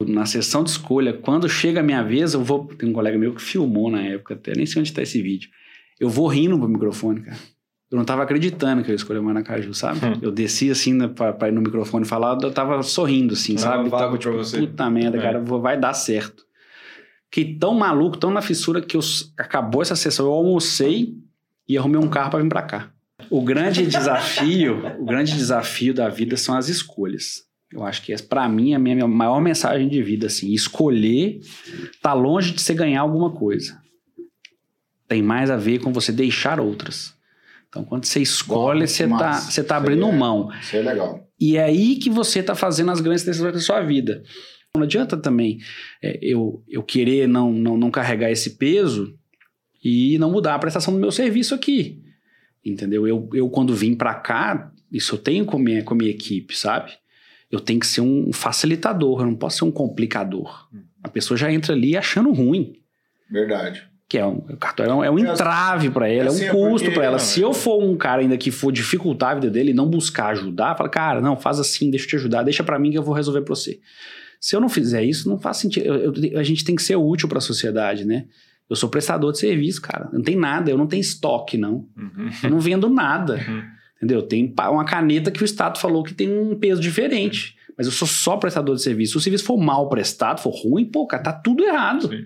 na sessão de escolha, quando chega a minha vez, tem um colega meu que filmou na época, até nem sei onde tá esse vídeo. Eu vou rindo pro microfone, cara. Eu não tava acreditando que eu escolhi o Maracaju, sabe? Eu desci assim, né, pra ir no microfone falar, eu tava sorrindo, assim, sabe? Tava tipo, puta merda, cara, vai dar certo. Fiquei tão maluco, tão na fissura, que acabou essa sessão, eu almocei e arrumei um carro pra vir pra cá. O grande desafio da vida são as escolhas. Eu acho que pra mim é a minha maior mensagem de vida, assim, escolher tá longe de você ganhar alguma coisa. Tem mais a ver com você deixar outras. Então, quando você escolhe, você tá abrindo mão. Isso é legal. E é aí que você tá fazendo as grandes decisões da sua vida. Não adianta também eu querer não carregar esse peso e não mudar a prestação do meu serviço aqui. Entendeu? Eu quando vim pra cá, isso eu tenho com a minha equipe, sabe? Eu tenho que ser um facilitador, eu não posso ser um complicador. A pessoa já entra ali achando ruim. Verdade. Que o cartório é um entrave para ela, é um custo para ela. Se eu for um cara ainda que for dificultar a vida dele e não buscar ajudar, fala, cara, não, faz assim, deixa eu te ajudar, deixa para mim que eu vou resolver para você. Se eu não fizer isso, não faz sentido. A gente tem que ser útil para a sociedade, né? Eu sou prestador de serviço, cara. Não tem nada, eu não tenho estoque, não. Eu não vendo nada. Entendeu? Tem uma caneta que o Estado falou que tem um peso diferente. Mas eu sou só prestador de serviço. Se o serviço for mal prestado, for ruim, pô, cara, tá tudo errado. Sim.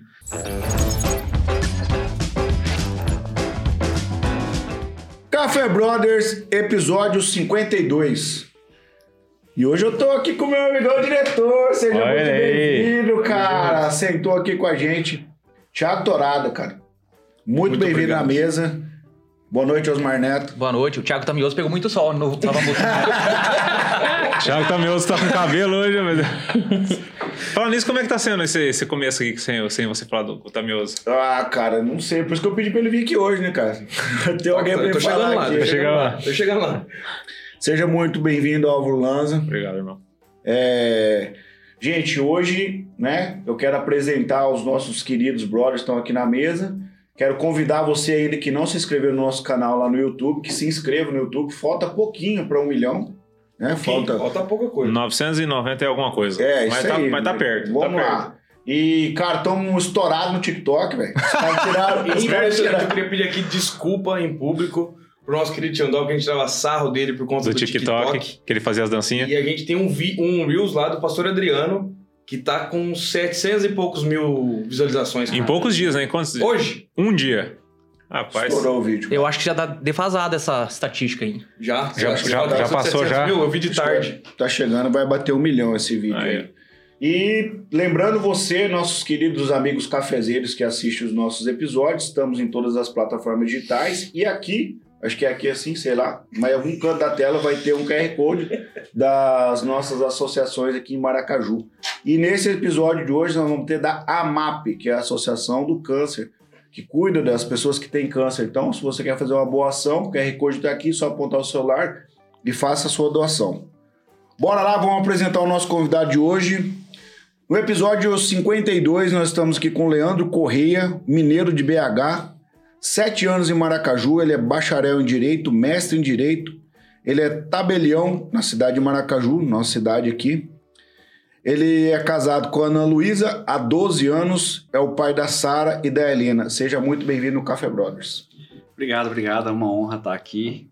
Café Brothers, episódio 52. E hoje eu tô aqui com o meu amigão diretor. Seja muito bem-vindo, cara. Sentou aqui com a gente. Thiago Torada, cara. Muito bem-vindo à mesa. Boa noite, Osmar Neto. Boa noite. O Thiago Tamioso pegou muito sol no Nova Mutum. Thiago Tamioso tá com cabelo hoje, mas... Falando nisso, como é que tá sendo esse começo aqui sem você falar do Tamioso? Ah, cara, não sei. Por isso que eu pedi pra ele vir aqui hoje, né, cara? Tem alguém pra ele falar aqui. Tô chegando lá. Seja muito bem-vindo, Álvaro Lanza. Obrigado, irmão. Gente, hoje, né, eu quero apresentar os nossos queridos brothers que estão aqui na mesa. Quero convidar você ainda que não se inscreveu no nosso canal lá no YouTube, que se inscreva no YouTube. Falta pouquinho para 1 milhão. Né? Falta pouca coisa. 990 e alguma coisa. Mas aí. Mas tá perto. Vamos lá. E, cara, estamos estourados no TikTok, velho. Eu queria pedir aqui desculpa em público pro nosso querido Tiandol, que a gente dava sarro dele por conta do TikTok. Que ele fazia as dancinhas. E a gente tem um Reels lá do Pastor Adriano, que tá com 700 e poucos mil visualizações. Em poucos dias, né? Quantos? Hoje? Um dia. Rapaz. Estourou o vídeo. Eu acho que já tá defasada essa estatística aí. Já passou já. Mil, eu vi de tarde. Tá chegando, vai bater 1 milhão esse vídeo aí. E lembrando você, nossos queridos amigos cafezeiros que assistem os nossos episódios, estamos em todas as plataformas digitais e aqui, acho que é aqui assim, sei lá, mas em algum canto da tela vai ter um QR Code das nossas associações aqui em Maracaju. E nesse episódio de hoje nós vamos ter da AMAP, que é a Associação do Câncer, que cuida das pessoas que têm câncer. Então, se você quer fazer uma boa ação, o QR Code está aqui, só apontar o celular e faça a sua doação. Bora lá, vamos apresentar o nosso convidado de hoje. No episódio 52, nós estamos aqui com o Leandro Correia, mineiro de BH, 7 anos em Maracaju, ele é bacharel em Direito, mestre em Direito, ele é tabelião na cidade de Maracaju, nossa cidade aqui. Ele é casado com a Ana Luísa há 12 anos, é o pai da Sara e da Helena. Seja muito bem-vindo no Café Brothers. Obrigado, é uma honra estar aqui.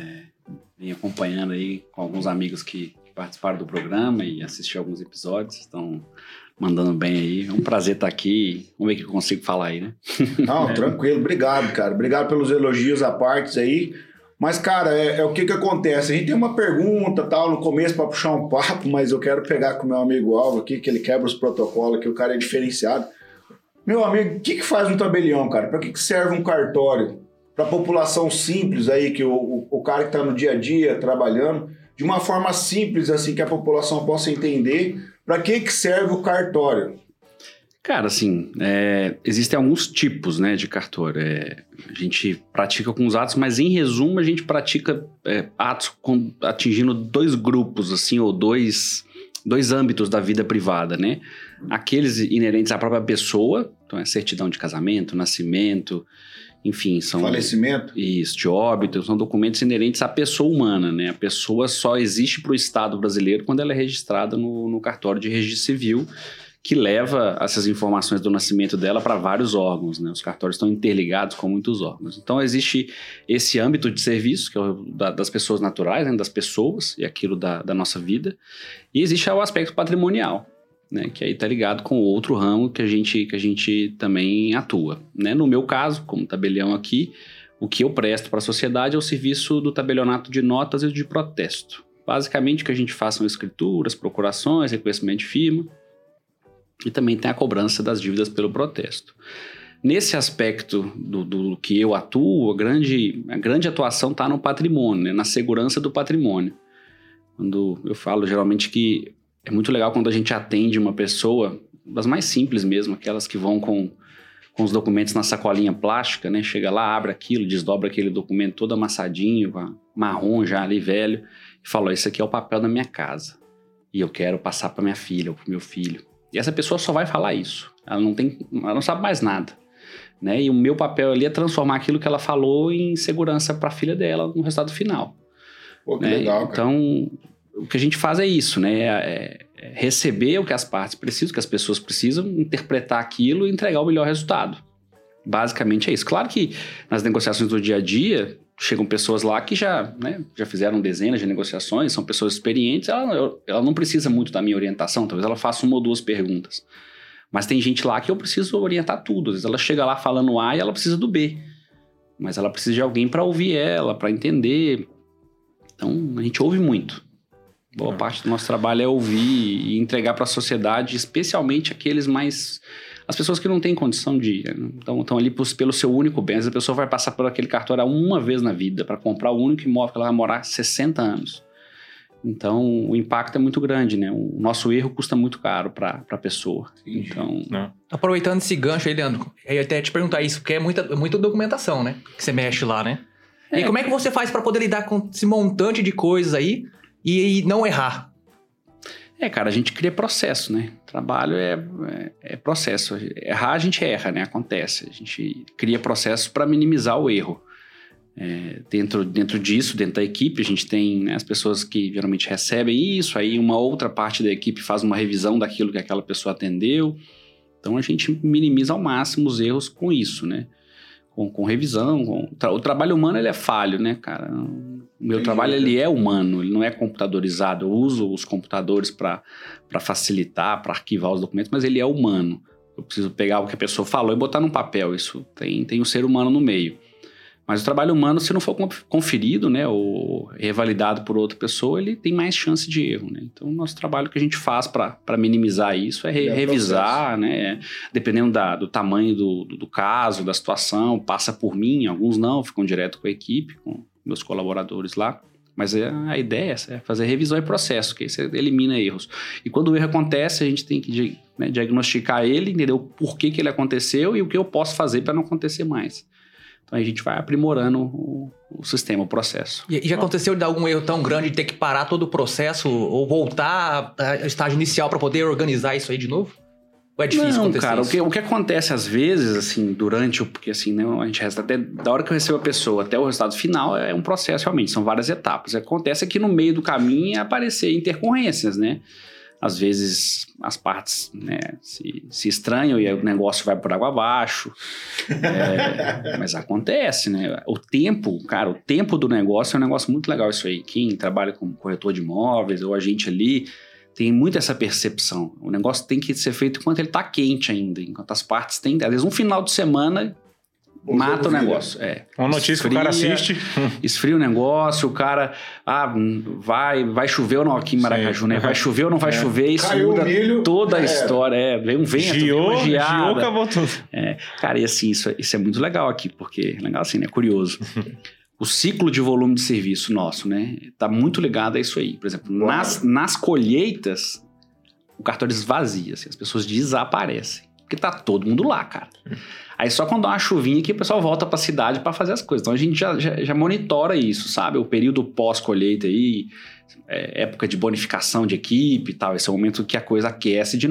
Vim acompanhando aí com alguns amigos que participaram do programa e assisti alguns episódios, estão mandando bem aí. É um prazer estar aqui. Vamos ver o que eu consigo falar aí, né? Não, tranquilo. Obrigado, cara. Obrigado pelos elogios à parte aí. Mas, cara, o que acontece? A gente tem uma pergunta, tal, no começo para puxar um papo, mas eu quero pegar com o meu amigo Álvaro aqui, que ele quebra os protocolos, que o cara é diferenciado. Meu amigo, o que faz um tabelião, cara? Para que serve um cartório? Para a população simples aí, que o cara que está no dia a dia trabalhando, de uma forma simples, assim, que a população possa entender, para que serve o cartório? Cara, assim, existem alguns tipos, né, de cartório. A gente pratica alguns atos, mas em resumo a gente pratica atos atingindo 2 grupos, assim, ou dois âmbitos da vida privada, né? Aqueles inerentes à própria pessoa, então é certidão de casamento, nascimento, enfim, são... Falecimento? Isso, de óbito, são documentos inerentes à pessoa humana, né? A pessoa só existe para o Estado brasileiro quando ela é registrada no cartório de registro civil, que leva essas informações do nascimento dela para vários órgãos, né? Os cartórios estão interligados com muitos órgãos. Então, existe esse âmbito de serviço, que é o das pessoas naturais, né? Das pessoas, e aquilo da nossa vida. E existe o aspecto patrimonial, né? Que aí está ligado com outro ramo que a gente também atua, né? No meu caso, como tabelião aqui, o que eu presto para a sociedade é o serviço do tabelionato de notas e de protesto. Basicamente, o que a gente faz são escrituras, procurações, reconhecimento de firma, e também tem a cobrança das dívidas pelo protesto. Nesse aspecto do que eu atuo, a grande atuação está no patrimônio, né? Na segurança do patrimônio. Quando eu falo geralmente que é muito legal quando a gente atende uma pessoa, das mais simples mesmo, aquelas que vão com os documentos na sacolinha plástica, né? Chega lá, abre aquilo, desdobra aquele documento todo amassadinho, marrom já ali, velho, e fala, isso aqui é o papel da minha casa. E eu quero passar para minha filha ou para meu filho. E essa pessoa só vai falar isso. Ela não sabe mais nada, né? E o meu papel ali é transformar aquilo que ela falou em segurança para a filha dela no resultado final. Pô, que né? legal, cara. Então, o que a gente faz é isso, né? É receber o que as partes precisam, o que as pessoas precisam, interpretar aquilo e entregar o melhor resultado. Basicamente é isso. Claro que nas negociações do dia a dia, chegam pessoas lá que já fizeram dezenas de negociações, são pessoas experientes, ela não precisa muito da minha orientação, talvez ela faça 1 ou 2 perguntas. Mas tem gente lá que eu preciso orientar tudo. Às vezes ela chega lá falando A e ela precisa do B. Mas ela precisa de alguém para ouvir ela, para entender. Então, a gente ouve muito. Boa parte do nosso trabalho é ouvir e entregar para a sociedade, especialmente as pessoas que não têm condição de ir, estão ali pelo seu único bem. A pessoa vai passar por aquele cartório uma vez na vida para comprar o único imóvel que ela vai morar 60 anos. Então, o impacto é muito grande, né? O nosso erro custa muito caro para a pessoa. Então, aproveitando esse gancho aí, Leandro, eu ia até te perguntar isso, porque é muita documentação, né? Que você mexe lá, né? E como é que você faz para poder lidar com esse montante de coisas aí e não errar? Cara, a gente cria processo, né? Trabalho é processo. Errar, a gente erra, né? Acontece. A gente cria processos para minimizar o erro. Dentro disso, dentro da equipe, a gente tem, né, as pessoas que geralmente recebem isso, aí uma outra parte da equipe faz uma revisão daquilo que aquela pessoa atendeu. Então, a gente minimiza ao máximo os erros com isso, né? Com revisão. O trabalho humano, ele é falho, né, cara? O meu trabalho, ele é humano, ele não é computadorizado. Eu uso os computadores para facilitar, para arquivar os documentos, mas ele é humano. Eu preciso pegar o que a pessoa falou e botar num papel. Isso tem um ser humano no meio. Mas o trabalho humano, se não for conferido, né, ou revalidado por outra pessoa, ele tem mais chance de erro, né? Então, o nosso trabalho que a gente faz para minimizar isso é revisar, né? Dependendo do tamanho do caso, da situação, passa por mim, alguns não, ficam direto com a equipe, com meus colaboradores lá. Mas a ideia é essa, é fazer revisão e processo, que aí você elimina erros. E quando o erro acontece, a gente tem que diagnosticar ele, entender o porquê que ele aconteceu e o que eu posso fazer para não acontecer mais. Então a gente vai aprimorando o sistema, o processo. E já aconteceu de dar algum erro tão grande de ter que parar todo o processo ou voltar ao estágio inicial para poder organizar isso aí de novo? Ou é difícil acontecer cara, isso? O que acontece às vezes, assim, porque assim, né, a gente resta até da hora que eu recebo a pessoa até o resultado final, é um processo realmente, são várias etapas. Acontece que no meio do caminho aparecer intercorrências, né? Às vezes as partes, né, se estranham e o negócio vai por água abaixo. Mas acontece, né? O tempo do negócio é um negócio muito legal isso aí. Quem trabalha como corretor de imóveis ou a gente ali tem muito essa percepção. O negócio tem que ser feito enquanto ele está quente ainda. Enquanto as partes têm, às vezes um final de semana mata o negócio. Uma notícia que o cara assiste. Esfria o negócio, o cara vai chover ou não aqui em Maracaju, né? Vai chover ou não vai chover, isso caiu muda milho, toda a história. Vem um vento, vem uma geada. Acabou tudo. Cara, e assim, isso é muito legal aqui, porque, legal assim, né? Curioso. O ciclo de volume de serviço nosso, né? Tá muito ligado a isso aí. Por exemplo, nas colheitas, o cartório esvazia, assim, as pessoas desaparecem. Porque tá todo mundo lá, cara. Aí só quando dá uma chuvinha que o pessoal volta pra cidade para fazer as coisas. Então a gente já monitora isso, sabe? O período pós-colheita aí, época de bonificação de equipe e tal. Esse é o momento que a coisa aquece de novo.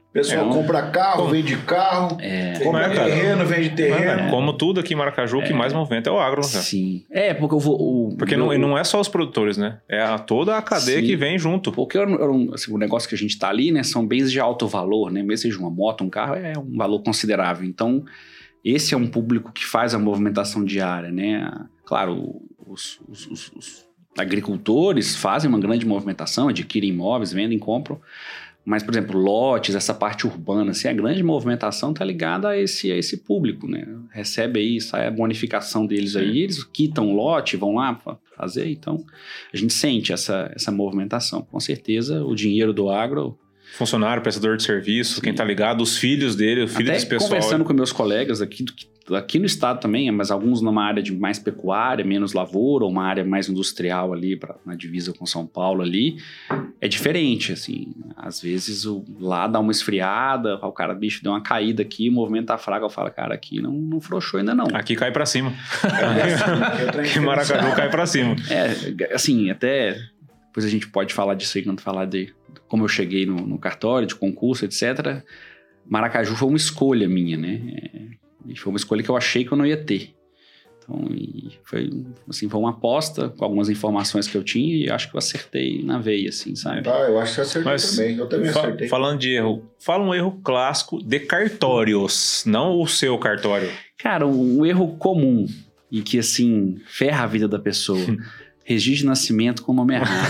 O pessoal compra carro, vende carro, compra terreno, vende terreno. Como tudo aqui em Maracaju, o que mais movimenta é o agro. Sim. Porque eu vou... Porque não é só os produtores, né? É toda a cadeia que vem junto. Porque assim, o negócio que a gente tá ali, né? São bens de alto valor, né? Mesmo seja uma moto, um carro, é um valor considerável. Então, esse é um público que faz a movimentação diária, né? Claro, os agricultores fazem uma grande movimentação, adquirem imóveis, vendem, compram. Mas, por exemplo, lotes, essa parte urbana, assim, a grande movimentação está ligada a esse público, né? Recebe aí, sai a bonificação deles aí, eles quitam o lote, vão lá fazer. Então, a gente sente essa movimentação. Com certeza, o dinheiro do agro... Funcionário, prestador de serviço, quem tá ligado, os filhos dele, o filho desse pessoal. Conversando com meus colegas aqui no estado também, mas alguns numa área de mais pecuária, menos lavoura, ou uma área mais industrial ali, na divisa com São Paulo ali, é diferente, assim. Às vezes lá dá uma esfriada, o cara, bicho, deu uma caída aqui, o movimento tá fraco, eu falo, cara, aqui não frouxou ainda não. Aqui cai pra cima. Aqui em Maracaju cai pra cima. Assim, até... Depois a gente pode falar disso aí quando falar de como eu cheguei no cartório, de concurso, etc. Maracaju foi uma escolha minha, né? E foi uma escolha que eu achei que eu não ia ter. Então, foi uma aposta com algumas informações que eu tinha e acho que eu acertei na veia, assim, sabe? Eu acho que eu acertei também. Eu também acertei. Falando de erro, fala um erro clássico de cartórios, não o seu cartório. Cara, um erro comum e que, assim, ferra a vida da pessoa... Registro de nascimento com nome errado.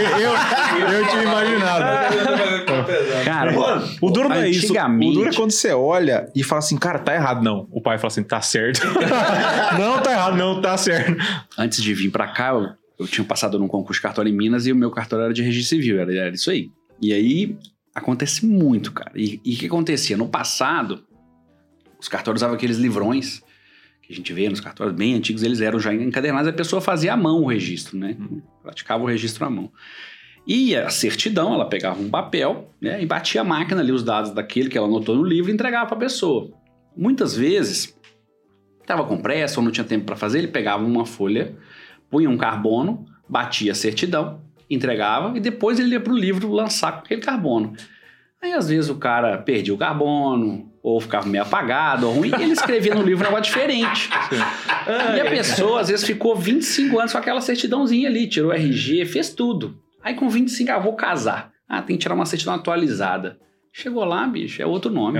eu tinha imaginado. Cara, o duro não é isso. O duro é quando você olha e fala assim, cara, tá errado. Não. O pai fala assim, tá certo. Não, tá errado. Não, tá certo. Antes de vir pra cá, eu tinha passado num concurso de cartório em Minas e o meu cartório era de registro civil. Era isso aí. E aí, acontece muito, cara. E o que acontecia? No passado, os cartórios usavam aqueles livrões que a gente vê nos cartórios bem antigos, eles eram já encadernados, a pessoa fazia à mão o registro, né? Praticava o registro à mão. E a certidão, ela pegava um papel, né? E batia a máquina ali, os dados daquele que ela anotou no livro e entregava para a pessoa. Muitas vezes, estava com pressa ou não tinha tempo para fazer, ele pegava uma folha, punha um carbono, batia a certidão, entregava e depois ele ia para o livro lançar com aquele carbono. Aí, às vezes, o cara perdia o carbono, ou ficava meio apagado, ou ruim, e ele escrevia no livro um negócio diferente. E a pessoa, às vezes, ficou 25 anos com aquela certidãozinha ali, tirou RG, fez tudo. Aí, com 25, vou casar. Tem que tirar uma certidão atualizada. Chegou lá, bicho, é outro nome.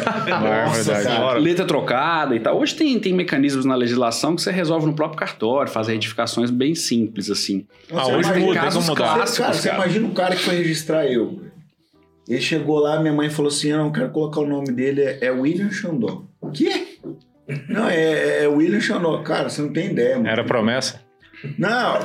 Nossa, letra trocada e tal. Hoje tem mecanismos na legislação que você resolve no próprio cartório, faz retificações bem simples, assim. Hoje muda, casos clássicos, cara, você imagina o cara que foi registrar eu. Ele chegou lá, minha mãe falou assim, eu não quero colocar o nome dele, é William Xandó. O quê? Não, é William Xandó. Cara, você não tem ideia. Mano. Era promessa? Não,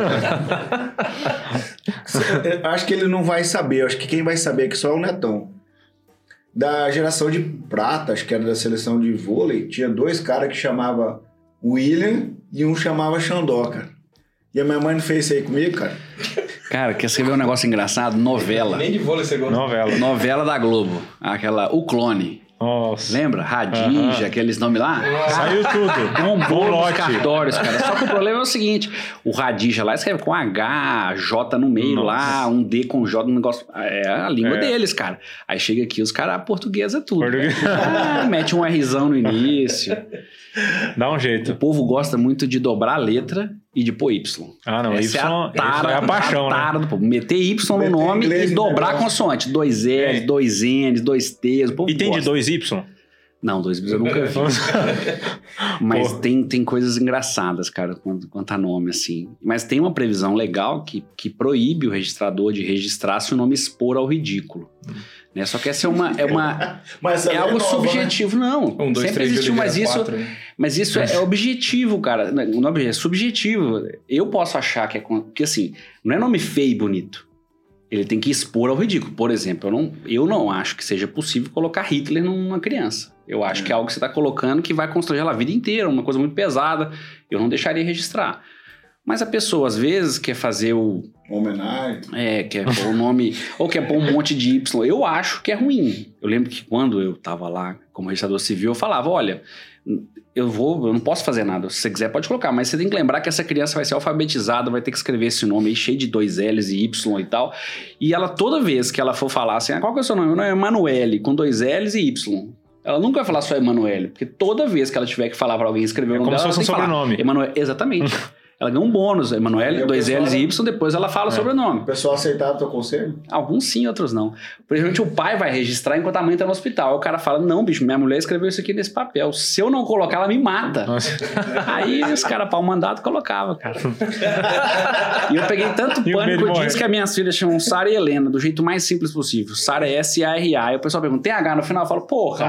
acho que ele não vai saber. Acho que quem vai saber aqui só é o Netão. Da geração de prata, acho que era da seleção de vôlei, tinha 2 caras que chamava William e um chamava Xandó, cara. E a minha mãe não fez isso aí comigo, cara? Cara, quer saber um negócio engraçado? Novela. Nem de vôlei você gosta. Novela da Globo. O Clone. Nossa. Lembra? Radija, aqueles nomes lá? Saiu tudo. Bombou nos cartórios, cara. Só que o problema é o seguinte, o Radija lá escreve com H, J no meio lá, um D com J no negócio. É a língua deles, cara. Aí chega aqui, os caras, português é tudo. Mete um Rzão no início. Dá um jeito. O povo gosta muito de dobrar a letra e de pôr Y. Não, Essa Y é a paixão, né? Do povo. Meter Y no Meter nome inglês, e dobrar a consoante. 2 L's, 2 N's, 2 T's. O povo e tem gosta. de 2 Y? Não, 2 Y eu nunca vi. Mas tem coisas engraçadas, cara, quanto a nome, assim. Mas tem uma previsão legal que proíbe o registrador de registrar se o nome expor ao ridículo. Né? Só que essa é algo subjetivo, né? Não. 1, 2, sempre 3, existiu, mas isso é objetivo, cara. O nome é subjetivo. Eu posso achar que é... Porque assim, não é nome feio e bonito. Ele tem que expor ao ridículo. Por exemplo, eu não acho que seja possível colocar Hitler numa criança. Eu acho que é algo que você está colocando que vai constranger ela a vida inteira, uma coisa muito pesada. Eu não deixaria registrar. Mas a pessoa, às vezes, quer fazer uma homenagem. Quer pôr o nome, ou quer pôr um monte de Y. Eu acho que é ruim. Eu lembro que quando eu tava lá como registrador civil, eu falava, olha, eu não posso fazer nada. Se você quiser, pode colocar, mas você tem que lembrar que essa criança vai ser alfabetizada, vai ter que escrever esse nome aí, cheio de 2 L's e Y e tal. E ela, toda vez que ela for falar assim, qual que é o seu nome? Meu nome é Emanuele, com 2 L's e Y. Ela nunca vai falar só Emanuele, porque toda vez que ela tiver que falar pra alguém escrever o nome dela, como se fosse um sobrenome. Emanuele, exatamente. Ela ganha um bônus, Emanuele, 2 L's e Y, depois ela fala sobre o nome. O pessoal aceitava o teu conselho? Alguns sim, outros não. Por exemplo, o pai vai registrar enquanto a mãe tá no hospital. Aí o cara fala, não, bicho, minha mulher escreveu isso aqui nesse papel. Se eu não colocar, ela me mata. Nossa. Aí os caras, pau mandado, colocava, cara. E eu peguei tanto pânico disso que as minhas filhas chamam Sara e Helena, do jeito mais simples possível. Sara é S-A-R-A. E o pessoal pergunta, tem H no final? Eu falo, porra.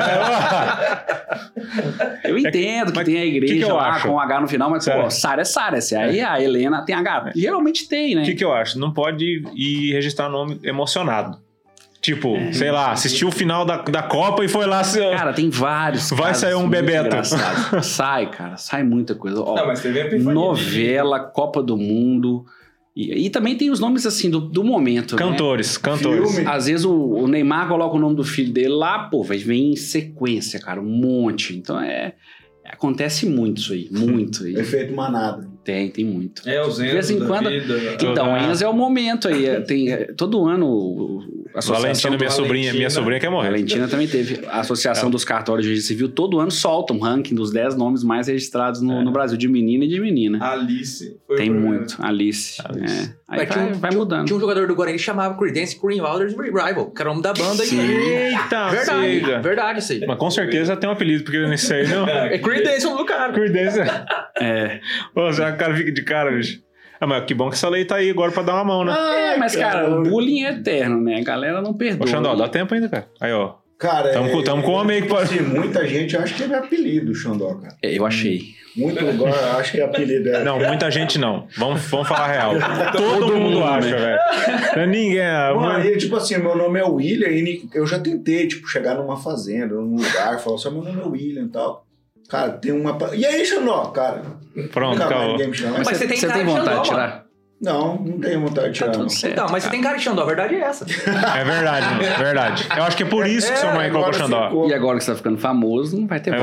Eu entendo que tem a igreja lá com H no final, mas, pô, Sara é Sara, S-A-R-A. A Helena tem H. Geralmente tem, né? O que eu acho? Não pode ir registrar nome emocionado. Tipo, sei lá, assistiu o final da Copa e foi lá... Cara, tem vários. Vai sair um Bebeto. Sai, cara. Sai muita coisa. Ó, não, mas teve a novela, Copa do Mundo... E também tem os nomes, assim, do momento, Cantores. Filme. Às vezes o Neymar coloca o nome do filho dele lá, pô, vem em sequência, cara, um monte. Então acontece muito isso aí, muito. Efeito manada. Tem muito. O Zenzo de vez em quando. Então, Enzo é o momento aí. Todo ano a associação Valentina, minha sobrinha quer morrer. Valentina também teve. A Associação dos Cartórios de Registro Civil todo ano solta um ranking dos 10 nomes mais registrados no Brasil, de menina e de menina. Alice. Tem muito. Alice. Aí vai mudando. Tinha um jogador do Guarani que chamava Creedence Clearwater Revival, que era o nome da banda. Eita, verdade isso aí. Mas com certeza tem um apelido, porque eu nem sei, não. É Creedence o nome do cara. Creedence. Pô, já o cara fica de cara, bicho. Mas que bom que essa lei tá aí agora pra dar uma mão, né? Mas, cara, o bullying é eterno, né? A galera não perdoa. Ô, Xandó, dá tempo ainda, cara. Aí, ó. Cara, tamo com o homem aí que pode... muita gente acha que é apelido, Xandó, cara. Eu achei. Muito lugar acha que é apelido. Não, muita gente não. Vamos falar a real. Todo mundo acha, velho. Ninguém... Mano, tipo assim, meu nome é William e eu já tentei, tipo, chegar numa fazenda, num lugar, falar assim, meu nome é William e tal. Cara, tem uma... E aí, Xandó, cara? Pronto, calma. Mas você tem vontade de tirar? Não tenho vontade de tirar. Tá tudo certo, então, mas você tem cara de Xandó, a verdade é essa. É verdade. Eu acho que é por isso que sua mãe colocou Xandó. E agora que você tá ficando famoso, não vai ter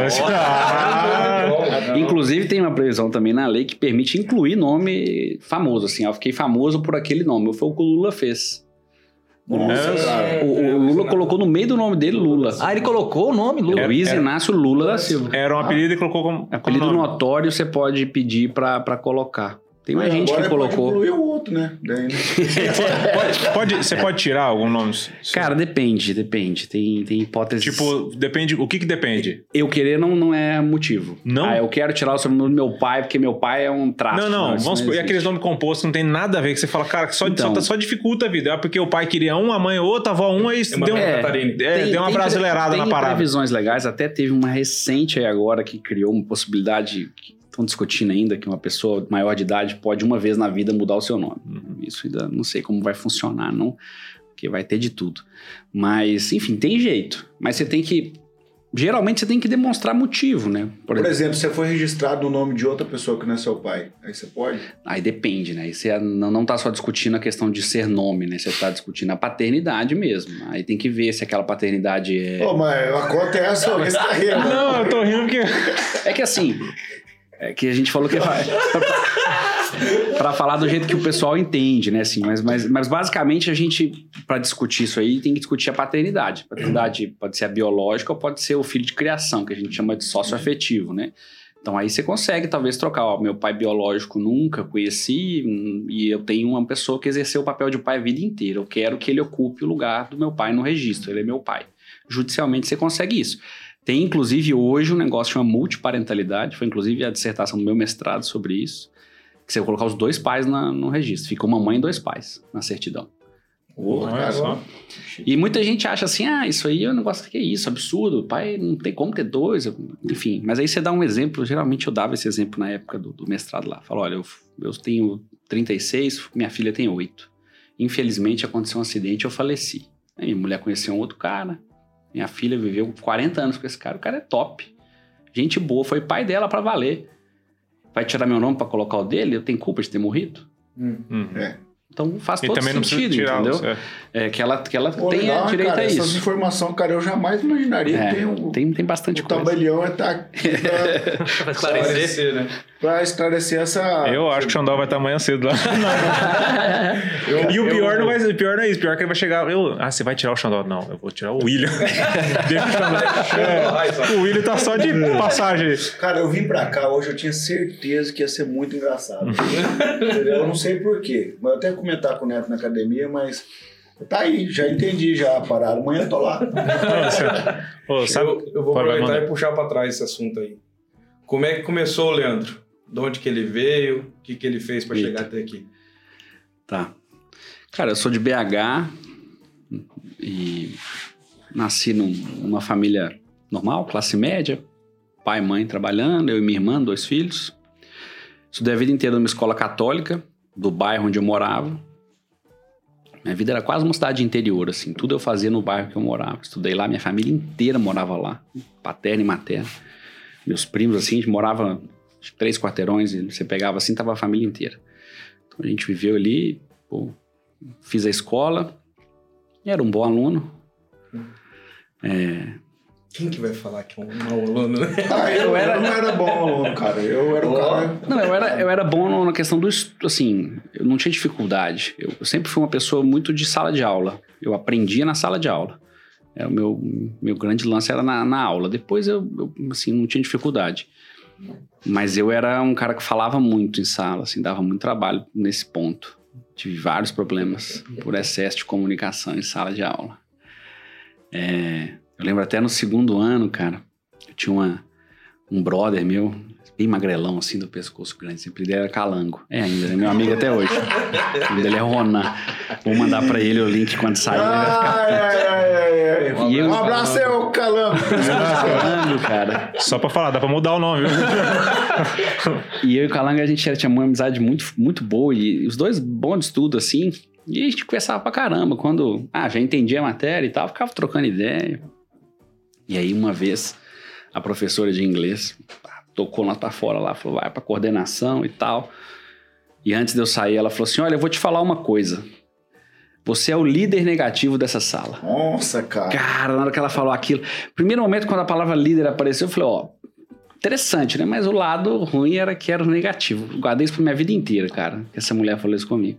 volta. Inclusive, tem uma previsão também na lei que permite incluir nome famoso, assim. Eu fiquei famoso por aquele nome. Foi o que o Lula fez. Nossa, cara. O Lula colocou no meio do nome dele Lula. Ele colocou o nome Lula? Luiz Inácio Lula da Silva. Era um apelido e colocou como apelido nome. Notório, você pode pedir pra colocar. Tem mais gente que colocou. Pode incluir o outro, né? Daí, né? Você pode tirar algum nome? Cara, depende. Tem hipóteses. Tipo, depende. O que depende? Eu querer não é motivo. Não? Eu quero tirar o sobrenome do meu pai, porque meu pai é um tráfico. Não. Vamos supor, e aqueles nomes compostos que não tem nada a ver, que você fala, cara, que só dificulta a vida. É porque o pai queria um, a mãe outra, a avó um, aí deu uma brasileirada na parada. Tem previsões legais, até teve uma recente aí agora que criou uma possibilidade... Estão discutindo ainda que uma pessoa maior de idade pode uma vez na vida mudar o seu nome. Isso ainda não sei como vai funcionar, não, porque vai ter de tudo. Mas, enfim, tem jeito. Mas você tem que... Geralmente você tem que demonstrar motivo, né? Por exemplo, você foi registrado no nome de outra pessoa que não é seu pai. Aí você pode? Aí depende, né? Aí você não tá só discutindo a questão de ser nome, né? Você tá discutindo a paternidade mesmo. Aí tem que ver se aquela paternidade é... Pô, mas acontece, você tá rindo. Não, eu tô rindo porque... É que assim... É que a gente falou que para falar do jeito que o pessoal entende, né? Assim, mas basicamente a gente, para discutir isso aí, tem que discutir a paternidade. A paternidade pode ser a biológica ou pode ser o filho de criação, que a gente chama de sócio-afetivo, né? Então aí você consegue talvez trocar. Ó, meu pai biológico nunca conheci e eu tenho uma pessoa que exerceu o papel de pai a vida inteira. Eu quero que ele ocupe o lugar do meu pai no registro. Ele é meu pai. Judicialmente você consegue isso. Tem, inclusive, hoje um negócio que chama multiparentalidade. Foi, inclusive, a dissertação do meu mestrado sobre isso. Que você vai colocar os 2 pais no registro. Fica uma mãe e 2 pais na certidão. E muita gente acha assim, isso aí é um negócio que é isso, absurdo. O pai não tem como ter 2. Enfim, mas aí você dá um exemplo. Geralmente eu dava esse exemplo na época do mestrado lá. Falo, olha, eu tenho 36, minha filha tem 8. Infelizmente, aconteceu um acidente e eu faleci. Aí minha mulher conheceu um outro cara. Minha filha viveu 40 anos com esse cara. O cara é top. Gente boa. Foi pai dela pra valer. vai tirar meu nome pra colocar o dele, eu tenho culpa de ter morrido? Então faz todo sentido, entendeu? Que ela tenha direito a isso. Essas informações, cara, eu jamais imaginaria que tem bastante coisa. O tabelião tá aqui pra esclarecer, né? Pra esclarecer essa... Eu acho que o Xandó vai estar amanhã cedo lá. E o pior não é isso. O pior é que ele vai chegar... você vai tirar o Xandó? Não, eu vou tirar o William. Deixa o Xandó. O William tá só de passagem. Cara, eu vim pra cá hoje, eu tinha certeza que ia ser muito engraçado. Eu não sei porquê. Mas eu até comentar com o Neto na academia, mas... Tá aí, já entendi, já pararam. Amanhã eu tô lá. Eu vou aproveitar e puxar pra trás esse assunto aí. Como é que começou o Leandro? De onde que ele veio? O que ele fez pra chegar até aqui? Tá. Cara, eu sou de BH e nasci numa família normal, classe média. Pai e mãe trabalhando, eu e minha irmã, 2 filhos. Estudei a vida inteira numa escola católica, do bairro onde eu morava. Minha vida era quase uma cidade interior, assim. Tudo eu fazia no bairro que eu morava. Estudei lá, minha família inteira morava lá. Paterna e materna. Meus primos, assim, a gente morava 3 quarteirões. E você pegava assim, tava a família inteira. Então a gente viveu ali, fiz a escola. Era um bom aluno. Quem que vai falar que é um mau aluno? Eu não era bom aluno, cara. Eu era um cara... Não, eu era bom na questão do... Assim, eu não tinha dificuldade. Eu sempre fui uma pessoa muito de sala de aula. Eu aprendia na sala de aula. O meu grande lance era na aula. Depois eu assim, não tinha dificuldade. Mas eu era um cara que falava muito em sala, assim, dava muito trabalho nesse ponto. Tive vários problemas por excesso de comunicação em sala de aula. Eu lembro até no 2º ano, cara, eu tinha um brother meu, bem magrelão, assim, do pescoço grande, sempre ele era Calango. Ainda, é meu amigo até hoje. O nome dele é Ronan. Vou mandar pra ele o link quando sair. Um abraço aí, ô Calango. Calango, cara. Só pra falar, dá pra mudar o nome. E eu e o Calango, a gente tinha uma amizade muito, muito boa, e os dois bons de estudo, assim, e a gente conversava pra caramba. Quando já entendia a matéria e tal, ficava trocando ideia. E aí, uma vez, a professora de inglês tocou nós pra fora lá, falou, vai pra coordenação e tal. E antes de eu sair, ela falou assim, olha, eu vou te falar uma coisa. Você é o líder negativo dessa sala. Nossa, cara. Cara, na hora que ela falou aquilo... Primeiro momento, quando a palavra líder apareceu, eu falei, interessante, né? Mas o lado ruim era que era o negativo. Eu guardei isso pra minha vida inteira, cara. Que essa mulher falou isso comigo.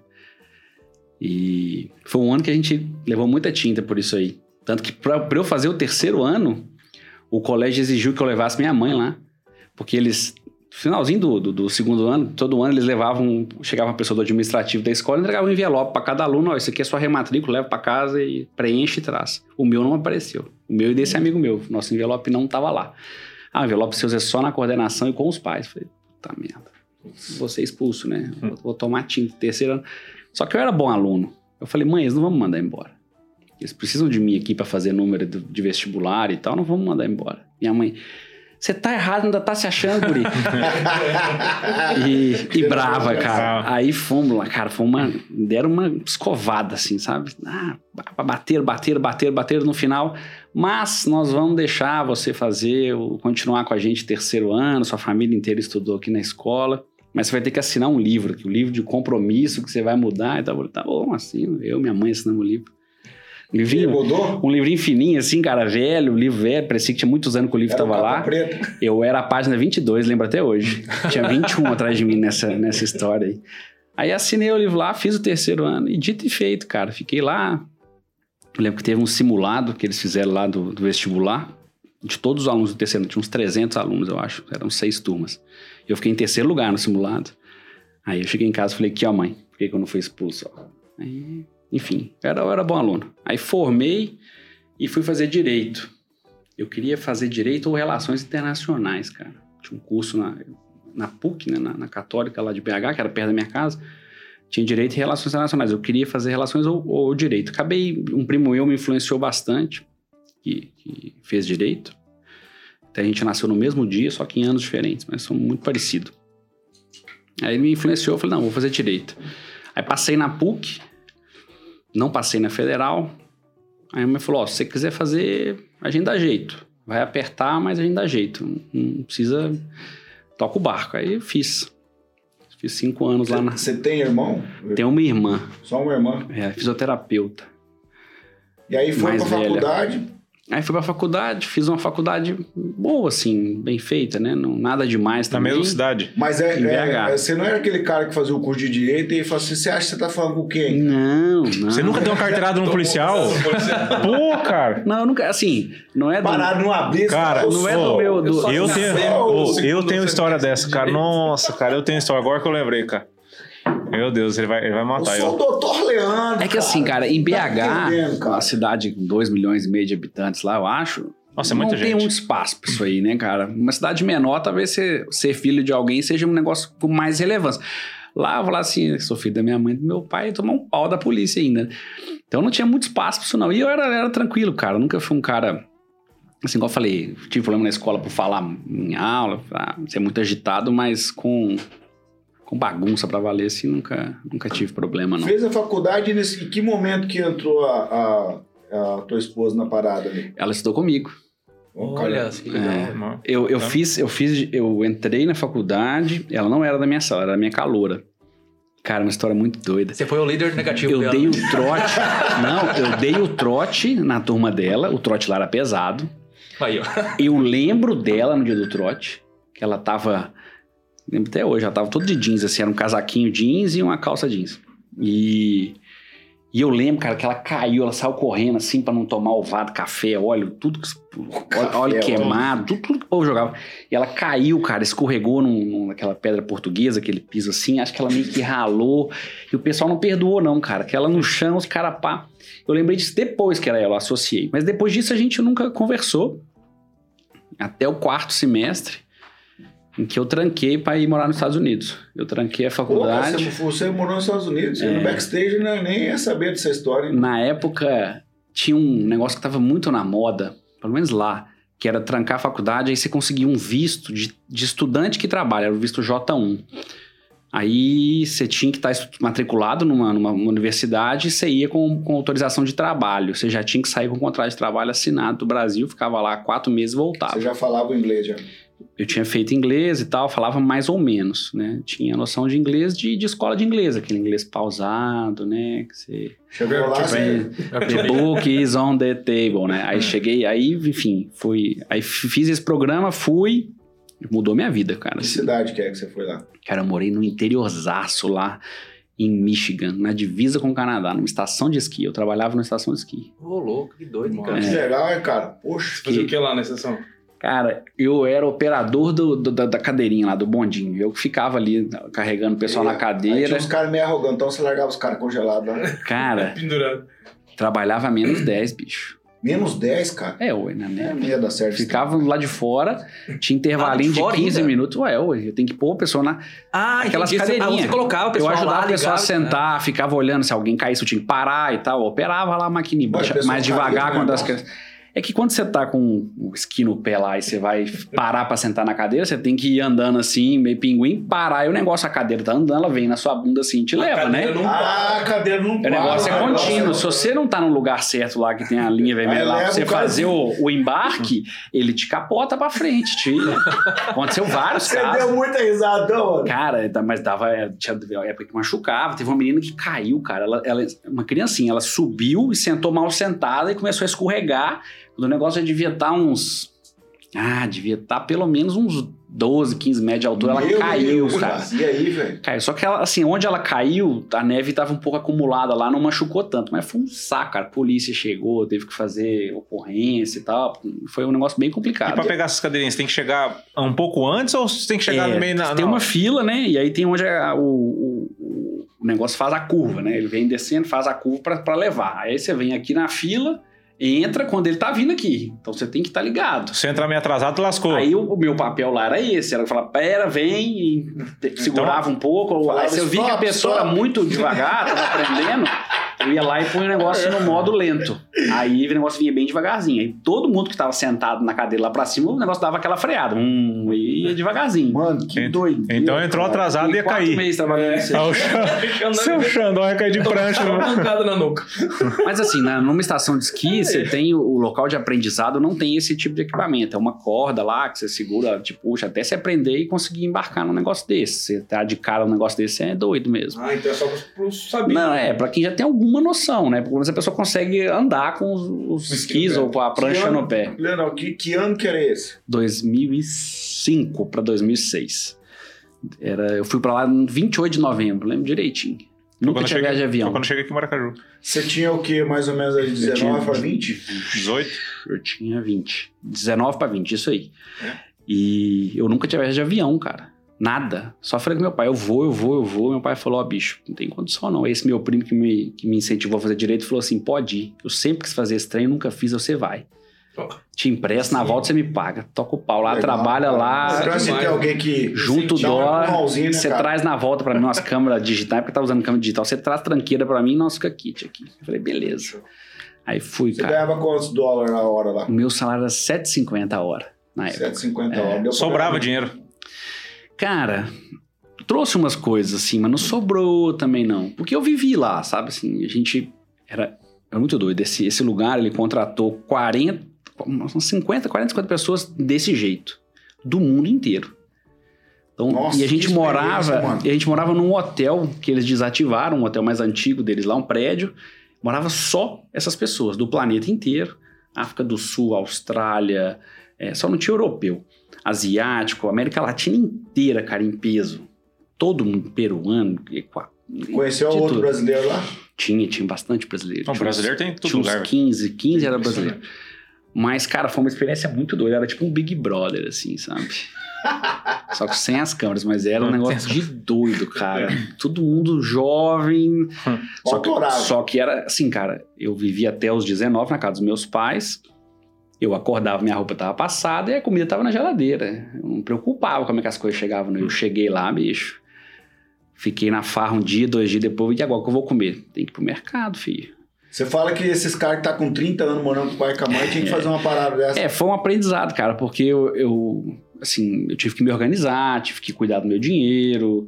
E foi um ano que a gente levou muita tinta por isso aí. Tanto que pra eu fazer o 3º ano, o colégio exigiu que eu levasse minha mãe lá. Porque eles, finalzinho do 2º ano, todo ano eles levavam, chegava uma pessoa do administrativo da escola e entregava um envelope para cada aluno. Isso aqui é sua rematrícula, leva para casa e preenche e traz. O meu não apareceu. O meu e desse amigo meu. Nosso envelope não estava lá. O envelope seu é só na coordenação e com os pais. Falei, puta merda. Vou ser expulso, né? Vou tomar tinta 3º ano. Só que eu era bom aluno. Eu falei, mãe, eles não vão me mandar embora. Eles precisam de mim aqui para fazer número de vestibular e tal, não vão me mandar embora. Minha mãe, você tá errado, ainda tá se achando, guri. e brava, cara. Aí fomos lá, cara, deram uma escovada, assim, sabe? Bateram no final. Mas nós vamos deixar você continuar com a gente 3º ano, sua família inteira estudou aqui na escola. Mas você vai ter que assinar um livro, que o livro de compromisso que você vai mudar e tal. Tá bom, assim, eu e minha mãe assinamos o livro. Um livrinho fininho, assim, cara, velho, um livro velho, parecia que tinha muitos anos que o livro estava lá. Preto. Eu era a página 22, lembro até hoje. Tinha 21 atrás de mim nessa história aí. Aí assinei o livro lá, fiz o 3º ano e dito e feito, cara. Fiquei lá. Eu lembro que teve um simulado que eles fizeram lá do vestibular. De todos os alunos do 3º ano, tinha uns 300 alunos, eu acho. Eram 6 turmas. Eu fiquei em 3º lugar no simulado. Aí eu cheguei em casa e falei, aqui ó mãe, por que eu não fui expulso? Aí... Enfim, eu era bom aluno. Aí formei e fui fazer Direito. Eu queria fazer Direito ou Relações Internacionais, cara. Tinha um curso na PUC, né, na Católica lá de BH, que era perto da minha casa. Tinha Direito e Relações Internacionais. Eu queria fazer Relações ou Direito. Um primo meu me influenciou bastante, que fez Direito. Até a gente nasceu no mesmo dia, só que em anos diferentes, mas somos muito parecidos. Aí ele me influenciou, eu falei, não, vou fazer Direito. Aí passei na PUC... Não passei na Federal. Aí a mãe falou, se você quiser fazer, a gente dá jeito. Vai apertar, mas a gente dá jeito. Não precisa toca o barco. Aí eu fiz 5 anos lá na... Você tem irmão? Tenho uma irmã. Só uma irmã? Fisioterapeuta. E aí foi pra faculdade? Aí fui pra faculdade, fiz uma faculdade boa, assim, bem feita, né? Não, nada demais também. Na mesma cidade. Mas você não era aquele cara que fazia o curso de direito e falou assim, você acha que você tá falando com quem? Não. Você nunca deu uma carteirada no policial? Pô, cara. Não, eu nunca, assim, não é... Parado no abismo. Cara, não é do meu... Eu tenho uma história dessa, cara. Nossa, cara, eu tenho história. Agora que eu lembrei, cara. Meu Deus, ele vai matar. Eu sou o doutor Leandro. É que assim, cara, em BH, uma cidade com 2,5 milhões de habitantes lá, eu acho. Nossa, é muita gente. Não tem muito espaço pra isso aí, né, cara? Uma cidade menor, talvez ser filho de alguém seja um negócio com mais relevância. Lá, eu vou falar assim, sou filho da minha mãe e do meu pai, e tomar um pau da polícia ainda. Então não tinha muito espaço pra isso, não. E eu era tranquilo, cara. Eu nunca fui um cara. Assim, igual eu falei, tive problema na escola por falar em aula, ser muito agitado, mas com bagunça pra valer, assim, nunca tive problema, não. Fez a faculdade em que momento que entrou a tua esposa na parada ali? Ela estudou comigo. Olha, assim, eu entrei na faculdade, ela não era da minha sala, era da minha caloura. Cara, uma história muito doida. Você foi o líder negativo dela. Eu dei o trote. Não, eu dei o trote na turma dela, o trote lá era pesado. Aí, ó. Eu lembro dela no dia do trote, que ela tava... Lembro até hoje, ela tava toda de jeans, assim, era um casaquinho jeans e uma calça jeans. E eu lembro, cara, que ela caiu, ela saiu correndo, assim, pra não tomar ovado, café, óleo, tudo, óleo queimado, tudo que o povo jogava. E ela caiu, cara, escorregou naquela pedra portuguesa, aquele piso assim, acho que ela meio que ralou. E o pessoal não perdoou, não, cara, que ela no chão, os caras pá. Eu lembrei disso depois que era ela, eu associei. Mas depois disso a gente nunca conversou. Até o 4º semestre. Em que eu tranquei para ir morar nos Estados Unidos. Eu tranquei a faculdade. Pô, você morou nos Estados Unidos, no backstage nem ia saber dessa história. Hein? Na época, tinha um negócio que estava muito na moda, pelo menos lá, que era trancar a faculdade, aí você conseguia um visto de estudante que trabalha, era o visto J1. Aí você tinha que estar matriculado numa universidade e você ia com autorização de trabalho. Você já tinha que sair com um contrato de trabalho assinado do Brasil, ficava lá 4 meses e voltava. Você já falava o inglês, já? Eu tinha feito inglês e tal, falava mais ou menos, né? Tinha noção de inglês de escola de inglês, aquele inglês pausado, né? Que você... Chegou lá, The book is on the table, né? Aí cheguei, aí, enfim, fui... Aí fiz esse programa, fui... Mudou minha vida, cara. Que cidade que é que você foi lá? Cara, eu morei no interiorzaço lá em Michigan, na divisa com o Canadá, numa estação de esqui. Eu trabalhava numa estação de esqui. Ô, louco, que doido, cara. Que legal, hein, cara? Poxa. Você fazia o que lá na estação? Cara, eu era operador da cadeirinha lá, do bondinho. Eu ficava ali carregando o pessoal na cadeira. Aí tinha uns caras meio arrogantes, então você largava os caras congelados lá. Cara, pendurado. Trabalhava menos 10, bicho. Menos 10, cara? Ué, né? Não ia dar certo. Ficava lá de fora, tinha intervalinho de 15 minutos. Ué, eu tenho que pôr a pessoa aquelas cadeirinhas. Você colocava o pessoal eu ajudava lá, a pessoa ligado, a sentar, ficava olhando se alguém caísse, eu tinha que parar e tal. Eu operava lá a maquininha, mais devagar quando as crianças... É que quando você tá com o esqui no pé lá e você vai parar pra sentar na cadeira, você tem que ir andando assim, meio pinguim, parar e o negócio, a cadeira tá andando, ela vem na sua bunda assim e te leva, né? A cadeira não para. O negócio é contínuo. Se você não tá num lugar certo lá, que tem a linha vermelha lá, pra você fazer o embarque, ele te capota pra frente. Aconteceu vários casos. Você deu muita risada, mano. Cara, mas tinha época que machucava. Teve uma menina que caiu, cara. Ela, uma criancinha, ela subiu e sentou mal sentada e começou a escorregar. O negócio devia estar devia estar pelo menos uns 12, 15 metros de altura. Ela caiu, cara. E aí, velho? Caiu. Só que ela, assim, onde ela caiu, a neve estava um pouco acumulada lá, não machucou tanto. Mas foi um saco, cara. A polícia chegou, teve que fazer ocorrência e tal. Foi um negócio bem complicado. E pra pegar essas cadeirinhas, você tem que chegar um pouco antes ou você tem que chegar no meio? Tem uma fila, né? E aí tem onde o negócio faz a curva, né? Ele vem descendo, faz a curva pra levar. Aí você vem aqui na fila... Entra quando ele tá vindo aqui. Então você tem que estar ligado. Se entrar meio atrasado, lascou. Aí o meu papel lá era esse. Era falar, pera, vem. E segurava um pouco. Aí se eu vi que a pessoa era muito devagar, tava aprendendo, Eu ia lá e punha o negócio no modo lento. Aí o negócio vinha bem devagarzinho. Aí todo mundo que tava sentado na cadeira lá pra cima, o negócio dava aquela freada. E ia devagarzinho. Mano, que doido. Então entrou atrasado e ia cair. 4 meses trabalhando nisso. Seu Xandó ia cair de prancha. Na nuca. Mas assim, numa estação de esqui, você tem o local de aprendizado, não tem esse tipo de equipamento. É uma corda lá que você segura, te puxa, até você aprender e conseguir embarcar num negócio desse. Você tá de cara num negócio desse, é doido mesmo. Ah, então é só pro saber. Não, pra quem já tem alguma noção, né? Porque a pessoa consegue andar com os esquis ou com a prancha no pé. Leonel, que ano que era esse? 2005 para 2006. Eu fui pra lá no 28 de novembro, lembro direitinho. Nunca tinha viagem de avião. Quando eu cheguei aqui em Maracaju. Você tinha o quê? Mais ou menos de 19 para 20? 18? Eu tinha 20. 19 para 20, isso aí. E eu nunca tinha viagem de avião, cara. Nada. Só falei com meu pai, eu vou. Meu pai falou, bicho, não tem condição não. Esse meu primo que me incentivou a fazer direito falou assim, pode ir. Eu sempre quis fazer esse trem, nunca fiz, você vai. Te empresto, na volta você me paga. Toca o pau lá, trabalha lá. Você tem alguém que junto o dólar, né, você traz na volta pra mim umas câmeras digitais, porque tá usando câmera digital. Você traz tranqueira pra mim, nossa, fica kit aqui. Eu falei, beleza. Aí fui, você cara. Você ganhava quantos dólares a hora lá? O meu salário era R$7,50 a hora, na época. R$7,50 a hora. Sobrava dinheiro. Cara, trouxe umas coisas assim, mas não sobrou também não. Porque eu vivi lá, sabe? Assim, a gente era muito doido. Esse lugar, ele contratou 50 pessoas desse jeito. Do mundo inteiro. Então, nossa, e a gente morava num hotel que eles desativaram, um hotel mais antigo deles lá, um prédio. Morava só essas pessoas, do planeta inteiro. África do Sul, Austrália, só não tinha europeu. Asiático, América Latina inteira, cara, em peso. Todo mundo, peruano. Conheceu outro brasileiro lá? Tinha bastante brasileiro. Não, brasileiro tem em todo lugar. 15 era brasileiro. Mas, cara, foi uma experiência muito doida. Era tipo um Big Brother, assim, sabe? Só que sem as câmeras, mas era um negócio de doido, cara. Todo mundo jovem. Só que era assim, cara, eu vivia até os 19 na casa dos meus pais. Eu acordava, minha roupa tava passada e a comida tava na geladeira. Eu não me preocupava como é que as coisas chegavam. Né? Eu cheguei lá, bicho. Fiquei na farra um dia, 2 dias depois. E agora o que eu vou comer? Tem que ir pro mercado, filho. Você fala que esses caras que tá com 30 anos morando com o pai e com a mãe tinha que fazer uma parada dessa. Foi um aprendizado, cara. Porque eu tive que me organizar, tive que cuidar do meu dinheiro.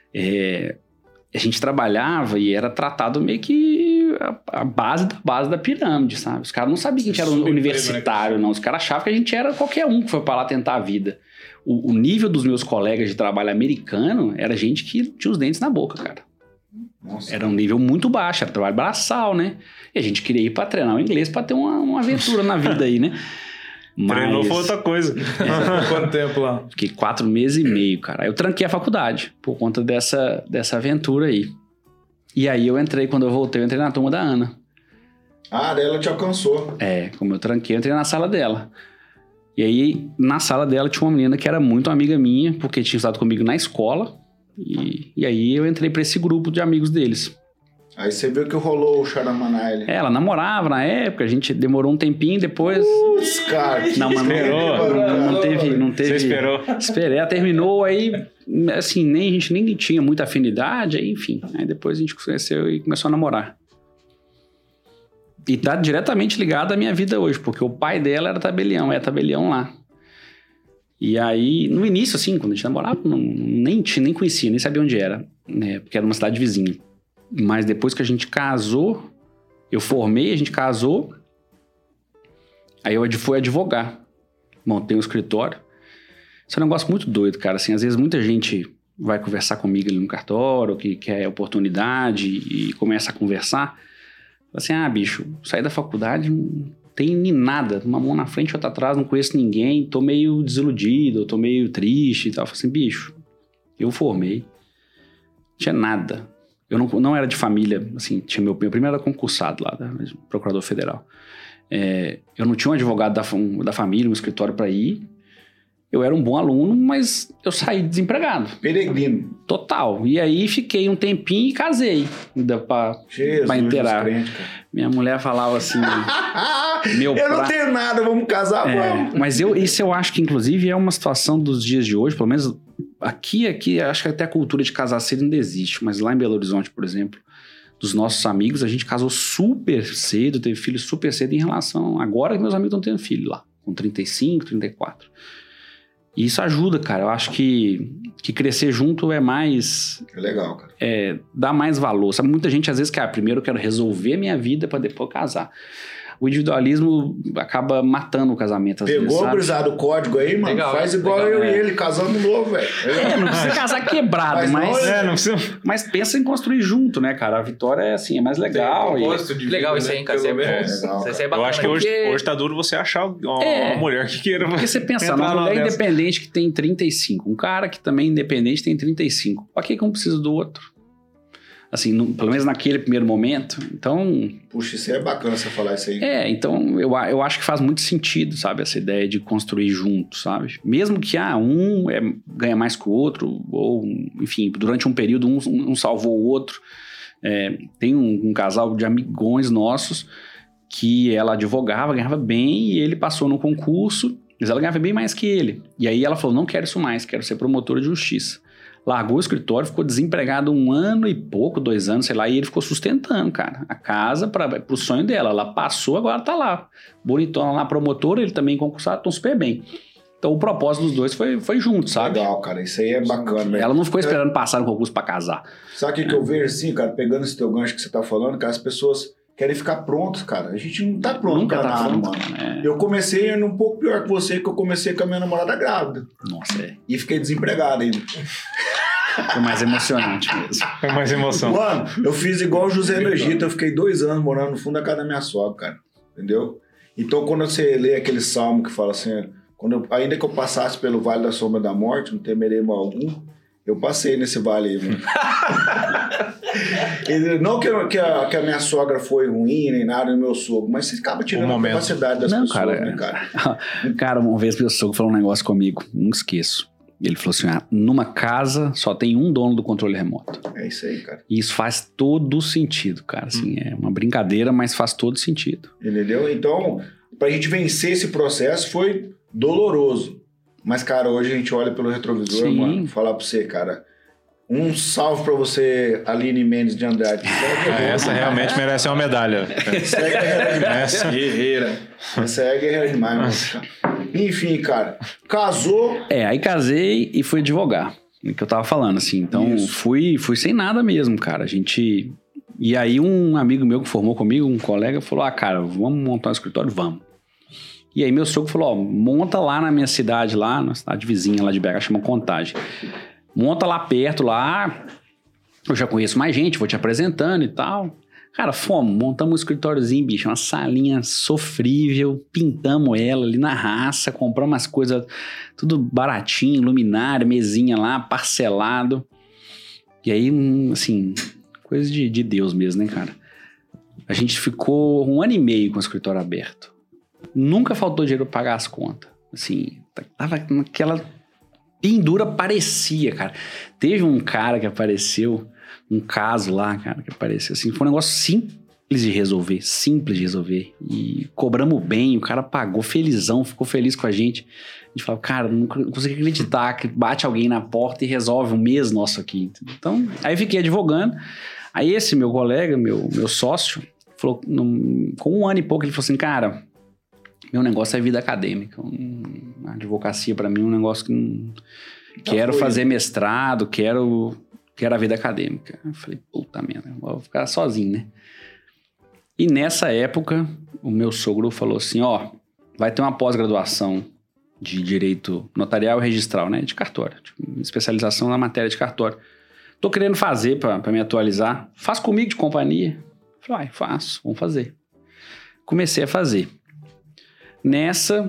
A gente trabalhava e era tratado meio que a base da pirâmide, sabe? Os caras não sabiam que a gente era universitário, não. Os caras achavam que a gente era qualquer um que foi pra lá tentar a vida. O nível dos meus colegas de trabalho americano era gente que tinha os dentes na boca, cara. Nossa. Era um nível muito baixo, era trabalho braçal, né? E a gente queria ir pra treinar o inglês pra ter uma aventura na vida aí, né? Treinou foi outra coisa. Quanto tempo lá? Fiquei 4 meses e meio, cara. Aí eu tranquei a faculdade por conta dessa aventura aí. E aí quando eu voltei, eu entrei na turma da Ana. Ah, daí ela te alcançou. Como eu tranquei, eu entrei na sala dela. E aí, na sala dela, tinha uma menina que era muito amiga minha, porque tinha estudado comigo na escola. E aí eu entrei pra esse grupo de amigos deles. Aí você viu que rolou o Charamanai. Ela namorava na época, a gente demorou um tempinho, depois... cara, não, mas não teve... Você esperou? Esperei, ela terminou, aí, assim, a gente nem tinha muita afinidade, aí, enfim. Aí depois a gente conheceu e começou a namorar. E tá diretamente ligado à minha vida hoje, porque o pai dela era tabelião, tabelião lá. E aí, no início, assim, quando a gente namorava, nem conhecia, nem sabia onde era, né? Porque era uma cidade vizinha. Mas depois que a gente casou, eu formei, a gente casou, aí eu fui advogar. Montei um escritório. Isso é um negócio muito doido, cara. Assim, às vezes muita gente vai conversar comigo ali no cartório, que quer oportunidade e começa a conversar. Assim, bicho, saí da faculdade, não tem nem nada. Uma mão na frente, outra atrás, não conheço ninguém, tô meio desiludido, tô meio triste e tal. Eu falei assim, bicho, eu formei, não tinha nada. Eu não era de família, assim, tinha meu primeiro era concursado lá, procurador federal. Eu não tinha um advogado da família, um escritório para ir. Eu era um bom aluno, mas eu saí desempregado. Peregrino. Total. E aí fiquei um tempinho e casei. Ainda pra inteirar. Minha mulher falava assim... eu não tenho nada, vamos casar, vamos. Mas isso eu acho que, inclusive, é uma situação dos dias de hoje, pelo menos aqui, acho que até a cultura de casar cedo ainda existe, mas lá em Belo Horizonte, por exemplo, dos nossos amigos, a gente casou super cedo, teve filhos super cedo em relação... Agora que meus amigos estão tendo filho lá, com 35, 34. E isso ajuda, cara. Eu acho que crescer junto é mais... É legal, cara. Dá mais valor. Sabe, muita gente às vezes quer, primeiro eu quero resolver a minha vida para depois casar. O individualismo acaba matando o casamento às vezes, Pegou o brisado o código aí, mano? Legal, faz igual eu e ele, casando novo, velho. Não precisa casar quebrado, mas pensa em construir junto, né, cara? A vitória é assim, é mais legal. Legal isso aí, cara. Isso é bacana. Eu acho que hoje tá duro você achar uma mulher que queira. Porque você pensa, uma mulher independente que tem 35, um cara que também é independente tem 35. Pra que um precisa do outro? Assim, pelo menos naquele primeiro momento. Então... Puxa, isso é bacana você falar isso aí. Então eu acho que faz muito sentido, sabe? Essa ideia de construir junto, sabe? Mesmo que um ganha mais que o outro, ou, enfim, durante um período um salvou o outro. Tem um casal de amigões nossos que ela advogava, ganhava bem, e ele passou no concurso, mas ela ganhava bem mais que ele. E aí ela falou, não quero isso mais, quero ser promotora de justiça. Largou o escritório, ficou desempregado 1 ano e pouco, 2 anos, sei lá, e ele ficou sustentando, cara, a casa pro sonho dela. Ela passou, agora tá lá, bonitona lá, promotora, ele também concursado, estão super bem. Então o propósito dos dois foi junto, sabe? Legal, cara, isso aí é bacana, né? Ela não ficou esperando passar no concurso pra casar. Sabe o que eu vejo assim, cara, pegando esse teu gancho que você tá falando, cara, as pessoas querem ficar prontos, cara. A gente não tá pronto Nunca pra nada, pronto, mano. Eu comecei um pouco pior que você, que eu comecei com a minha namorada grávida. Nossa, E fiquei desempregado ainda. Foi mais emocionante mesmo. Foi mais emoção. Mano, eu fiz igual o José no Egito, eu fiquei 2 anos morando no fundo da casa da minha sogra, cara. Entendeu? Então, quando você lê aquele salmo que fala assim, ainda que eu passasse pelo vale da sombra da morte, não temerei mal algum, eu passei nesse vale aí, mano. Não que a minha sogra foi ruim, nem nada, nem meu sogro, mas você acaba tirando a capacidade das pessoas, cara, né, cara? Cara, uma vez meu sogro falou um negócio comigo, nunca esqueço. Ele falou assim, numa casa só tem um dono do controle remoto. É isso aí, cara. E isso faz todo sentido, cara. Assim, é uma brincadeira, mas faz todo sentido. Entendeu? Então, pra gente vencer esse processo foi doloroso. Mas, cara, hoje a gente olha pelo retrovisor, mano, falar pra você, cara, um salve pra você, Aline Mendes de Andrade. Essa realmente merece uma medalha. Essa é guerreira demais. Guerreira. Essa é guerreira demais, mano. Enfim, cara, casou... Aí casei e fui advogar, o que eu tava falando, assim. Então, fui sem nada mesmo, cara. E aí, um amigo meu que formou comigo, um colega, falou, cara, vamos montar um escritório? Vamos. E aí, meu sogro falou, monta lá na minha cidade, lá na cidade vizinha lá de BH, chama Contagem. Monta lá perto, lá, eu já conheço mais gente, vou te apresentando e tal. Cara, montamos um escritóriozinho, bicho, uma salinha sofrível, pintamos ela ali na raça, compramos umas coisas, tudo baratinho, luminária, mesinha lá, parcelado. E aí, assim, coisa de Deus mesmo, né, cara? A gente ficou 1 ano e meio com o escritório aberto. Nunca faltou dinheiro pra pagar as contas. Assim, tava naquela pendura, parecia, cara. Teve um cara que apareceu... Um caso lá, cara, que apareceu assim. Foi um negócio simples de resolver. E cobramos bem, o cara pagou felizão, ficou feliz com a gente. A gente falava, cara, não consigo acreditar que bate alguém na porta e resolve um mês nosso aqui. Então, aí fiquei advogando. Aí esse meu colega, meu sócio, falou, com 1 ano e pouco, ele falou assim, cara, meu negócio é vida acadêmica. A advocacia pra mim é um negócio que não... Quero fazer mestrado, quero a vida acadêmica. Eu falei, puta merda, vou ficar sozinho, né? E nessa época, o meu sogro falou assim, vai ter uma pós-graduação de direito notarial e registral, né? De cartório, especialização na matéria de cartório. Tô querendo fazer pra me atualizar. Faz comigo de companhia? Eu falei, faço, vamos fazer. Comecei a fazer. Nessa,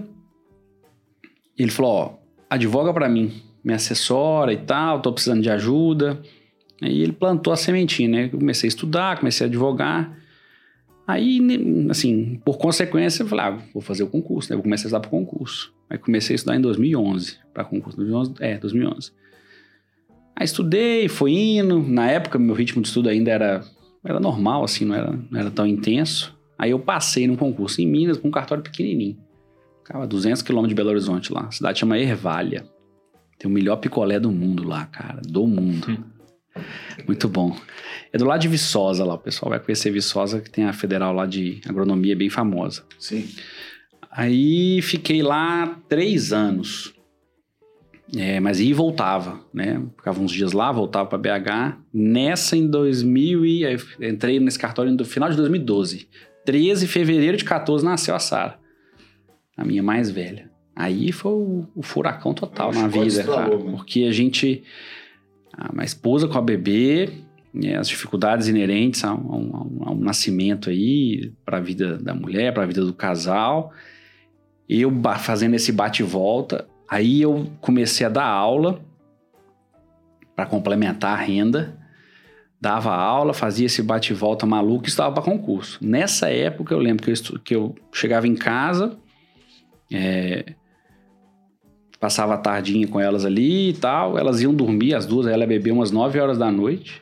ele falou, advoga pra mim, me assessora e tal, tô precisando de ajuda. Aí ele plantou a sementinha, né? Eu comecei a estudar, comecei a advogar. Aí, assim, por consequência, eu falei, vou fazer o concurso, né? Vou começar a estudar pro concurso. Aí comecei a estudar em 2011, para concurso. 2011. Aí estudei, fui indo. Na época, meu ritmo de estudo ainda era normal, assim, não era tão intenso. Aí eu passei num concurso em Minas, com um cartório pequenininho. Ficava a 200 km de Belo Horizonte lá. A cidade chama Ervalha. Tem o melhor picolé do mundo lá, cara. Do mundo. Muito bom. É do lado de Viçosa lá, o pessoal vai conhecer Viçosa, que tem a federal lá de agronomia bem famosa. Sim. Aí fiquei lá 3 anos. Mas ia e voltava, né? Ficava uns dias lá, voltava para BH. Nessa, em 2000 entrei nesse cartório no final de 2012. 13 de fevereiro de 14 nasceu a Sara, a minha mais velha. Aí foi o furacão total na vida, cara. Porque a gente... A esposa com a bebê, as dificuldades inerentes a um nascimento aí, para a vida da mulher, para a vida do casal. Eu fazendo esse bate e volta. Aí eu comecei a dar aula para complementar a renda. Dava aula, fazia esse bate e volta maluco e estava para concurso. Nessa época eu lembro que eu chegava em casa... Passava a tardinha com elas ali e tal. Elas iam dormir, as duas. Ela bebia umas 9 horas da noite.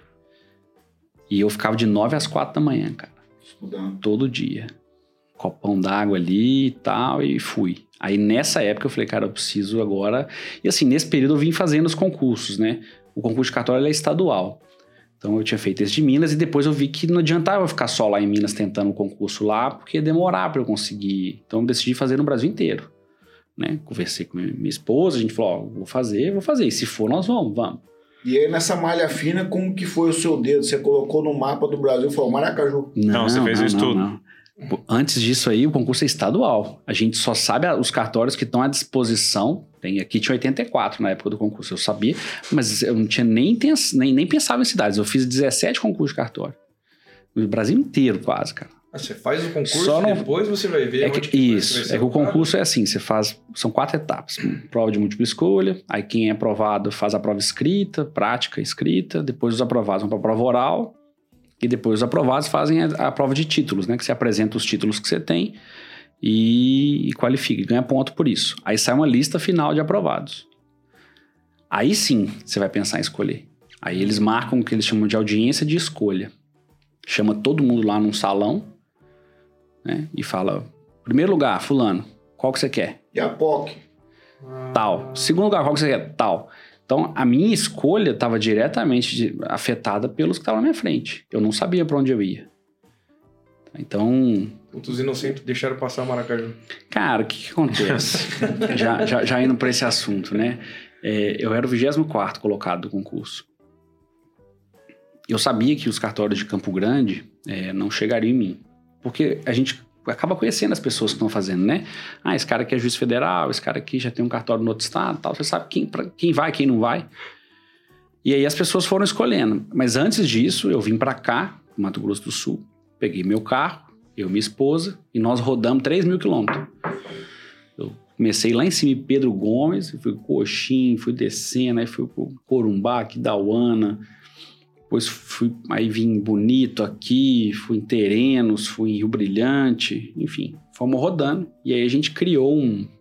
E eu ficava de 9 às 4 da manhã, cara. Estudando. Todo dia. Copão d'água ali e tal. E fui. Aí nessa época eu falei, cara, eu preciso agora... E assim, nesse período eu vim fazendo os concursos, né? O concurso de cartório ele é estadual. Então eu tinha feito esse de Minas. E depois eu vi que não adiantava eu ficar só lá em Minas tentando o concurso lá. Porque ia demorar pra eu conseguir. Então eu decidi fazer no Brasil inteiro. Né? Conversei com minha esposa, a gente falou, vou fazer, e se for nós vamos. E aí nessa malha fina, como que foi o seu dedo? Você colocou no mapa do Brasil e falou, Maracaju? Não, você fez isso tudo. Não. Antes disso aí, o concurso é estadual, a gente só sabe os cartórios que estão à disposição. Aqui tinha 84 na época do concurso, eu sabia, mas eu não tinha nem pensava em cidades, eu fiz 17 concursos de cartório, no Brasil inteiro quase, cara. Você faz o concurso e depois você vai ver isso, que o concurso é assim, você faz, são 4 etapas, prova de múltipla escolha, aí quem é aprovado faz a prova escrita, prática escrita, depois os aprovados vão para a prova oral, e depois os aprovados fazem a prova de títulos, né, que você apresenta os títulos que você tem e qualifica, e ganha ponto por isso. Aí sai uma lista final de aprovados. Aí sim, você vai pensar em escolher. Aí eles marcam o que eles chamam de audiência de escolha. Chama todo mundo lá num salão, né? E fala, primeiro lugar, fulano, qual que você quer? E a POC? Tal. Segundo lugar, qual que você quer? Tal. Então, a minha escolha estava diretamente afetada pelos que estavam na minha frente. Eu não sabia para onde eu ia. Então... Os inocentes deixaram passar o Maracaju. Cara, o que acontece? já indo para esse assunto, né? Eu era o 24º colocado do concurso. Eu sabia que os cartórios de Campo Grande não chegariam em mim. Porque a gente acaba conhecendo as pessoas que estão fazendo, né? Esse cara aqui é juiz federal, esse cara aqui já tem um cartório no outro estado, tal. Você sabe quem vai, quem não vai. E aí as pessoas foram escolhendo. Mas antes disso, eu vim para cá, Mato Grosso do Sul, peguei meu carro, eu e minha esposa, e nós rodamos 3.000 quilômetros. Eu comecei lá em cima de Pedro Gomes, fui Coxim, fui descendo, aí fui pro Corumbá, Aquidauana. Depois aí vim Bonito aqui, fui em Terenos, fui em Rio Brilhante, enfim, fomos rodando. E aí a gente criou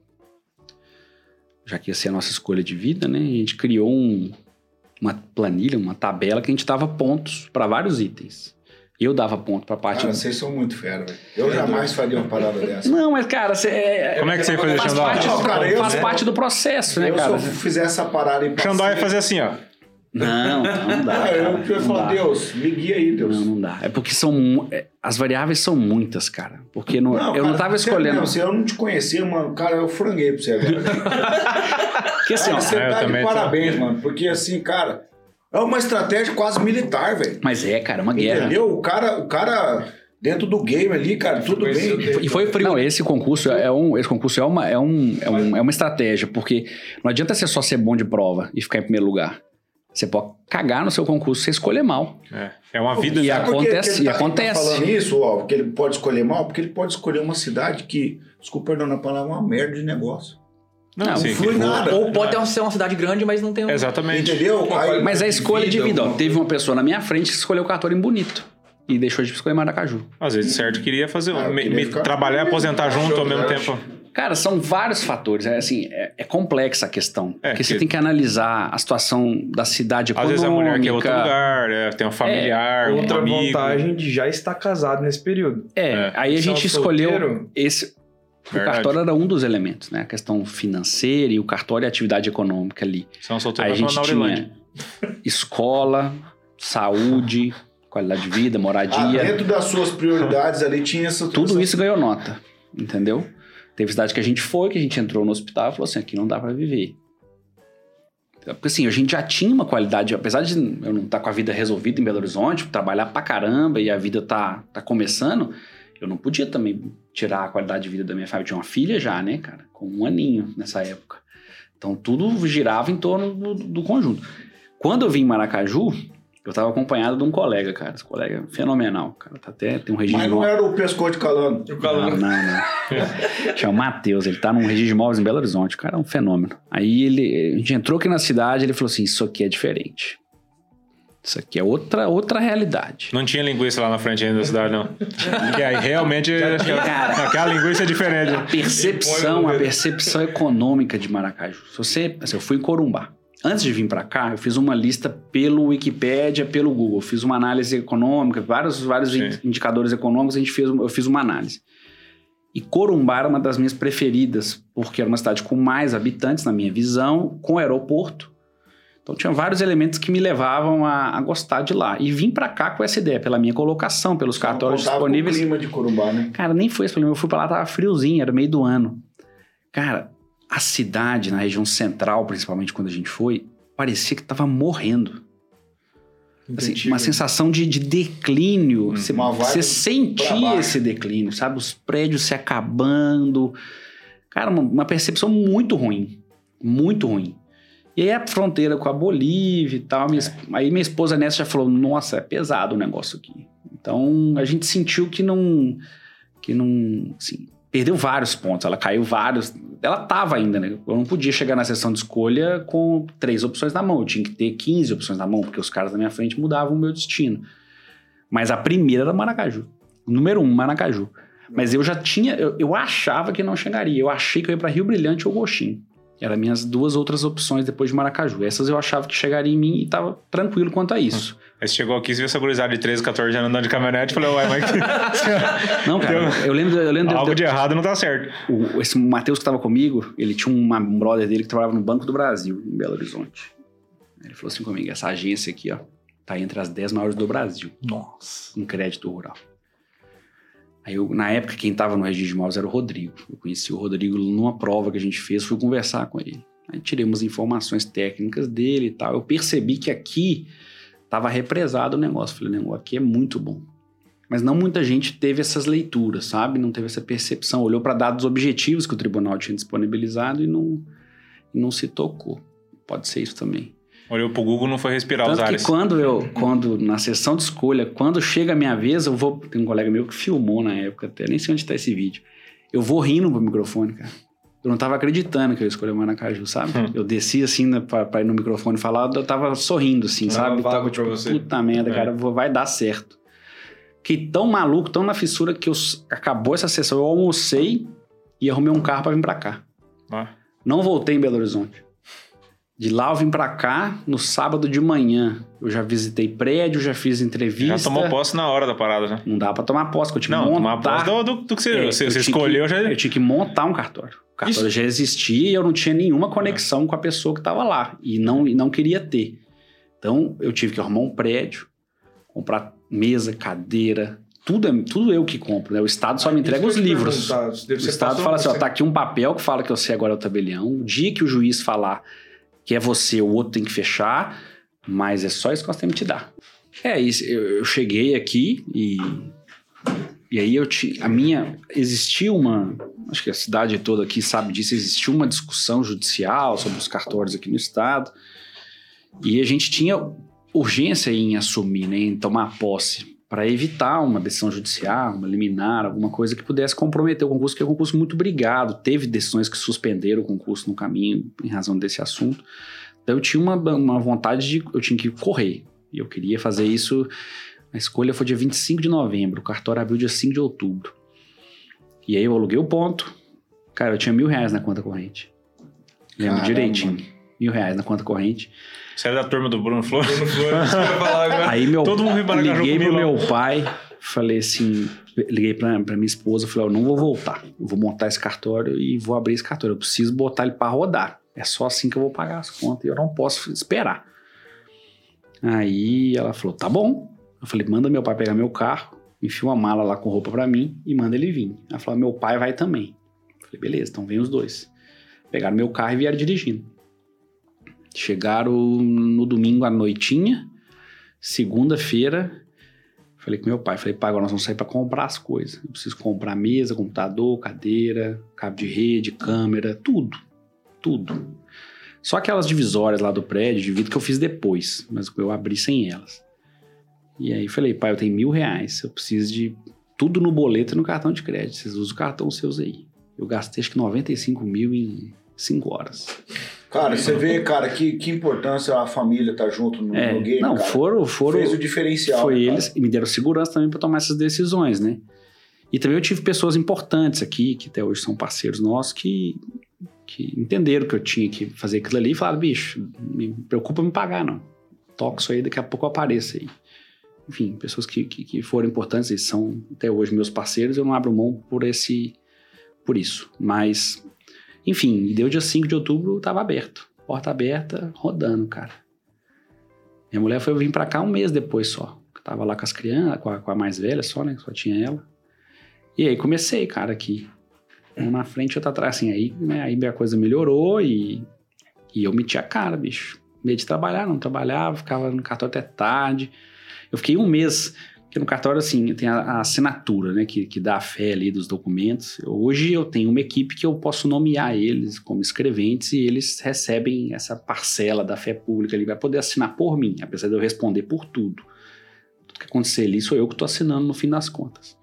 já que ia ser a nossa escolha de vida, né? A gente criou uma planilha, uma tabela que a gente dava pontos para vários itens. Eu dava ponto pra parte... Cara, vocês são muito fera, velho. Eu jamais faria uma parada dessa. Não, mas, cara... Como é que você ia fazer Xandó? Faz parte do processo, né, cara? Se eu fizer essa parada em Xandó ia fazer assim, ó. Não dá. Eu ia falar, Deus, me guia aí, Deus. Não dá. É porque as variáveis são muitas, cara. Porque eu não tava escolhendo... Se eu não te conhecia, mano, cara, eu franguei pra você agora. Porque assim, você tá de parabéns, mano. Porque assim, cara, é uma estratégia quase militar, velho. Mas cara, uma guerra. Entendeu? O cara dentro do game ali, cara, tudo bem. E foi frio. Não, esse concurso é uma estratégia, porque não adianta você só ser bom de prova e ficar em primeiro lugar. Você pode cagar no seu concurso se você escolher mal. É uma vida... E acontece. Tá falando isso, ó, que ele pode escolher mal, porque ele pode escolher uma cidade que, desculpa perdão a palavra, é uma merda de negócio. Não flui nada. Ou pode ser uma cidade grande, mas não tem... Exatamente. Entendeu? Mas a escolha de vida, ó, teve uma pessoa na minha frente que escolheu o cartório em Bonito. E deixou de escolher Maracaju. Às vezes, certo, queria fazer... trabalhar e aposentar junto ao mesmo tempo. Cara, são vários fatores. É complexa a questão. Porque você tem que analisar a situação da cidade econômica. Às vezes a mulher quer outro lugar, tem um familiar, um outra amigo. vantagem de já estar casado nesse período. Aí a gente escolheu solteiro, esse... O cartório era um dos elementos, né? A questão financeira e o cartório e a atividade econômica ali. São solteiros aí a gente tinha escola, saúde, qualidade de vida, moradia. Dentro das suas prioridades ali tinha essa... Tudo isso ganhou nota, entendeu? Teve cidade que a gente foi, que a gente entrou no hospital e falou assim, aqui não dá pra viver. Porque assim, a gente já tinha uma qualidade, apesar de eu não estar com a vida resolvida em Belo Horizonte, trabalhar pra caramba e a vida tá começando, eu não podia também tirar a qualidade de vida da minha família. Eu tinha uma filha já, né, cara? Com 1 aninho nessa época. Então tudo girava em torno do conjunto. Quando eu vim em Maracaju, eu tava acompanhado de um colega, cara. Esse colega é fenomenal, cara. Tem um regime... Mas não era o pescoço de Calando? Não. Chama Matheus, ele tá num registro de imóveis em Belo Horizonte. O cara é um fenômeno. Aí a gente entrou aqui na cidade, ele falou assim, isso aqui é diferente. Isso aqui é outra realidade. Não tinha linguiça lá na frente ainda da cidade, não. Porque aí realmente aquela linguiça é diferente. A percepção econômica de Maracaju. Eu fui em Corumbá. Antes de vir para cá, eu fiz uma lista pelo Wikipédia, pelo Google. Fiz uma análise econômica, vários indicadores econômicos, eu fiz uma análise. E Corumbá era uma das minhas preferidas, porque era uma cidade com mais habitantes, na minha visão, com aeroporto. Então tinha vários elementos que me levavam a gostar de lá. E vim para cá com essa ideia, pela minha colocação, pelos cartórios disponíveis. Com o clima de Corumbá, né? Cara, nem foi esse problema. Eu fui para lá, tava friozinho, era meio do ano. Cara... A cidade, na região central, principalmente quando a gente foi, parecia que estava morrendo. Assim, uma sensação de declínio. Você sentia esse declínio, sabe? Os prédios se acabando. Cara, uma percepção muito ruim. Muito ruim. E aí a fronteira com a Bolívia e tal. Aí minha esposa nessa já falou, nossa, é pesado o negócio aqui. Então a gente sentiu que não assim, perdeu vários pontos, ela caiu vários. Ela tava ainda, né? Eu não podia chegar na sessão de escolha com 3 opções na mão. Eu tinha que ter 15 opções na mão, porque os caras na minha frente mudavam o meu destino. Mas a primeira era Maracaju. Número 1, Maracaju. Mas eu já tinha... Eu achava que não chegaria. Eu achei que eu ia para Rio Brilhante ou Gostinho. Eram minhas 2 outras opções depois de Maracaju. Essas eu achava que chegaria em mim e tava tranquilo quanto a isso. Aí você chegou aqui e viu essa gurizada de 13, 14 anos andando de caminhonete e falou, ué, mas... Não, cara, eu lembro... Algo de errado não tá certo. Esse Matheus que tava comigo, ele tinha um brother dele que trabalhava no Banco do Brasil, em Belo Horizonte. Ele falou assim comigo, essa agência aqui, ó, tá entre as 10 maiores do Brasil. Nossa. Em crédito rural. Aí, na época, quem tava no registro de imóveis era o Rodrigo. Eu conheci o Rodrigo numa prova que a gente fez, fui conversar com ele. Aí tirei umas informações técnicas dele e tal. Eu percebi que aqui tava represado o negócio. Falei, o negócio aqui é muito bom. Mas não muita gente teve essas leituras, sabe? Não teve essa percepção. Olhou para dados objetivos que o tribunal tinha disponibilizado e não se tocou. Pode ser isso também. Olhou pro Google, não foi respirar os ares. Tanto que quando na sessão de escolha, quando chega a minha vez, eu vou... Tem um colega meu que filmou na época, até nem sei onde tá esse vídeo. Eu vou rindo pro microfone, cara. Eu não tava acreditando que eu escolhi o Maracaju, sabe? Eu desci assim, né, pra ir no microfone falar, eu tava sorrindo, assim, sabe? Tava tipo, puta merda, cara, vai dar certo. Fiquei tão maluco, tão na fissura, que acabou essa sessão, eu almocei e arrumei um carro pra vir pra cá. Não voltei em Belo Horizonte. De lá eu vim pra cá no sábado de manhã. Eu já visitei prédio, já fiz entrevista. Já tomou posse na hora da parada, né? Não dá pra tomar posse, porque eu tinha que montar... tomar posse do que você escolheu. Eu tinha que montar um cartório. O cartório já existia e eu não tinha nenhuma conexão com a pessoa que estava lá. E não queria ter. Então, eu tive que arrumar um prédio, comprar mesa, cadeira... Tudo eu que compro, né? O Estado só me entrega os livros. O Estado fala assim, ó, tá aqui um papel que fala que você agora é o tabelião. O dia que o juiz falar... que é você, o outro tem que fechar, mas é só isso que nós temos que te dar. Eu cheguei aqui e aí existiu uma, acho que a cidade toda aqui sabe disso, existiu uma discussão judicial sobre os cartórios aqui no estado, e a gente tinha urgência em assumir, né, em tomar posse, para evitar uma decisão judicial, uma liminar, alguma coisa que pudesse comprometer o concurso, que é um concurso muito brigado. Teve decisões que suspenderam o concurso no caminho em razão desse assunto. Então eu tinha uma vontade eu tinha que correr. E eu queria fazer isso. A escolha foi dia 25 de novembro, o cartório abriu dia 5 de outubro. E aí eu aluguei o ponto. Cara, eu tinha R$1.000 na conta corrente. Lembro direitinho. R$1.000 na conta corrente. Você era da turma do Bruno Flores? Aí liguei pro meu pai, falei assim, liguei pra minha esposa, falei, eu não vou voltar, eu vou montar esse cartório e vou abrir esse cartório, eu preciso botar ele pra rodar, é só assim que eu vou pagar as contas e eu não posso esperar. Aí ela falou, tá bom. Eu falei, manda meu pai pegar meu carro, enfia uma mala lá com roupa pra mim e manda ele vir. Ela falou, meu pai vai também. Eu falei, beleza, então vem os dois. Pegaram meu carro e vieram dirigindo. Chegaram no domingo à noitinha, segunda-feira, falei com meu pai, pai, agora nós vamos sair pra comprar as coisas. Eu preciso comprar mesa, computador, cadeira, cabo de rede, câmera, tudo. Só aquelas divisórias lá do prédio de vidro que eu fiz depois, mas eu abri sem elas. E aí falei, pai, eu tenho R$1.000, eu preciso de tudo no boleto e no cartão de crédito, vocês usam o cartão seus aí. Eu gastei acho que 95 mil em 5 horas. Cara, você vê, cara, que importância a família tá junto no game, não, cara. Foram fez o diferencial. Foi né, eles, e me deram segurança também para tomar essas decisões, né? E também eu tive pessoas importantes aqui, que até hoje são parceiros nossos, que entenderam que eu tinha que fazer aquilo ali e falaram, bicho, me preocupa me pagar, não. Toca isso aí, daqui a pouco eu apareço aí. Enfim, pessoas que foram importantes e são até hoje meus parceiros, eu não abro mão por isso. Mas, enfim, deu dia 5 de outubro, tava aberto. Porta aberta, rodando, cara. Minha mulher foi vir pra cá um mês depois só. Eu tava lá com as crianças, com a mais velha só, né? Só tinha ela. E aí comecei, cara, aqui. Um na frente, outro atrás, assim. Aí, né, aí a coisa melhorou e eu meti a cara, bicho. Medo de trabalhar, não trabalhava, ficava no cartório até tarde. Eu fiquei um mês, porque no cartório, assim, tem a assinatura, né, que dá a fé ali dos documentos. Hoje eu tenho uma equipe que eu posso nomear eles como escreventes e eles recebem essa parcela da fé pública ali, vai poder assinar por mim, apesar de eu responder por tudo. Tudo que acontecer ali sou eu que estou assinando no fim das contas.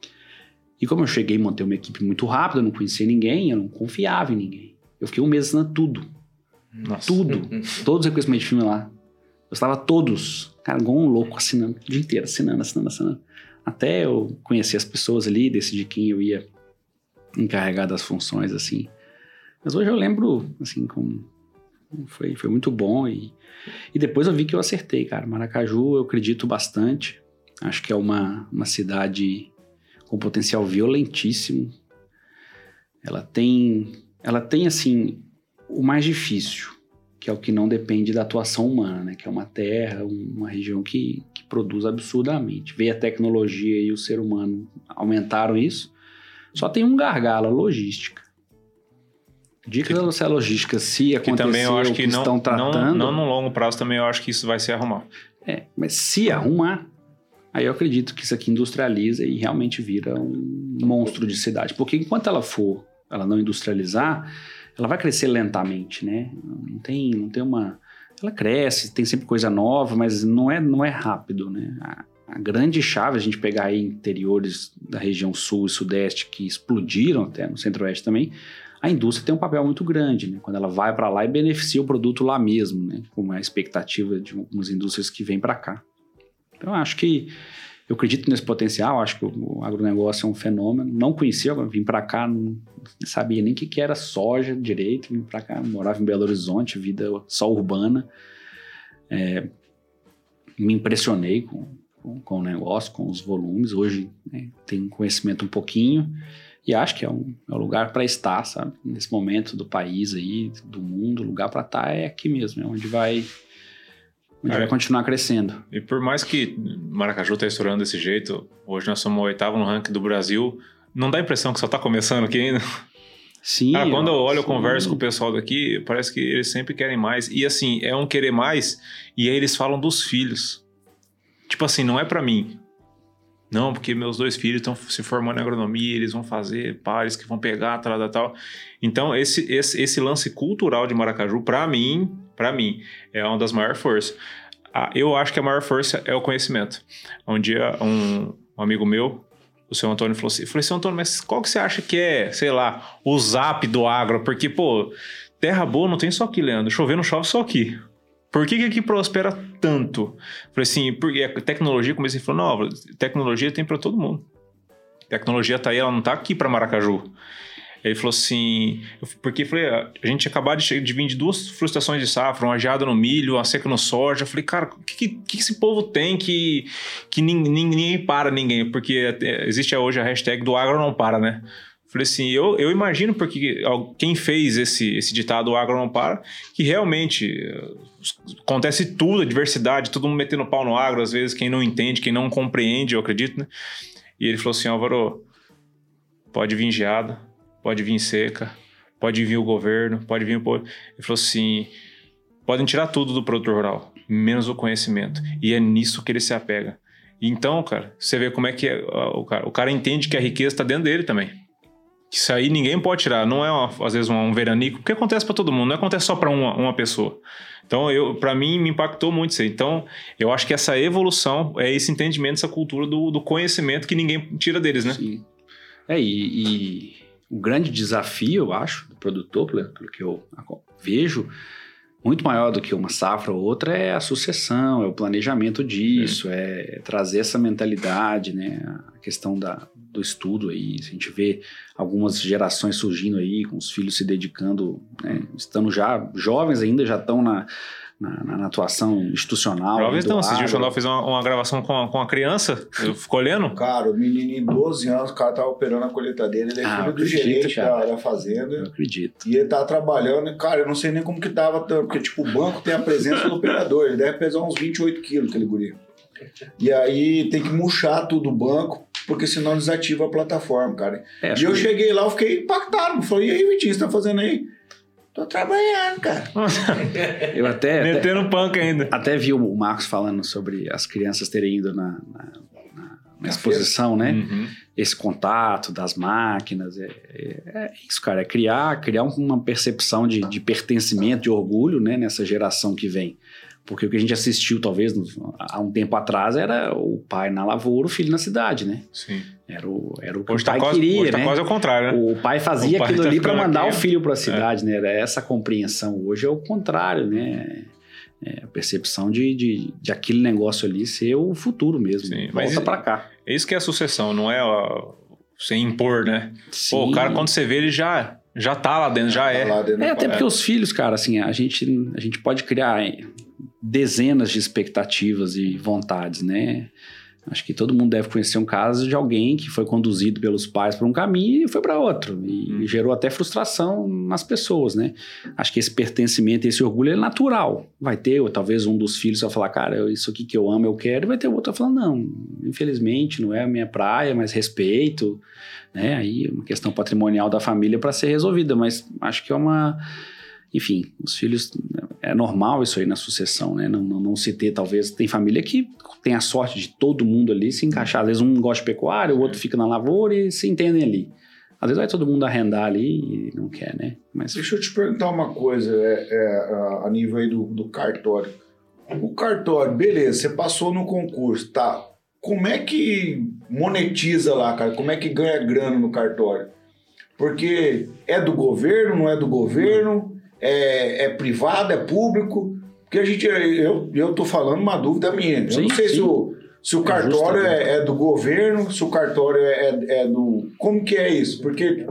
E como eu cheguei e montei uma equipe muito rápida, eu não conhecia ninguém, eu não confiava em ninguém. Eu fiquei um mês assinando tudo. Nossa. Tudo. Todos os reconhecimentos de filme lá. Eu estava todos, cara, igual um louco, assinando o dia inteiro, assinando. Até eu conhecer as pessoas ali, decidir quem eu ia encarregar das funções, assim. Mas hoje eu lembro, assim, como foi muito bom. E depois eu vi que eu acertei, cara. Maracaju, eu acredito bastante. Acho que é uma cidade com potencial violentíssimo. Ela tem, assim, o mais difícil, que é o que não depende da atuação humana, né? Que é uma terra, uma região que produz absurdamente. Veio a tecnologia e o ser humano aumentaram isso. Só tem um gargalo, a logística. Dicas da logística, se acontecer também eu acho que não, estão tratando... Não no longo prazo também eu acho que isso vai se arrumar. Mas se arrumar, aí eu acredito que isso aqui industrializa e realmente vira um monstro de cidade. Porque enquanto ela não industrializar, ela vai crescer lentamente, né? Não tem uma... Ela cresce, tem sempre coisa nova, mas não é rápido, né? A grande chave, a gente pegar aí interiores da região sul e sudeste que explodiram, até no centro-oeste também, a indústria tem um papel muito grande, né? Quando ela vai para lá e beneficia o produto lá mesmo, né? Como é a expectativa de algumas indústrias que vêm para cá. Então, eu acredito nesse potencial, acho que o agronegócio é um fenômeno. Não conhecia, vim para cá, não sabia nem o que era soja direito, vim para cá, morava em Belo Horizonte, vida só urbana. Me impressionei com o negócio, com os volumes. Hoje, né, tenho conhecimento um pouquinho e acho que é um lugar para estar, sabe? Nesse momento do país aí, do mundo, o lugar para estar é aqui mesmo, é onde vai continuar crescendo. E por mais que Maracaju está estourando desse jeito, hoje nós somos o 8º no ranking do Brasil, não dá a impressão que só está começando aqui ainda? Sim. Cara, quando eu olho, eu converso com o pessoal daqui, parece que eles sempre querem mais. E assim, é um querer mais, e aí eles falam dos filhos. Tipo assim, não é pra mim. Não, porque meus 2 filhos estão se formando em agronomia, eles vão fazer pares que vão pegar, tal. Então, esse lance cultural de Maracaju, pra mim, é uma das maiores forças. Eu acho que a maior força é o conhecimento. Um dia, um amigo meu, o seu Antônio, falou assim, seu Antônio, mas qual que você acha que é, sei lá, o zap do agro? Porque, pô, terra boa não tem só aqui, Leandro. Chover não chove só aqui. Por que aqui prospera tanto? Falei assim, porque a tecnologia, como ele falou, não, tecnologia tem para todo mundo. Tecnologia tá aí, ela não tá aqui para Maracaju. Ele falou assim, porque falei, a gente acabou de vir de 2 frustrações de safra, uma geada no milho, uma seca no soja. Eu falei, cara, o que esse povo tem que ninguém para ninguém? Porque existe hoje a hashtag do agro não para, né? Falei assim, eu imagino porque quem fez esse ditado, o agro não para, que realmente acontece tudo, a diversidade, todo mundo metendo pau no agro, às vezes quem não entende, quem não compreende, eu acredito, né? E ele falou assim, Álvaro, pode vir geada, pode vir seca, pode vir o governo, pode vir o povo. Ele falou assim, podem tirar tudo do produtor rural, menos o conhecimento. E é nisso que ele se apega. Então, cara, você vê como é que o cara entende que a riqueza está dentro dele também. Isso aí ninguém pode tirar, não é às vezes um veranico, porque acontece para todo mundo, não acontece só para uma pessoa. Então, para mim, me impactou muito isso aí. Então, eu acho que essa evolução é esse entendimento, essa cultura do conhecimento que ninguém tira deles, né? Sim. E o grande desafio, eu acho, do produtor, pelo que eu vejo, muito maior do que uma safra ou outra, é a sucessão, é o planejamento disso, é trazer essa mentalidade, né? A questão do estudo aí, a gente vê algumas gerações surgindo aí, com os filhos se dedicando, né? Estando já jovens ainda, já estão na atuação institucional. Jovens não, esse dia o Xandó fez uma gravação com a criança, eu fico olhando. Cara, o menino de 12 anos, o cara tava operando a colheitadeira, ele é filho do gerente da fazenda. Eu acredito. E ele tava trabalhando, cara, eu não sei nem como que tava, porque tipo, o banco tem a presença do operador, ele deve pesar uns 28 quilos, aquele guri. E aí tem que murchar tudo o banco, porque senão desativa a plataforma, cara. E eu cheguei lá, eu fiquei impactado, falei, e aí, Vitinho, você tá fazendo aí? Tô trabalhando, cara. Eu metendo punk ainda. Até vi o Marcos falando sobre as crianças terem ido na exposição, né? Uhum. Esse contato das máquinas. É isso, cara. É criar uma percepção de pertencimento, de orgulho, né? Nessa geração que vem. Porque o que a gente assistiu, talvez, há um tempo atrás, era o pai na lavoura, o filho na cidade, né? Sim. Era o que hoje o pai queria, hoje né? Tá quase ao contrário, né? O pai fazia aquilo ali para mandar o filho para a cidade, né? Era essa compreensão. Hoje é o contrário, né? A percepção de aquele negócio ali ser o futuro mesmo. Sim, volta para cá. É isso que é a sucessão, não é sem impor, né? Sim. Pô, o cara, quando você vê, ele já tá lá dentro, já é. Até porque os filhos, cara, assim, a gente pode criar dezenas de expectativas e vontades, né? Acho que todo mundo deve conhecer um caso de alguém que foi conduzido pelos pais para um caminho e foi para outro. E gerou até frustração nas pessoas, né? Acho que esse pertencimento, esse orgulho é natural. Vai ter, ou talvez um dos filhos vai falar, cara, isso aqui que eu amo, eu quero. E vai ter outro falando, não, infelizmente não é a minha praia, mas respeito. Né? Aí uma questão patrimonial da família para ser resolvida. Mas acho que é uma... Enfim, os filhos, é normal isso aí na sucessão, né? Não se ter, talvez, tem família que tem a sorte de todo mundo ali se encaixar. Às vezes um gosta de pecuária, o outro fica na lavoura e se entendem ali. Às vezes vai todo mundo arrendar ali e não quer, né? Mas... Deixa eu te perguntar uma coisa, a nível aí do cartório. O cartório, beleza, você passou no concurso, tá? Como é que monetiza lá, cara? Como é que ganha grana no cartório? Porque é do governo, não é do governo? É privado, é público? Porque eu tô falando uma dúvida minha. Eu não sei se o cartório é do governo, se o cartório é do... Como que é isso? Porque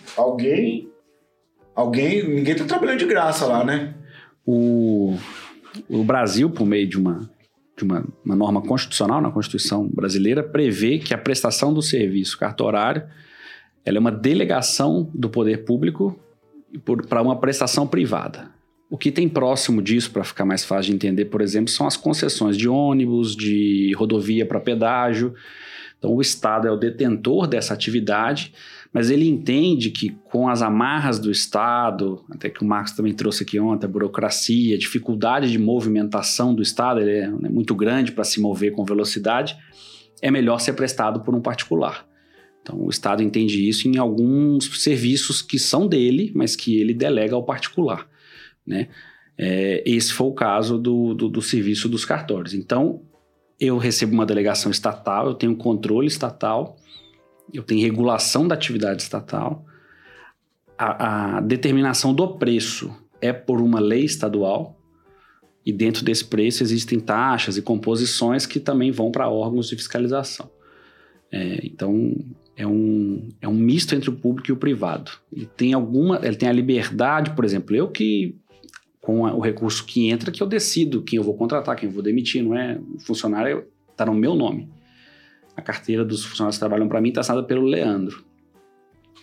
ninguém tá trabalhando de graça lá, né? O Brasil, por meio de uma norma constitucional, na Constituição brasileira, prevê que a prestação do serviço cartorário ela é uma delegação do poder público para uma prestação privada. O que tem próximo disso, para ficar mais fácil de entender, por exemplo, são as concessões de ônibus, de rodovia para pedágio. Então, o Estado é o detentor dessa atividade, mas ele entende que com as amarras do Estado, até que o Marcos também trouxe aqui ontem, a burocracia, a dificuldade de movimentação do Estado, ele é muito grande para se mover com velocidade, é melhor ser prestado por um particular. Então, o Estado entende isso em alguns serviços que são dele, mas que ele delega ao particular, né? Esse foi o caso do serviço dos cartórios. Então, eu recebo uma delegação estatal, eu tenho controle estatal, eu tenho regulação da atividade estatal, a determinação do preço é por uma lei estadual, e dentro desse preço existem taxas e composições que também vão para órgãos de fiscalização. Então, é um misto entre o público e o privado. Ele tem a liberdade, por exemplo, com o recurso que entra, que eu decido quem eu vou contratar, quem eu vou demitir, não é? O funcionário está no meu nome. A carteira dos funcionários que trabalham para mim está assinada pelo Leandro.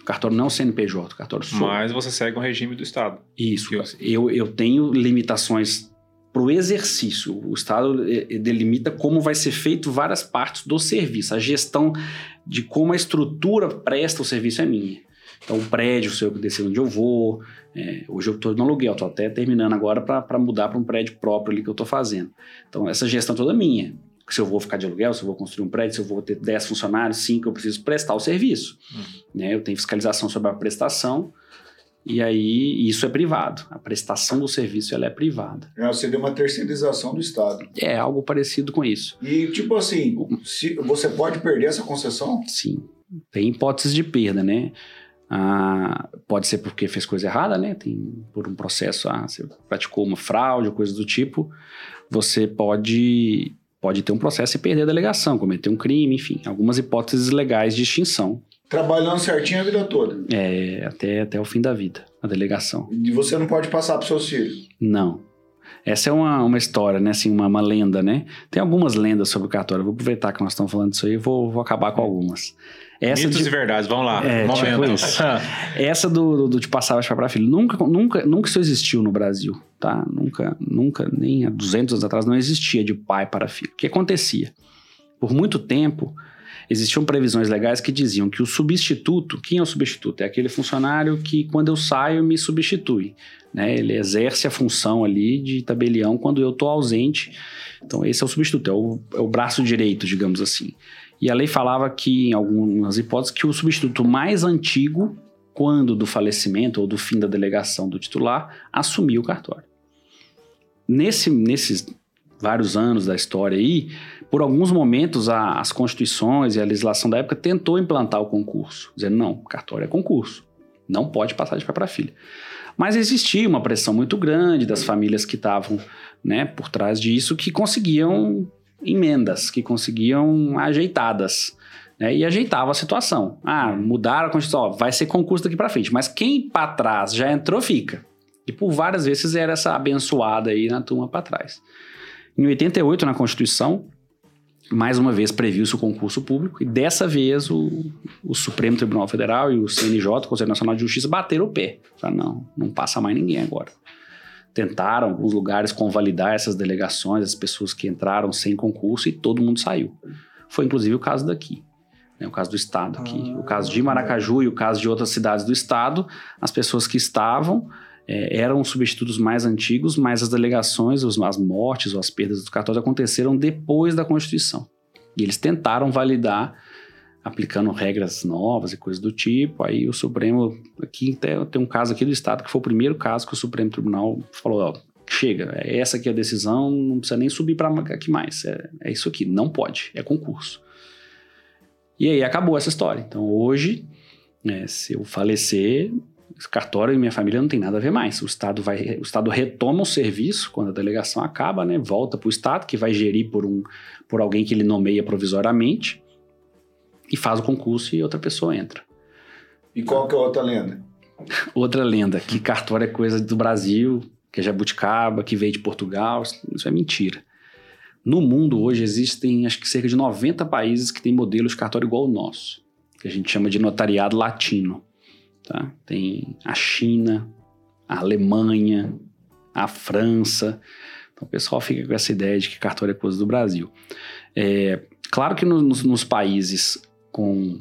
cartório não é um CNPJ, o cartório sou. Mas você segue o regime do Estado. Isso. Eu tenho limitações para o exercício. O Estado delimita como vai ser feito várias partes do serviço. A gestão de como a estrutura presta o serviço é minha. Então, o prédio, se eu decido onde eu vou. Hoje eu estou no aluguel, estou até terminando agora para mudar para um prédio próprio ali que eu estou fazendo. Então, essa gestão toda é minha. Se eu vou ficar de aluguel, se eu vou construir um prédio, se eu vou ter 10 funcionários, 5, eu preciso prestar o serviço. Eu tenho fiscalização sobre a prestação. E aí, isso é privado. A prestação do serviço, ela é privada. Você deu uma terceirização do Estado. É, algo parecido com isso. E, tipo assim, você pode perder essa concessão? Sim. Tem hipóteses de perda, né? Pode ser porque fez coisa errada, né? Por um processo, você praticou uma fraude ou coisa do tipo. Você pode ter um processo e perder a delegação, cometer um crime, enfim. Algumas hipóteses legais de extinção. Trabalhando certinho a vida toda. Até o fim da vida, a delegação. E você não pode passar para os seus filhos? Não. Essa é uma história, né? Assim, uma lenda, né? Tem algumas lendas sobre o cartório. Vou aproveitar que nós estamos falando disso aí e vou acabar com algumas. Mitos e verdades, vamos lá. Tipo isso. Essa de passar para filho. Nunca isso existiu no Brasil, tá? Nunca, nem há 200 anos atrás, não existia de pai para filho. O que acontecia? Por muito tempo, existiam previsões legais que diziam que o substituto... Quem é o substituto? É aquele funcionário que, quando eu saio, me substitui. Né? Ele exerce a função ali de tabelião quando eu estou ausente. Então, esse é o substituto, é o braço direito, digamos assim. E a lei falava que, em algumas hipóteses, que o substituto mais antigo, quando do falecimento ou do fim da delegação do titular, assumia o cartório. Nesses vários anos da história aí, por alguns momentos, as constituições e a legislação da época tentou implantar o concurso, dizendo, não, cartório é concurso, não pode passar de pai para filho. Mas existia uma pressão muito grande das famílias que estavam, né, por trás disso, que conseguiam emendas, que conseguiam ajeitadas, né, e ajeitava a situação. Mudaram a Constituição, vai ser concurso daqui para frente, mas quem para trás já entrou, fica. E por várias vezes era essa abençoada aí na turma para trás. Em 88, na Constituição, mais uma vez previu-se o concurso público, e dessa vez o Supremo Tribunal Federal e o CNJ, o Conselho Nacional de Justiça, bateram o pé. Falaram, não passa mais ninguém agora. Tentaram, alguns lugares, convalidar essas delegações, as pessoas que entraram sem concurso, e todo mundo saiu. Foi inclusive o caso daqui, né, o caso do Estado aqui. O caso de Maracaju e o caso de outras cidades do Estado, as pessoas que estavam eram substitutos mais antigos, mas as delegações, as mortes ou as perdas dos cartórios aconteceram depois da Constituição. E eles tentaram validar, aplicando regras novas e coisas do tipo. Aí o Supremo, aqui tem um caso aqui do Estado, que foi o primeiro caso que o Supremo Tribunal falou, chega, essa aqui é a decisão, não precisa nem subir para aqui mais, é isso aqui, não pode, é concurso. E aí acabou essa história. Então hoje, se eu falecer, esse cartório e minha família não tem nada a ver mais. O Estado retoma o serviço quando a delegação acaba, né? Volta para o Estado, que vai gerir por alguém que ele nomeia provisoriamente, e faz o concurso e outra pessoa entra. E qual que é a outra lenda? Outra lenda, que cartório é coisa do Brasil, que é jabuticaba, que veio de Portugal. Isso é mentira. No mundo hoje existem, acho que cerca de 90 países que têm modelos de cartório igual ao nosso, que a gente chama de notariado latino. Tá? Tem a China, a Alemanha, a França. Então o pessoal fica com essa ideia de que cartório é coisa do Brasil. Claro que nos países com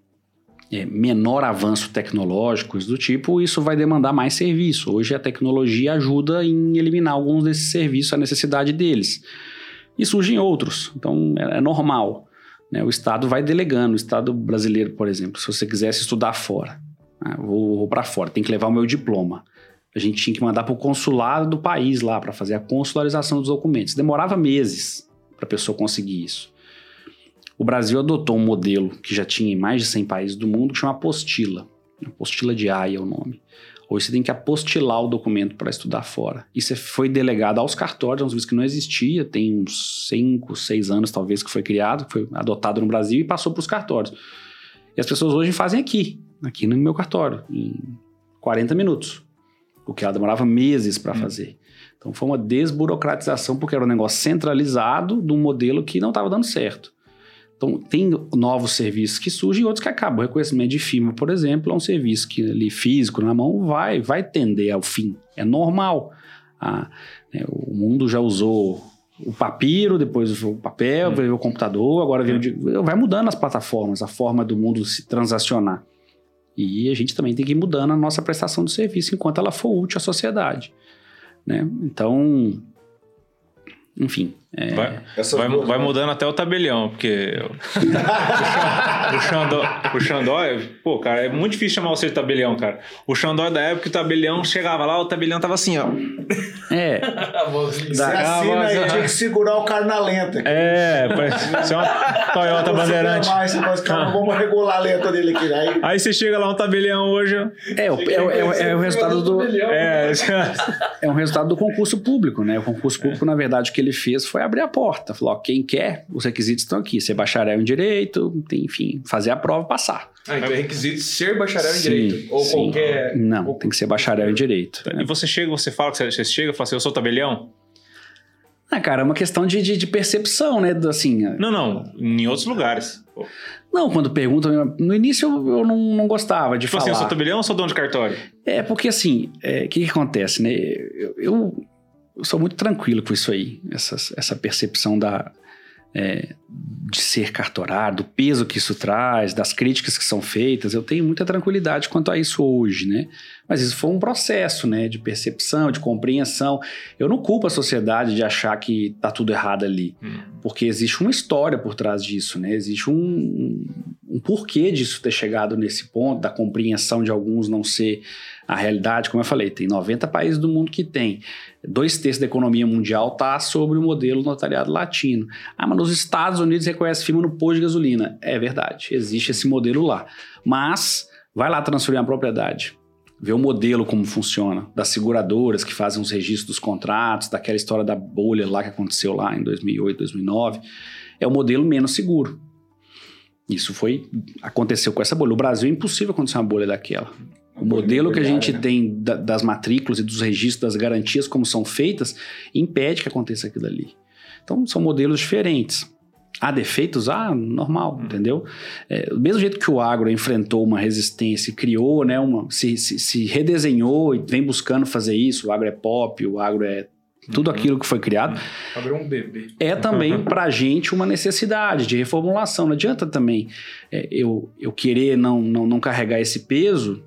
menor avanço tecnológico do tipo, isso vai demandar mais serviço. Hoje a tecnologia ajuda em eliminar alguns desses serviços, a necessidade deles. E surgem outros, então é normal. Né? O Estado vai delegando. O Estado brasileiro, por exemplo, se você quisesse estudar fora, vou para fora, tem que levar o meu diploma. A gente tinha que mandar para o consulado do país lá para fazer a consularização dos documentos. Demorava meses para a pessoa conseguir isso. O Brasil adotou um modelo que já tinha em mais de 100 países do mundo, que chama apostila. Apostila de Haia é o nome. Hoje você tem que apostilar o documento para estudar fora. Isso foi delegado aos cartórios, é um serviço que não existia, tem uns 5, 6 anos talvez que foi criado, foi adotado no Brasil e passou para os cartórios. E as pessoas hoje fazem aqui no meu cartório, em 40 minutos, o que ela demorava meses para fazer. Então foi uma desburocratização, porque era um negócio centralizado de um modelo que não estava dando certo. Então, tem novos serviços que surgem e outros que acabam. O reconhecimento de firma, por exemplo, é um serviço que ali físico na mão vai tender ao fim. É normal. O mundo já usou o papiro, depois o papel, veio o computador, agora vai mudando as plataformas, a forma do mundo se transacionar. E a gente também tem que ir mudando a nossa prestação de serviço enquanto ela for útil à sociedade, né? Então, enfim... Vai mudando até o tabelião, porque o Xandó, pô, cara, é muito difícil chamar você de tabelião, cara. O Xandó da época que o tabelião chegava lá, o tabelião tava assim, ó. Você assina aí, tinha que segurar o cara na lenta. Parece uma Toyota Bandeirante. Vamos regular a lenta dele aqui. Aí você chega lá, um tabelião hoje. É o resultado do... É um resultado do concurso público, né? O concurso público, na verdade, o que ele fez foi abrir a porta. Falou, quem quer, os requisitos estão aqui. Ser bacharel em Direito, enfim, fazer a prova e passar. Então é requisito ser bacharel em Direito? Ou qualquer... Não, tem que ser bacharel em Direito. E você fala que você chega e fala assim, eu sou tabelião? Cara, é uma questão de percepção, né? Assim, não, em outros lugares. Pô. Não, quando perguntam... No início eu não gostava de falar. Assim, eu sou tabelião ou sou dono de cartório? Porque assim, o que acontece, né? Eu sou muito tranquilo com isso aí, essa percepção de ser cartorário, do peso que isso traz, das críticas que são feitas. Eu tenho muita tranquilidade quanto a isso hoje, né? Mas isso foi um processo, né? De percepção, de compreensão. Eu não culpo a sociedade de achar que tá tudo errado ali, porque existe uma história por trás disso, né? Existe um porquê disso ter chegado nesse ponto, da compreensão de alguns não ser a realidade. Como eu falei, tem 90 países do mundo que tem. 2/3 da economia mundial está sobre o modelo notariado latino. Mas nos Estados Unidos reconhece firma no posto de gasolina. É verdade, existe esse modelo lá. Mas vai lá transferir uma propriedade, ver o modelo como funciona, das seguradoras que fazem os registros dos contratos, daquela história da bolha lá que aconteceu lá em 2008, 2009. É o modelo menos seguro. Isso aconteceu com essa bolha. No Brasil é impossível acontecer uma bolha daquela. O modelo que a gente tem das matrículas e dos registros, das garantias como são feitas, impede que aconteça aquilo ali. Então, são modelos diferentes. Há defeitos? Normal, entendeu? Do mesmo jeito que o agro enfrentou uma resistência, criou, né, se redesenhou e vem buscando fazer isso, o agro é pop, o agro é tudo aquilo que foi criado. Abriu um bebê. É também pra gente uma necessidade de reformulação. Não adianta também eu querer não carregar esse peso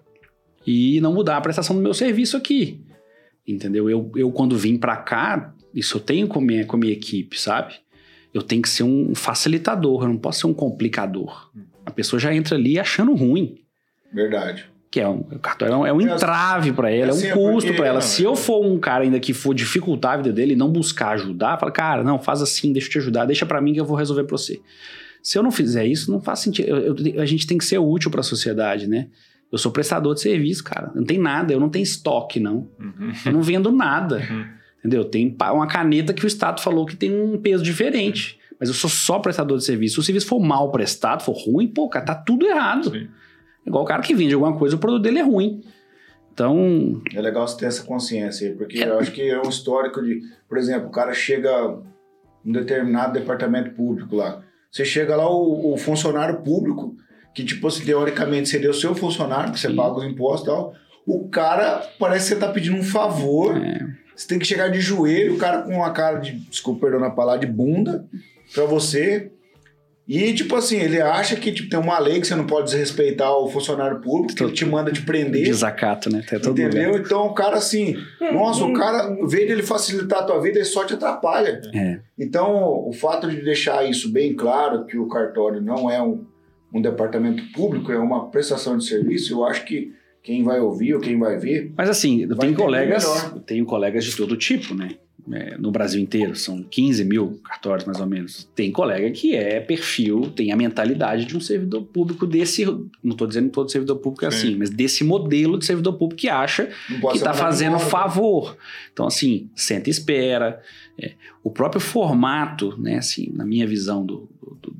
e não mudar a prestação do meu serviço aqui, entendeu? Eu quando vim pra cá, isso eu tenho com a minha equipe, sabe? Eu tenho que ser um facilitador, eu não posso ser um complicador. A pessoa já entra ali achando ruim. Verdade. Que o cartório é um entrave pra ela, é um custo pra ela. Se eu for um cara ainda que for dificultar a vida dele e não buscar ajudar, fala, cara, não, faz assim, deixa eu te ajudar, deixa pra mim que eu vou resolver pra você. Se eu não fizer isso, não faz sentido. A gente tem que ser útil pra sociedade, né? Eu sou prestador de serviço, cara. Não tem nada, eu não tenho estoque, não. Eu não vendo nada. Entendeu? Tem uma caneta que o Estado falou que tem um peso diferente. Mas eu sou só prestador de serviço. Se o serviço for mal prestado, for ruim, pô, cara, tá tudo errado. Sim. Igual o cara que vende alguma coisa, o produto dele é ruim. Então... É legal você ter essa consciência aí, porque eu acho que é um histórico de... Por exemplo, o cara chega em um determinado departamento público lá. Você chega lá, o funcionário público, que tipo assim, teoricamente seria o seu funcionário, que você paga os impostos e tal, o cara parece que você tá pedindo um favor, você tem que chegar de joelho, o cara com uma cara de, desculpa, perdão na palavra, de bunda, pra você, e tipo assim, ele acha que tipo, tem uma lei que você não pode desrespeitar o funcionário público, que ele te manda te prender. Desacato, né? Tem todo entendeu? Lugar. Então o cara assim, nossa, o cara, em vez de ele facilitar a tua vida, ele só te atrapalha. Então, o fato de deixar isso bem claro, que o cartório não é um departamento público, é uma prestação de serviço, eu acho que quem vai ouvir ou quem vai ver... Mas assim, eu tenho colegas de todo tipo, né? No Brasil inteiro, são 15 mil cartórios mais ou menos. Tem colega que é perfil, tem a mentalidade de um servidor público desse... Não estou dizendo que todo servidor público é assim, mas desse modelo de servidor público que acha que está fazendo favor. Então assim, senta e espera. O próprio formato, né, assim, na minha visão do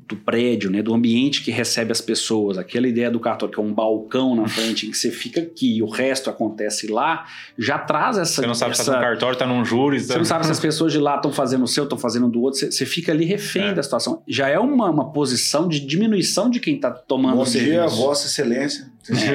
prédio, né, do ambiente que recebe as pessoas, aquela ideia do cartório que é um balcão na frente em que você fica aqui e o resto acontece lá, já traz essa... Você não sabe se tá no cartório, tá num júri... Você não sabe se as pessoas de lá estão fazendo o seu, estão fazendo do outro, você fica ali refém da situação. Já é uma posição de diminuição de quem está tomando o serviço. Bom dia, Vossa Excelência.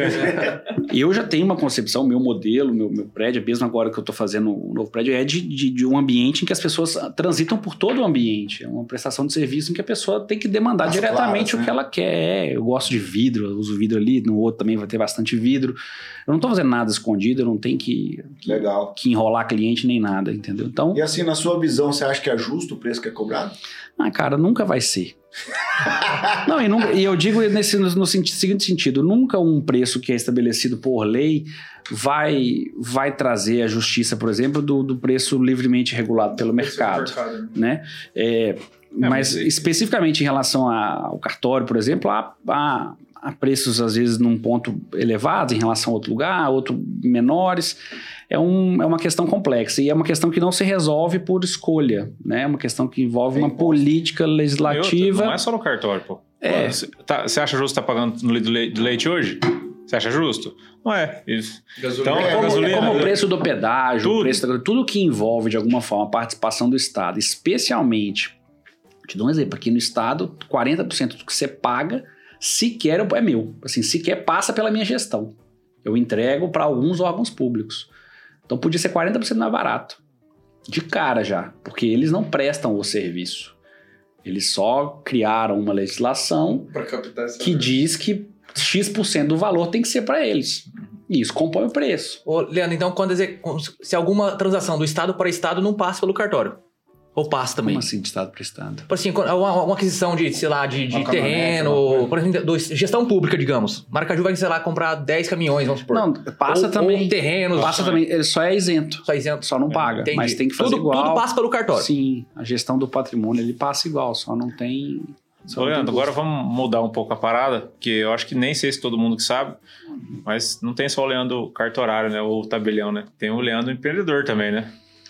Eu já tenho uma concepção, meu modelo, meu prédio, mesmo agora que eu estou fazendo um novo prédio, é de um ambiente em que as pessoas transitam por todo o ambiente. É uma prestação de serviço em que a pessoa tem que demandar diretamente o que ela quer. Eu gosto de vidro, eu uso vidro ali, no outro também vai ter bastante vidro. Eu não estou fazendo nada escondido, eu não tenho que enrolar cliente nem nada, entendeu? Então, e assim, na sua visão, você acha que é justo o preço que é cobrado? Cara, nunca vai ser. Não, e eu digo no seguinte sentido, nunca um preço que é estabelecido por lei vai trazer a justiça, por exemplo, do preço livremente regulado pelo mercado, né? Mas especificamente em relação ao cartório, por exemplo, há preços às vezes num ponto elevado em relação a outro lugar, outro menores. É uma questão complexa e é uma questão que não se resolve por escolha, né? É uma questão que envolve uma política legislativa. Não é só no cartório, pô. Você acha justo estar pagando no litro de leite hoje? Você acha justo? Não é. Isso. Então, como o preço do pedágio, tudo que envolve de alguma forma a participação do Estado, especialmente, te dou um exemplo, aqui no Estado, 40% do que você paga sequer é meu, assim, sequer passa pela minha gestão. Eu entrego para alguns órgãos públicos. Então podia ser 40% mais barato. De cara já, porque eles não prestam o serviço. Eles só criaram uma legislação que diz que X% do valor tem que ser para eles. E isso compõe o preço. Ô, Leandro, então se alguma transação do Estado para Estado não passa pelo cartório? Ou passa também? Como assim, de Estado para Estado? Por assim, uma aquisição de, sei lá, de terreno, por exemplo, gestão pública, digamos. Maracaju vai, sei lá, comprar 10 caminhões, vamos supor. Não, passa também. Ou terrenos. Passa também, ele só é isento. Só não paga. Entendi. Mas tem que fazer igual. Tudo passa pelo cartório. Sim, a gestão do patrimônio, ele passa igual, só não tem... Leandro, agora vamos mudar um pouco a parada, que eu acho que nem sei se todo mundo que sabe, mas não tem só o Leandro cartorário, né, ou tabelião, né? Tem o Leandro empreendedor também, né?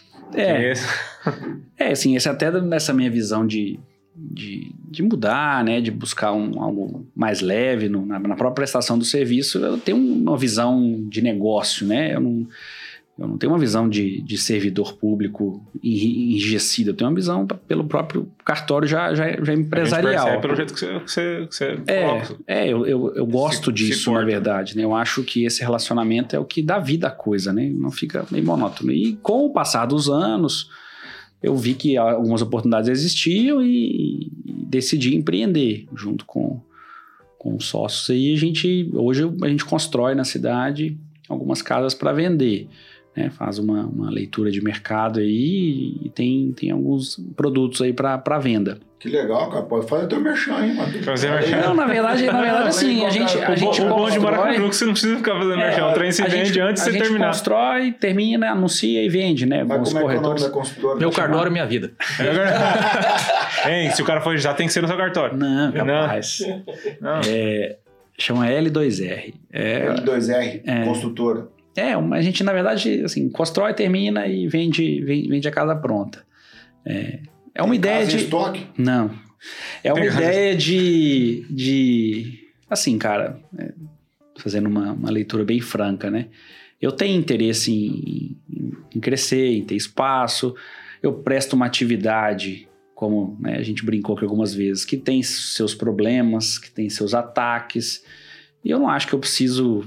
Assim, esse até nessa minha visão de mudar, né, de buscar algo mais leve na própria prestação do serviço, eu tenho uma visão de negócio, né? Eu não tenho uma visão de servidor público enrijecido, eu tenho uma visão pelo próprio cartório já empresarial. É pelo jeito que você coloca. Eu gosto disso, na verdade, né? Eu acho que esse relacionamento é o que dá vida à coisa, né? Não fica meio monótono. E com o passar dos anos, eu vi que algumas oportunidades existiam e decidi empreender junto com sócios. Aí hoje a gente constrói na cidade algumas casas para vender. Né, faz uma leitura de mercado aí e tem alguns produtos aí para venda. Que legal, cara. Pode fazer teu merchan, hein, Matheus? Fazer merchan. Não, na verdade assim, a gente constrói... O bom de Maracaju que você não precisa ficar fazendo merchan. O trem se vende antes de você terminar. A gente constrói, termina, anuncia e vende, né? Mas como é que é o nome da construtora? Meu cartório é minha vida. Hein, se o cara for já tem que ser no seu cartório. Não, capaz. Não. Chama L2R. L2R, construtora. A gente, na verdade, assim, constrói, termina e vende a casa pronta. É uma ideia de... estoque? Não. É uma ideia de... Assim, cara, fazendo uma leitura bem franca, né? Eu tenho interesse em crescer, em ter espaço. Eu presto uma atividade, como, né, a gente brincou aqui algumas vezes, que tem seus problemas, que tem seus ataques. E eu não acho que eu preciso...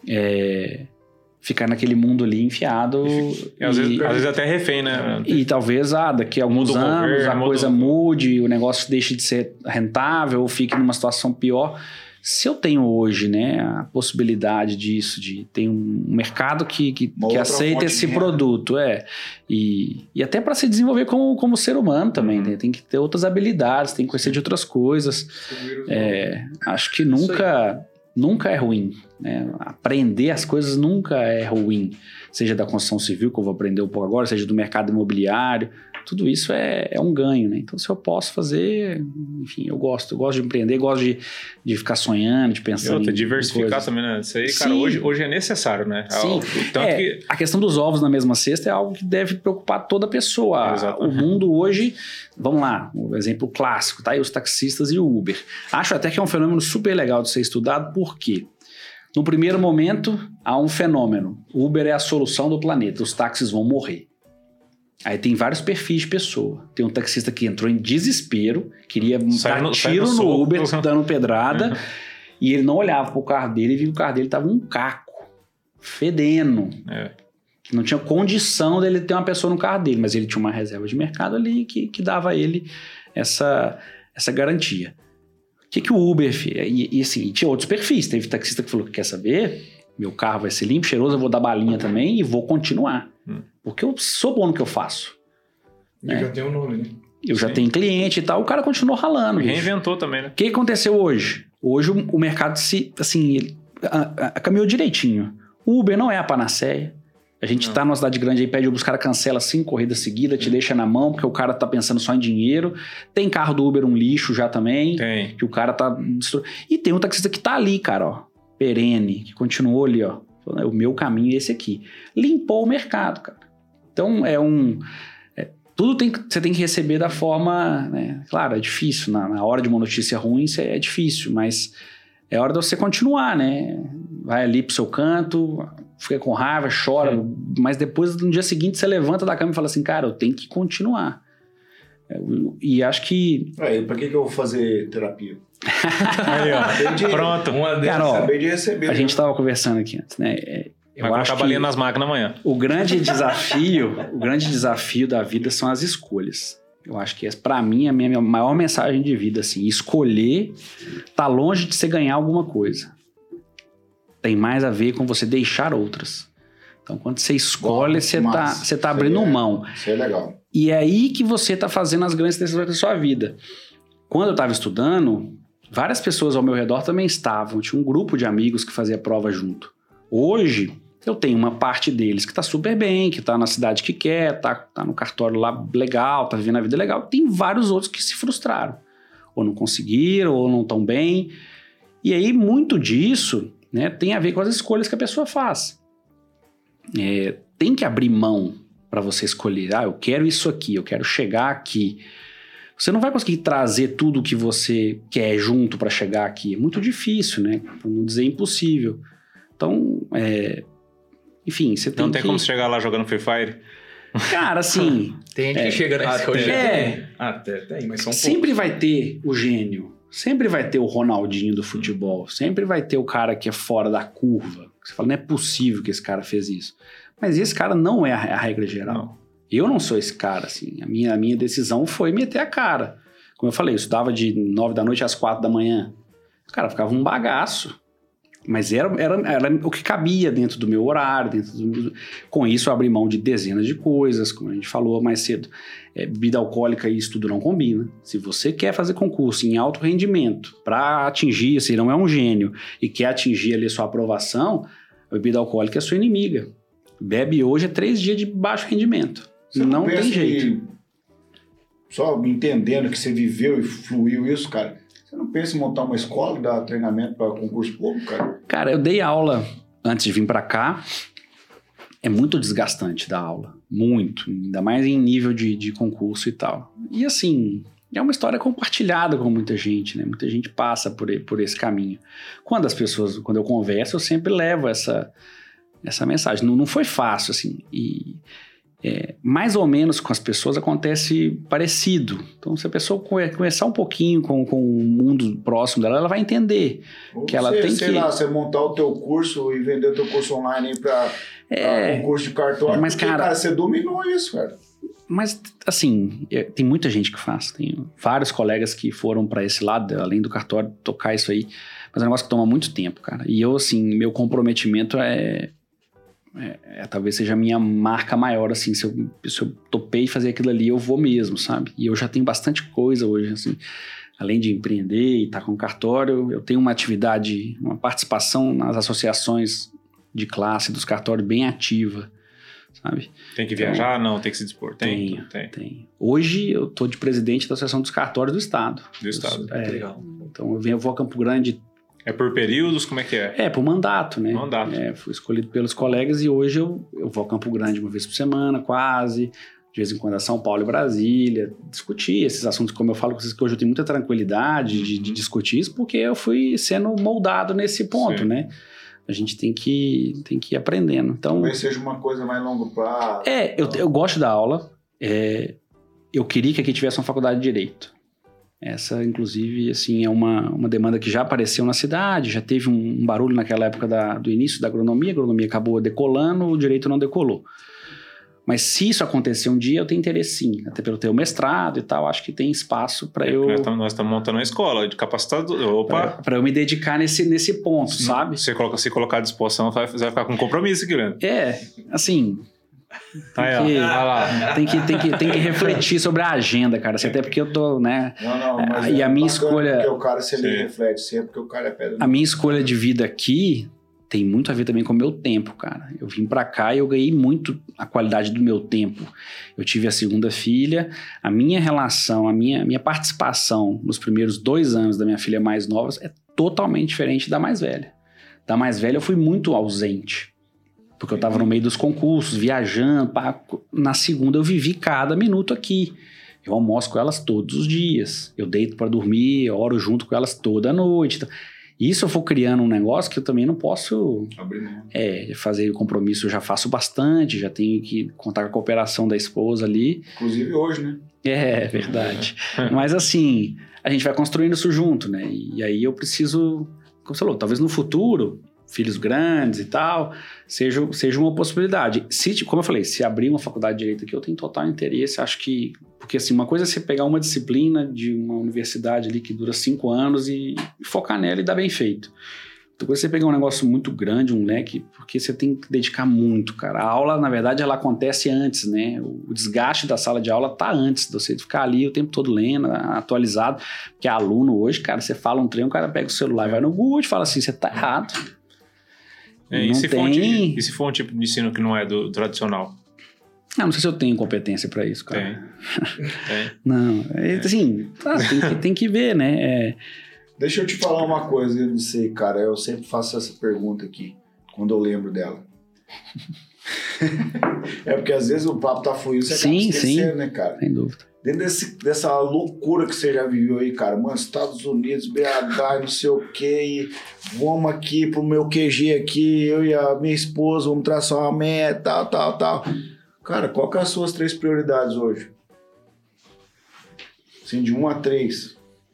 ficar naquele mundo ali enfiado. Às vezes até refém, né? E talvez daqui a alguns anos a coisa mude, o negócio deixe de ser rentável ou fique numa situação pior. Se eu tenho hoje, né, a possibilidade disso, de ter um mercado que aceita esse produto, e até para se desenvolver como ser humano também, né? Tem que ter outras habilidades, tem que conhecer de outras coisas. Acho que nunca é ruim, né? Aprender as coisas nunca é ruim, seja da construção civil, que eu vou aprender um pouco agora, seja do mercado imobiliário, tudo isso é um ganho, né? Então, se eu posso fazer, enfim, eu gosto de empreender, gosto de ficar sonhando, de pensar em diversificar também, né? Isso aí, cara, hoje é necessário, né? Sim. A questão dos ovos na mesma cesta é algo que deve preocupar toda pessoa. O mundo hoje, vamos lá, um exemplo clássico, tá aí os taxistas e o Uber. Acho até que é um fenômeno super legal de ser estudado, por quê? No primeiro momento, há um fenômeno. O Uber é a solução do planeta, os táxis vão morrer. Aí tem vários perfis de pessoa. Tem um taxista que entrou em desespero, queria dar tiro no Uber, dando pedrada, e ele não olhava pro carro dele e viu que o carro dele tava um caco, fedendo. Que não tinha condição dele ter uma pessoa no carro dele, mas ele tinha uma reserva de mercado ali que dava a ele essa garantia. O que o Uber fez? E assim, tinha outros perfis. Teve taxista que falou que quer saber, meu carro vai ser limpo, cheiroso, eu vou dar balinha também e vou continuar. Porque eu sou bom no que eu faço. Eu já tenho um nome, né? Eu já tenho cliente e tal, o cara continuou ralando. Reinventou também, né? O que aconteceu hoje? Hoje o mercado caminhou direitinho. O Uber não é a panaceia. A gente tá numa cidade grande aí, pede Uber, os caras cancelam 5 corridas seguidas, te deixa na mão, porque o cara tá pensando só em dinheiro. Tem carro do Uber, um lixo já também. Tem. Que o cara tá... E tem um taxista que tá ali, cara, ó. Perene, que continuou ali, ó. O meu caminho é esse aqui. Limpou o mercado, cara. Então, você tem que receber da forma... Né? Claro, é difícil. Na hora de uma notícia ruim, isso é difícil, mas é hora de você continuar, né? Vai ali pro seu canto... Fica com raiva, chora, mas depois, no dia seguinte, você levanta da cama e fala assim, cara, eu tenho que continuar. E acho que... Pra que eu vou fazer terapia? Aí, ó, pronto. Cara, ó, acabei de receber. A gente tava conversando aqui antes, né? Eu acho que balinha nas máquinas amanhã. O grande desafio da vida são as escolhas. Eu acho que pra mim, a minha maior mensagem de vida, assim, escolher tá longe de você ganhar alguma coisa. Tem mais a ver com você deixar outras. Então, quando você escolhe, você tá abrindo mão. Isso é legal. E é aí que você tá fazendo as grandes decisões da sua vida. Quando eu estava estudando, várias pessoas ao meu redor também estavam. Tinha um grupo de amigos que fazia prova junto. Hoje, eu tenho uma parte deles que tá super bem, que tá na cidade que quer, tá no cartório lá legal, tá vivendo a vida legal. Tem vários outros que se frustraram. Ou não conseguiram, ou não tão bem. E aí, muito disso... Né, tem a ver com as escolhas que a pessoa faz. Tem que abrir mão para você escolher. Eu quero isso aqui, eu quero chegar aqui. Você não vai conseguir trazer tudo o que você quer junto para chegar aqui. É muito difícil, né? Para não dizer impossível. Então, enfim, você tem Não tem como chegar lá jogando Free Fire? Cara, assim... Tem gente que chega nessa hoje. Até tem, mas são sempre vai ter o gênio. Sempre vai ter o Ronaldinho do futebol. Sempre vai ter o cara que é fora da curva. Você fala, não é possível que esse cara fez isso. Mas esse cara não é a regra geral. Não. Eu não sou esse cara, assim. A minha decisão foi meter a cara. Como eu falei, eu estudava de 9 da noite às 4 da manhã. Cara, ficava um bagaço. Mas era o que cabia dentro do meu horário. Com isso, eu abri mão de dezenas de coisas, como a gente falou mais cedo. Bebida alcoólica e estudo não combina. Se você quer fazer concurso em alto rendimento para atingir, se não é um gênio e quer atingir ali a sua aprovação, a bebida alcoólica é sua inimiga. Bebe hoje 3 dias de baixo rendimento. Você não tem jeito. Só entendendo que você viveu e fluiu isso, cara... Você não pensa em montar uma escola e dar treinamento para concurso público, cara? Cara, eu dei aula antes de vir para cá. É muito desgastante dar aula. Muito. Ainda mais em nível de concurso e tal. E assim, é uma história compartilhada com muita gente, né? Muita gente passa por esse caminho. Quando eu converso, eu sempre levo essa mensagem. Não foi fácil, assim. E... mais ou menos com as pessoas acontece parecido. Então, se a pessoa conversar um pouquinho com o mundo próximo dela, ela vai entender que ela tem que... você montar o teu curso e vender o teu curso online para concurso de cartório. Mas, cara, você dominou isso, cara. Mas, assim, tem muita gente que faz. Tem vários colegas que foram para esse lado, além do cartório, tocar isso aí. Mas é um negócio que toma muito tempo, cara. E eu, assim, meu comprometimento talvez seja a minha marca maior, assim, se eu topei fazer aquilo ali, eu vou mesmo, sabe? E eu já tenho bastante coisa hoje, assim, além de empreender e estar com cartório, eu tenho uma atividade, uma participação nas associações de classe dos cartórios bem ativa, sabe? Tem que viajar? Não, tem que se dispor? Tem. Hoje eu tô de presidente da Associação dos Cartórios do Estado. Que legal. Então eu vou a Campo Grande. É por períodos? Como é que é? Por mandato, né? Fui escolhido pelos colegas e hoje eu vou a Campo Grande uma vez por semana, quase. De vez em quando a São Paulo e Brasília. Discutir esses assuntos, como eu falo com vocês, que hoje eu tenho muita tranquilidade de discutir isso, porque eu fui sendo moldado nesse ponto, né? A gente tem que ir aprendendo. Então, talvez seja uma coisa mais longo prazo. Eu gosto da aula. Eu queria que aqui tivesse uma faculdade de Direito. Essa, inclusive, assim, é uma demanda que já apareceu na cidade, já teve um barulho naquela época do início da agronomia, a agronomia acabou decolando, o Direito não decolou. Mas se isso acontecer um dia, eu tenho interesse sim, até pelo ter o mestrado e tal, acho que tem espaço para eu... Nós estamos montando uma escola de capacitador, para eu me dedicar nesse ponto, sabe? Se colocar à disposição, você vai ficar com compromisso, Guilherme. Assim... Tem que refletir sobre a agenda, cara. Até porque eu tô, né? Mas e a minha escolha. Porque o cara, se ele reflete sempre, porque o cara é pedra. A minha escolha de vida aqui tem muito a ver também com o meu tempo, cara. Eu vim pra cá e eu ganhei muito a qualidade do meu tempo. Eu tive a segunda filha, a minha relação, a minha participação nos primeiros 2 anos da minha filha mais nova é totalmente diferente da mais velha. Da mais velha eu fui muito ausente. Porque eu estava no meio dos concursos, viajando. Na segunda eu vivi cada minuto aqui. Eu almoço com elas todos os dias. Eu deito para dormir, eu oro junto com elas toda noite. Isso eu for criando um negócio que eu também não posso fazer compromisso. Eu já faço bastante, já tenho que contar com a cooperação da esposa ali. Inclusive hoje, né? É verdade. Mas assim, a gente vai construindo isso junto, né? E aí eu preciso, como você falou, talvez no futuro... filhos grandes e tal, seja uma possibilidade. Como eu falei, se abrir uma faculdade de Direito aqui, eu tenho total interesse, acho que... Porque, assim, uma coisa é você pegar uma disciplina de uma universidade ali que dura 5 anos e focar nela e dar bem feito. Outra coisa é você pegar um negócio muito grande, um leque, porque você tem que dedicar muito, cara. A aula, na verdade, ela acontece antes, né? O desgaste da sala de aula tá antes de você ficar ali o tempo todo lendo, atualizado. Porque aluno hoje, cara, você fala um trem, o cara pega o celular e vai no Google e fala assim, você tá errado. E se for um tipo de ensino que não é do tradicional? Não sei se eu tenho competência para isso, cara. Tem. Não, assim, tem que ver, né? Deixa eu te falar uma coisa, eu não sei, cara, eu sempre faço essa pergunta aqui, quando eu lembro dela. Porque às vezes o papo tá fluindo, você acaba esquecendo, né, cara? Sem dúvida. Dentro dessa loucura que você já viveu aí, cara, mano, Estados Unidos, BH, não sei o quê, e vamos aqui pro meu QG aqui, eu e a minha esposa, vamos traçar uma meta, tal. Cara, qual que são as suas 3 prioridades hoje? Assim, de 1 a 3.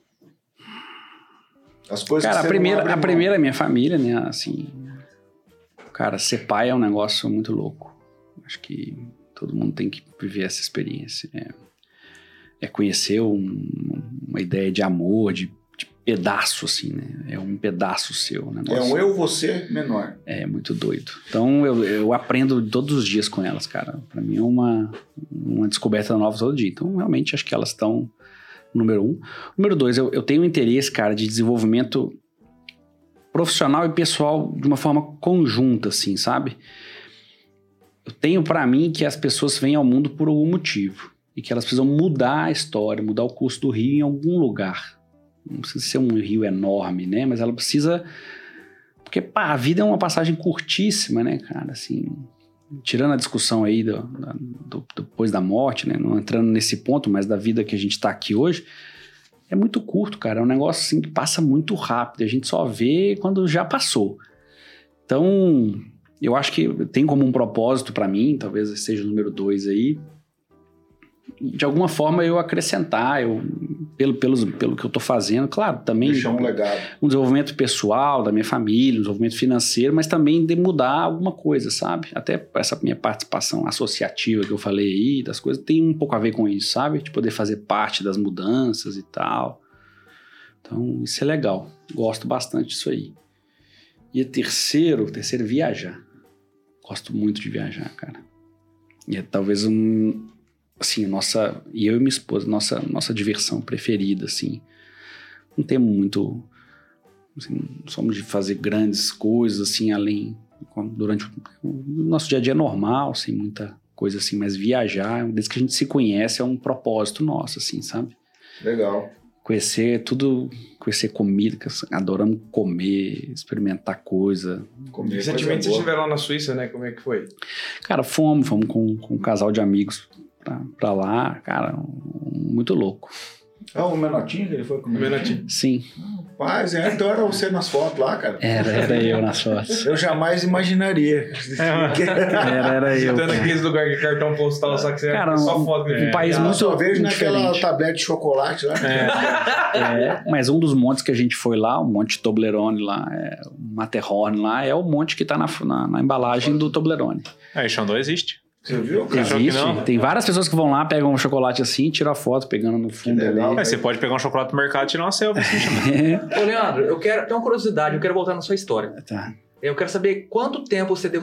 As coisas cara, que você a primeira é minha família, né, assim... Cara, ser pai é um negócio muito louco. Acho que todo mundo tem que viver essa experiência, é conhecer uma ideia de amor, de pedaço, assim, né? É um pedaço seu, né? É um você menor. É muito doido. Então, eu aprendo todos os dias com elas, cara. Pra mim é uma descoberta nova todo dia. Então, realmente, acho que elas estão número 1. Número 2, eu tenho um interesse, cara, de desenvolvimento profissional e pessoal de uma forma conjunta, assim, sabe? Eu tenho pra mim que as pessoas vêm ao mundo por algum motivo. E que elas precisam mudar a história, mudar o curso do rio em algum lugar. Não precisa ser um rio enorme, né? Mas ela precisa... Porque, a vida é uma passagem curtíssima, né, cara? Assim, tirando a discussão aí depois da morte, né? Não entrando nesse ponto, mas da vida que a gente tá aqui hoje, é muito curto, cara. É um negócio assim que passa muito rápido. A gente só vê quando já passou. Então, eu acho que tem como um propósito pra mim, talvez seja o número 2 aí, de alguma forma eu acrescentar, pelo que eu tô fazendo, claro, também deixar um legado, um desenvolvimento pessoal da minha família, um desenvolvimento financeiro, mas também de mudar alguma coisa, sabe? Até essa minha participação associativa que eu falei aí, das coisas, tem um pouco a ver com isso, sabe? De poder fazer parte das mudanças e tal. Então, isso é legal. Gosto bastante disso aí. E o terceiro, viajar. Gosto muito de viajar, cara. E é talvez assim, e eu e minha esposa, nossa diversão preferida, assim. Não temos muito, assim, não somos de fazer grandes coisas, assim, além durante o nosso dia a dia normal, sem muita coisa assim, mas viajar, desde que a gente se conhece, é um propósito nosso, assim, sabe? Legal. Conhecer tudo, conhecer comida, que adoramos comer, experimentar coisa. Recentemente vocês estiveram lá na Suíça, né? Como é que foi? Cara, fomos com um casal de amigos pra lá, cara, muito louco. O Menotinho, ele foi comigo? O Menotinho. Sim. Rapaz, então era você nas fotos lá, cara. Era eu nas fotos. Eu jamais imaginaria. Era eu. Você tá naqueles lugares que cartão postal, só que você cara, só foto. Um país muito só vejo naquela diferente. tablete de chocolate lá. Mas um dos montes que a gente foi lá, o Monte Toblerone lá, o Matterhorn lá, é o monte que tá na embalagem do Toblerone. Aí, Xandó existe. Você viu, cara? Existe. Tem várias pessoas que vão lá, pegam um chocolate assim, tiram a foto, pegando no fundo ali. Você pode pegar um chocolate no mercado e tirar uma selfie. Ô, Leandro, eu tenho uma curiosidade, eu quero voltar na sua história. Tá. Eu quero saber quanto tempo você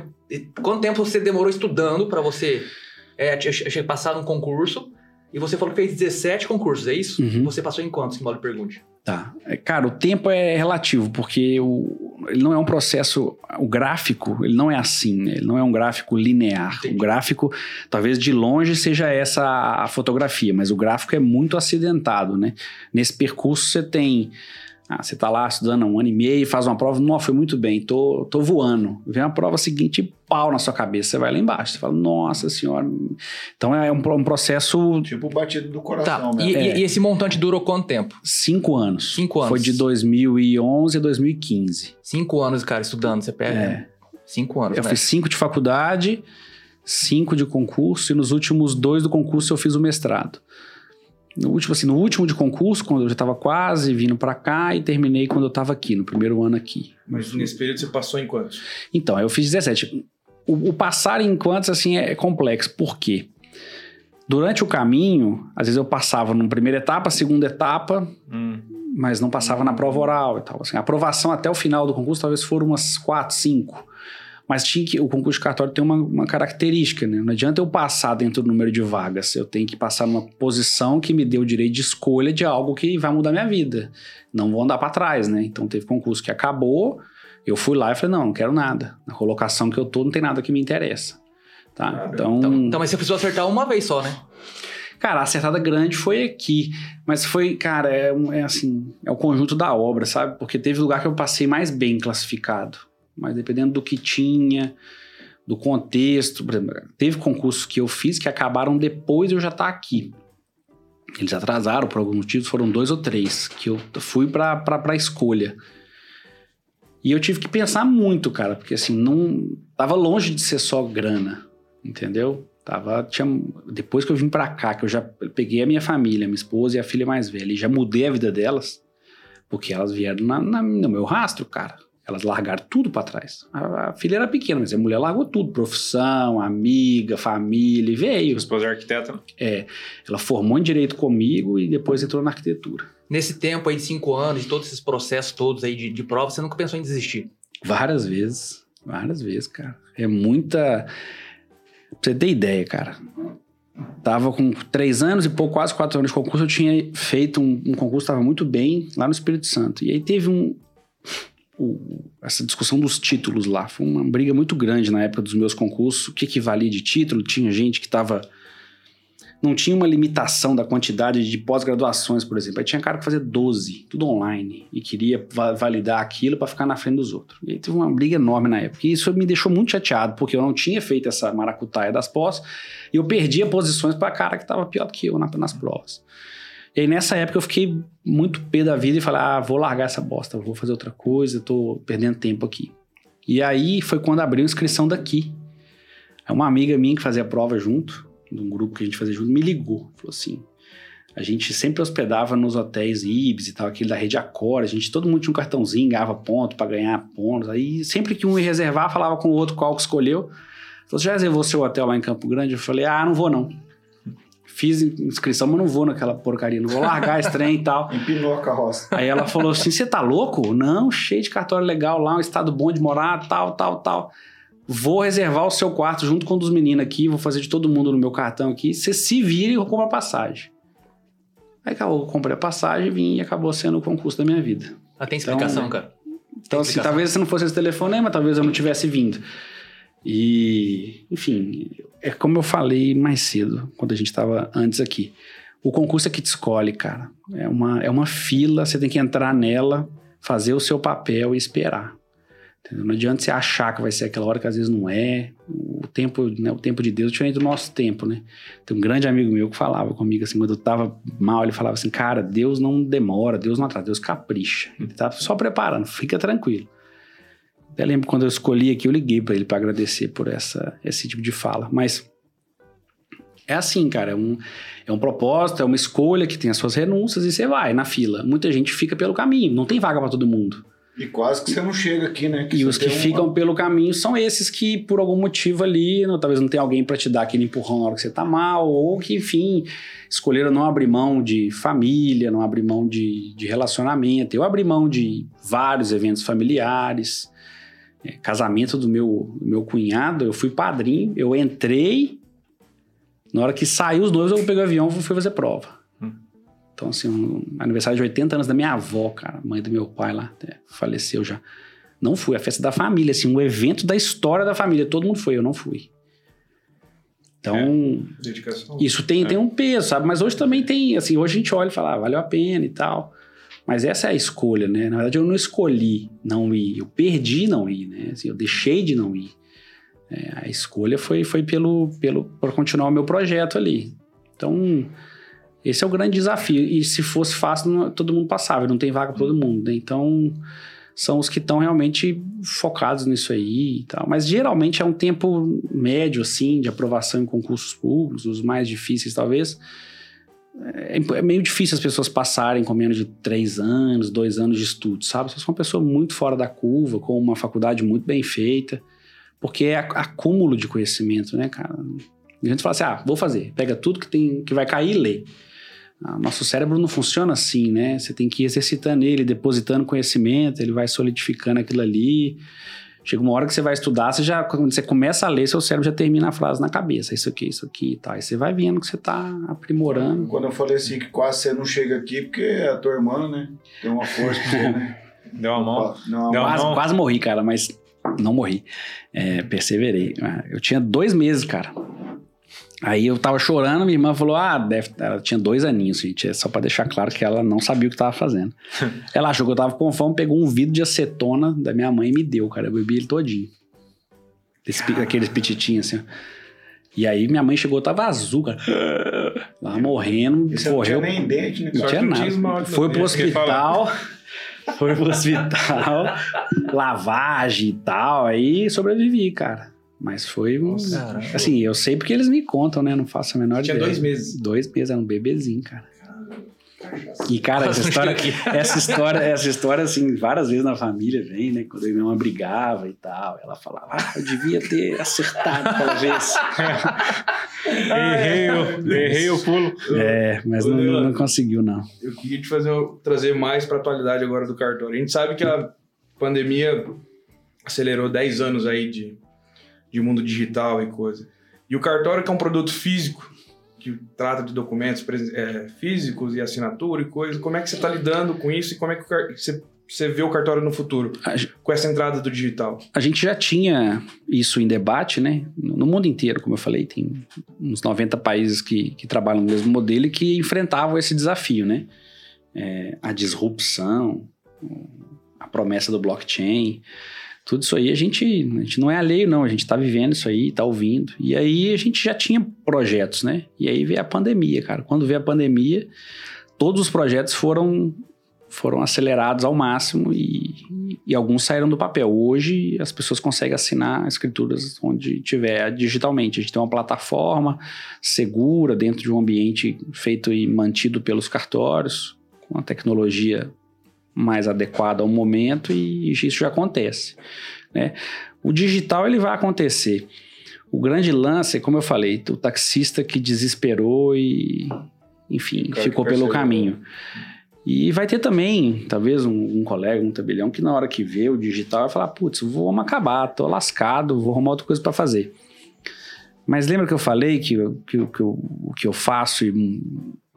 demorou estudando para você passar num concurso. E você falou que fez 17 concursos, é isso? Uhum. Você passou em quantos, que mal lhe pergunte? Tá. Cara, o tempo é relativo, porque ele não é um processo... O gráfico, ele não é assim, né? Ele não é um gráfico linear. Entendi. O gráfico, talvez de longe seja essa a fotografia, mas o gráfico é muito acidentado, né? Nesse percurso você tem... você tá lá estudando 1 ano e meio, faz uma prova, nossa, foi muito bem, tô voando. Vem a prova seguinte, pau na sua cabeça, você vai lá embaixo, você fala, nossa senhora. Então é um processo... Tipo o batido do coração. Tá. E esse montante durou quanto tempo? 5 anos. 5 anos. Foi de 2011 a 2015. 5 anos, cara, estudando, você pega? 5 anos, Eu fiz 5 de faculdade, 5 de concurso, e nos últimos 2 do concurso eu fiz o mestrado. No último de concurso, quando eu já estava quase vindo para cá, e terminei quando eu estava aqui, no primeiro ano aqui. Mas nesse período você passou em quantos? Então, eu fiz 17. O passar em quantos, assim, é complexo. Por quê? Durante o caminho, às vezes eu passava numa primeira etapa, segunda etapa, mas não passava na prova oral e tal. Assim, a aprovação até o final do concurso talvez foram umas 4, 5. Mas o concurso de cartório tem uma característica, né? Não adianta eu passar dentro do número de vagas. Eu tenho que passar numa posição que me dê o direito de escolha de algo que vai mudar minha vida. Não vou andar para trás, né? Então teve concurso que acabou, eu fui lá e falei, não quero nada. Na colocação que eu tô, não tem nada que me interessa. Tá? Então, mas você precisou acertar uma vez só, né? Cara, a acertada grande foi aqui. Mas foi, cara, é o conjunto da obra, sabe? Porque teve lugar que eu passei mais bem classificado. Mas dependendo do que tinha, do contexto, por exemplo, teve concursos que eu fiz que acabaram depois de eu já estar aqui. Eles atrasaram por alguns motivos, foram 2 ou 3 que eu fui para escolha. E eu tive que pensar muito, cara, porque assim, não tava longe de ser só grana, entendeu? Depois que eu vim para cá, que eu já peguei a minha família, minha esposa e a filha mais velha, e já mudei a vida delas, porque elas vieram no meu rastro, cara. Elas largaram tudo pra trás. A filha era pequena, mas a mulher largou tudo. Profissão, amiga, família, e veio. Sua esposa é arquiteta? Ela formou em Direito comigo e depois entrou na Arquitetura. Nesse tempo aí de 5 anos, de todos esses processos todos aí de prova, você nunca pensou em desistir? Várias vezes, cara. É muita... Pra você ter ideia, cara. Tava com 3 anos e pouco, quase 4 anos de concurso. Eu tinha feito um concurso, tava muito bem, lá no Espírito Santo. E aí teve essa discussão dos títulos lá, foi uma briga muito grande na época dos meus concursos, o que valia de título, tinha gente que não tinha uma limitação da quantidade de pós-graduações, por exemplo, aí tinha cara que fazia 12, tudo online, e queria validar aquilo para ficar na frente dos outros, e aí teve uma briga enorme na época, e isso me deixou muito chateado, porque eu não tinha feito essa maracutaia das pós, e eu perdia posições para cara que estava pior do que eu nas provas. E aí nessa época eu fiquei muito pé da vida e falei, vou largar essa bosta, vou fazer outra coisa, tô perdendo tempo aqui. E aí foi quando abriu a inscrição daqui. Aí uma amiga minha que fazia prova junto, de um grupo que a gente fazia junto, me ligou. Falou assim, a gente sempre hospedava nos hotéis Ibis e tal, aquele da Rede Accor, todo mundo tinha um cartãozinho, ganhava ponto para ganhar pontos. Aí sempre que um ia reservar, falava com o outro qual que escolheu. Falou, você já reservou seu hotel lá em Campo Grande? Eu falei, não vou não. Fiz inscrição, mas não vou naquela porcaria, não vou largar esse trem e tal. Empinou a carroça. Aí ela falou assim, você tá louco? Não, cheio de cartório legal lá, um estado bom de morar, tal. Vou reservar o seu quarto junto com um dos meninos aqui, vou fazer de todo mundo no meu cartão aqui, você se vira e eu compro a passagem. Aí acabou, eu comprei a passagem, vim e acabou sendo o concurso da minha vida. Tem explicação, cara? Então, assim, talvez se não fosse esse telefonema, talvez eu não tivesse vindo. E, enfim, é como eu falei mais cedo, quando a gente estava antes aqui. O concurso é que te escolhe, cara. É uma fila, você tem que entrar nela, fazer o seu papel e esperar. Entendeu? Não adianta você achar que vai ser aquela hora que às vezes não é. O tempo, né, o tempo de Deus é diferente do nosso tempo, né? Tem um grande amigo meu que falava comigo assim, quando eu tava mal, ele falava assim, cara, Deus não demora, Deus não atrasa, Deus capricha. Ele tá só preparando, fica tranquilo. Até lembro quando eu escolhi aqui, eu liguei pra ele pra agradecer por esse tipo de fala. Mas é assim, cara, é um propósito, é uma escolha que tem as suas renúncias e você vai na fila. Muita gente fica pelo caminho, não tem vaga pra todo mundo. E quase que você não chega aqui, né? E os que ficam pelo caminho são esses que, por algum motivo ali, talvez não tenha alguém pra te dar aquele empurrão na hora que você tá mal, ou que, enfim, escolheram não abrir mão de família, não abrir mão de relacionamento. Eu abri mão de vários eventos familiares, casamento do meu cunhado, eu fui padrinho, eu entrei, na hora que saiu os noivos, eu peguei o avião e fui fazer prova. Então, assim, aniversário de 80 anos da minha avó, cara, mãe do meu pai lá, faleceu já. Não fui, a festa da família, assim, um evento da história da família, todo mundo foi, eu não fui. Então, dedicação. Isso tem um peso, sabe? Mas hoje também tem, assim, hoje a gente olha e fala, valeu a pena e tal. Mas essa é a escolha, né? Na verdade, eu não escolhi não ir, eu perdi não ir, né? Assim, eu deixei de não ir. A escolha foi por continuar o meu projeto ali. Então, esse é o grande desafio. E se fosse fácil, todo mundo passava. Não tem vaga para todo mundo, né? Então, são os que estão realmente focados nisso aí e tal. Mas, geralmente, é um tempo médio, assim, de aprovação em concursos públicos, os mais difíceis, talvez. É meio difícil as pessoas passarem com menos de 3 anos, 2 anos de estudo, sabe? Se você é uma pessoa muito fora da curva, com uma faculdade muito bem feita, porque é acúmulo de conhecimento, né, cara? A gente fala assim, vou fazer. Pega tudo que vai cair e lê. Nosso cérebro não funciona assim, né? Você tem que ir exercitando ele, depositando conhecimento, ele vai solidificando aquilo ali. Chega uma hora que você vai estudar, quando você começa a ler, seu cérebro já termina a frase na cabeça. Isso aqui e tal. Aí você vai vendo que você tá aprimorando. Quando eu falei assim, que quase você não chega aqui, porque a tua irmã, né? Tem uma força pra você, né? Deu uma mão. Quase morri, cara, mas não morri. Perseverei. Eu tinha 2 meses, cara. Aí eu tava chorando, minha irmã falou, ela tinha 2 aninhos, gente, é só pra deixar claro que ela não sabia o que tava fazendo. Ela achou que eu tava com fome, pegou um vidro de acetona da minha mãe e me deu, cara, eu bebi ele todinho. Aqueles pititinhos assim, ó. E aí minha mãe chegou, tava azul, cara, lá morrendo, correu. Não tinha nem dente, né? Não tinha nada. Foi pro hospital, lavagem e tal, aí sobrevivi, cara. Mas foi assim, eu sei porque eles me contam, né? Não faço a menor ideia. Tinha 2 meses. 2 meses, era um bebezinho, cara. E, cara, essa história, assim, várias vezes na família vem, né? Quando a minha irmã brigava e tal, ela falava, eu devia ter acertado aquela vez. Errei o pulo. Mas não conseguiu, não. Eu queria trazer mais pra atualidade agora do cartório. A gente sabe que a pandemia acelerou 10 anos aí de mundo digital e coisa. E o cartório, que é um produto físico, que trata de documentos físicos e assinatura e coisa, como é que você está lidando com isso e como é que você vê o cartório no futuro, com essa entrada do digital? A gente já tinha isso em debate, né? No mundo inteiro, como eu falei, tem uns 90 países que trabalham no mesmo modelo e que enfrentavam esse desafio, né? A disrupção, a promessa do blockchain. Tudo isso aí a gente não é alheio, não. A gente está vivendo isso aí, está ouvindo. E aí a gente já tinha projetos, né? E aí veio a pandemia, cara. Quando veio a pandemia, todos os projetos foram acelerados ao máximo e alguns saíram do papel. Hoje as pessoas conseguem assinar escrituras onde tiver digitalmente. A gente tem uma plataforma segura dentro de um ambiente feito e mantido pelos cartórios, com a tecnologia mais adequada ao momento, e isso já acontece, né? O digital ele vai acontecer. O grande lance, como eu falei, o taxista que desesperou e, enfim, ficou pelo caminho. E vai ter também, talvez, um colega, um tabelião, que na hora que vê o digital vai falar, putz, vamos acabar, tô lascado, vou arrumar outra coisa para fazer. Mas lembra que eu falei que o que eu faço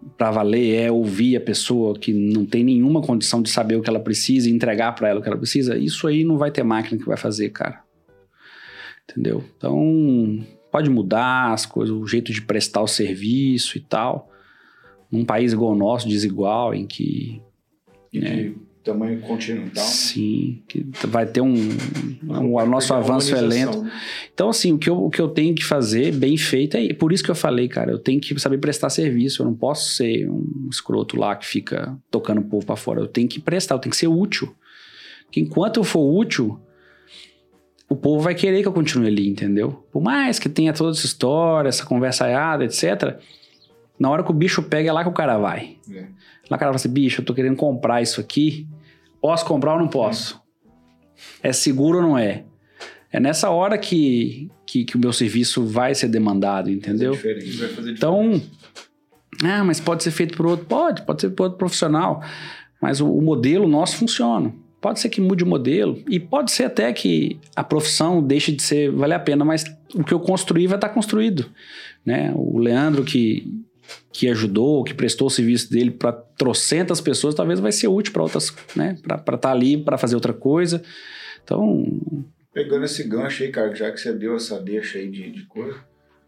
pra valer é ouvir a pessoa que não tem nenhuma condição de saber o que ela precisa e entregar pra ela o que ela precisa, isso aí não vai ter máquina que vai fazer, cara. Entendeu? Então, pode mudar as coisas, o jeito de prestar o serviço e tal. Num país igual o nosso, desigual, em que... de tamanho continental. Sim, que vai ter o nosso avanço é lento. Então, assim, o que eu tenho que fazer bem feito é... Por isso que eu falei, cara, eu tenho que saber prestar serviço. Eu não posso ser um escroto lá que fica tocando o povo pra fora. Eu tenho que prestar, eu tenho que ser útil. Porque enquanto eu for útil, o povo vai querer que eu continue ali, entendeu? Por mais que tenha toda essa história, essa conversaiada, etc., na hora que o bicho pega, é lá que o cara vai. Lá o cara fala assim, bicho, eu tô querendo comprar isso aqui, posso comprar ou não posso? É seguro ou não é? É nessa hora que o meu serviço vai ser demandado, entendeu? Vai fazer diferença. Então, mas pode ser feito por outro? Pode ser por outro profissional. Mas o modelo nosso funciona. Pode ser que mude o modelo e pode ser até que a profissão deixe de ser, vale a pena, mas o que eu construí vai estar construído, né? O Leandro que ajudou, que prestou o serviço dele para trocentas pessoas, talvez vai ser útil para outras, né? Para estar ali, para fazer outra coisa. Então... Pegando esse gancho aí, cara, já que você deu essa deixa aí de coisa,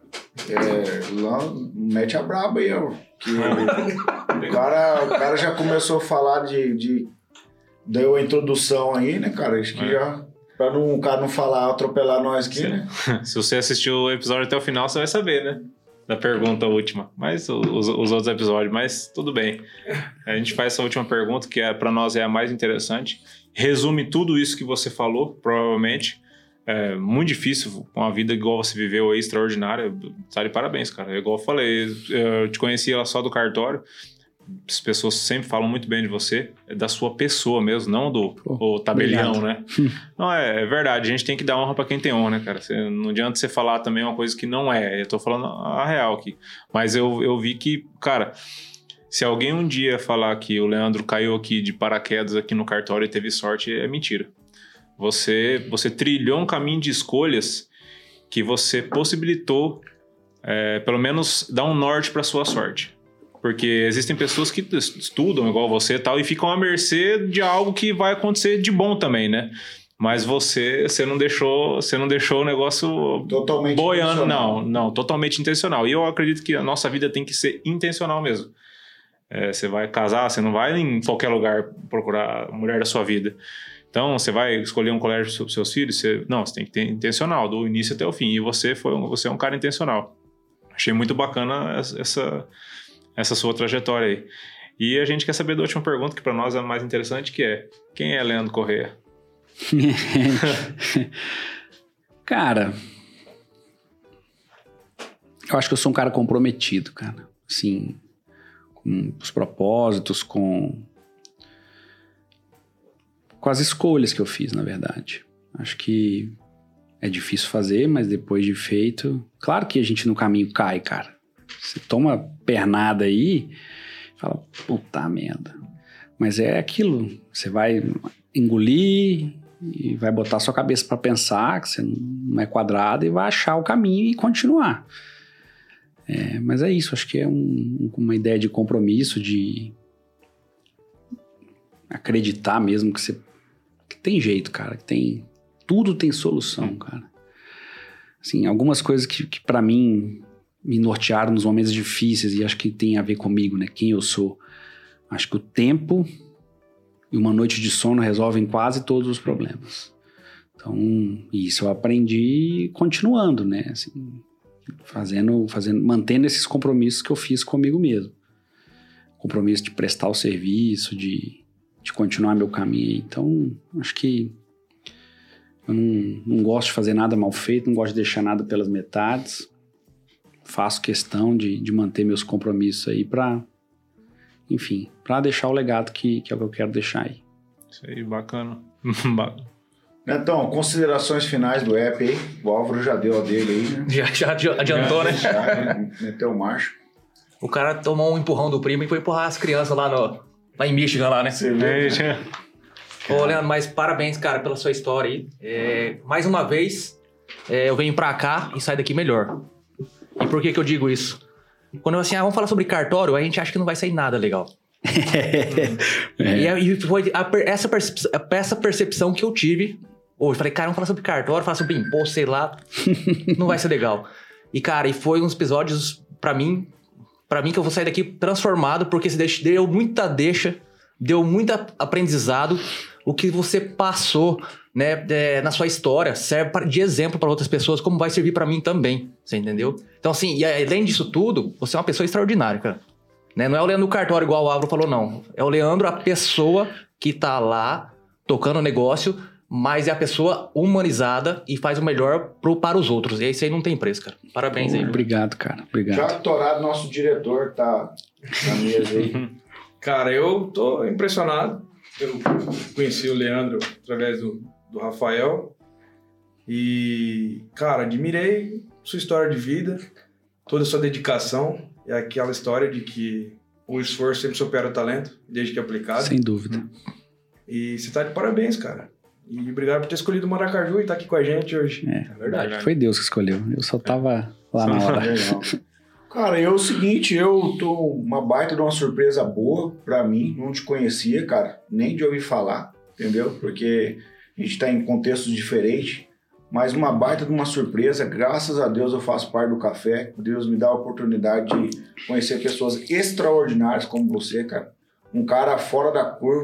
lá, mete a braba aí, ó. Que o cara já começou a falar deu a introdução aí, né, cara? Acho que já... Pra o cara não falar, atropelar nós aqui, né? Se você assistiu o episódio até o final, você vai saber, né? Da pergunta última. Mas os outros episódios, mas tudo bem. A gente faz essa última pergunta, que pra nós é a mais interessante. Resume tudo isso que você falou, provavelmente. É muito difícil, com a vida igual você viveu aí, extraordinária. Tá de parabéns, cara. Igual eu falei, eu te conhecia só do cartório. As pessoas sempre falam muito bem de você, é da sua pessoa mesmo, não do tabelião, obrigado. Né? Não, é verdade, a gente tem que dar honra pra quem tem honra, né, cara? Não adianta você falar também uma coisa que não é, eu tô falando a real aqui. Mas eu vi que, cara, se alguém um dia falar que o Leandro caiu aqui de paraquedas aqui no cartório e teve sorte, é mentira. Você trilhou um caminho de escolhas que você possibilitou, pelo menos, dar um norte pra sua sorte. Porque existem pessoas que estudam igual você e tal e ficam à mercê de algo que vai acontecer de bom também, né? Mas você não deixou o negócio totalmente boiando. Não, totalmente intencional. E eu acredito que a nossa vida tem que ser intencional mesmo. Você vai casar, você não vai em qualquer lugar procurar a mulher da sua vida. Então, você vai escolher um colégio para os seus filhos? Você tem que ter intencional, do início até o fim. E você é um cara intencional. Achei muito bacana essa sua trajetória aí. E a gente quer saber da última pergunta, que para nós é a mais interessante, que é: quem é Leandro Corrêa? Cara, eu acho que eu sou um cara comprometido, cara. Assim, com os propósitos, com as escolhas que eu fiz, na verdade. Acho que é difícil fazer, mas depois de feito... Claro que a gente no caminho cai, cara. Você toma pernada aí, fala, puta merda. Mas é aquilo, você vai engolir e vai botar sua cabeça para pensar, que você não é quadrado, e vai achar o caminho e continuar. Mas é isso, acho que é uma ideia de compromisso, de acreditar mesmo que tem jeito, cara, tudo tem solução, cara. Assim, algumas coisas que para mim me nortearam nos momentos difíceis, e acho que tem a ver comigo, né? Quem eu sou. Acho que o tempo e uma noite de sono resolvem quase todos os problemas. Então, isso eu aprendi continuando, né? Assim, mantendo esses compromissos que eu fiz comigo mesmo. Compromisso de prestar o serviço, de continuar meu caminho. Então, acho que eu não gosto de fazer nada mal feito, não gosto de deixar nada pelas metades. Faço questão de manter meus compromissos aí para deixar o legado que é o que eu quero deixar aí. Isso aí, bacana. Então, considerações finais do app aí. O Álvaro já deu a dele aí, né? Já adiantou, né? Já meteu o marcho. O cara tomou um empurrão do primo e foi empurrar as crianças lá em Michigan, lá, né? Ô, Leandro, mas parabéns, cara, pela sua história aí. Mais uma vez, eu venho pra cá e saio daqui melhor. E por que eu digo isso? Quando eu assim, vamos falar sobre cartório, a gente acha que não vai sair nada legal. E foi essa percepção que eu tive hoje. Falei, cara, vamos falar sobre cartório, falar sobre imposto, sei lá, não vai ser legal. E, cara, e foi uns episódios, pra mim que eu vou sair daqui transformado, porque deu muita deu muito aprendizado. O que você passou, né, na sua história serve de exemplo para outras pessoas, como vai servir para mim também, você entendeu? Então, assim, e além disso tudo, você é uma pessoa extraordinária, cara. Né? Não é o Leandro Cartório, igual o Álvaro falou, não. É o Leandro, a pessoa que tá lá, tocando o negócio, mas é a pessoa humanizada e faz o melhor para os outros. E isso aí não tem preço, cara. Parabéns aí. Obrigado, cara. Obrigado. Já Torado, nosso diretor, tá na mesa aí. Cara, eu tô impressionado. Eu conheci o Leandro através do Rafael. E, cara, admirei sua história de vida, toda a sua dedicação. É aquela história de que o esforço sempre supera o talento, desde que é aplicado. Sem dúvida. E você tá de parabéns, cara. E obrigado por ter escolhido o Maracaju e estar aqui com a gente hoje. É verdade. Foi Deus que escolheu. Eu só tava lá na hora. Cara, é o seguinte, eu tô uma baita de uma surpresa boa pra mim. Não te conhecia, cara, nem de ouvir falar, entendeu? Porque a gente tá em contextos diferentes. Mas uma baita de uma surpresa. Graças a Deus eu faço parte do café. Deus me dá a oportunidade de conhecer pessoas extraordinárias como você, cara. Um cara fora da curva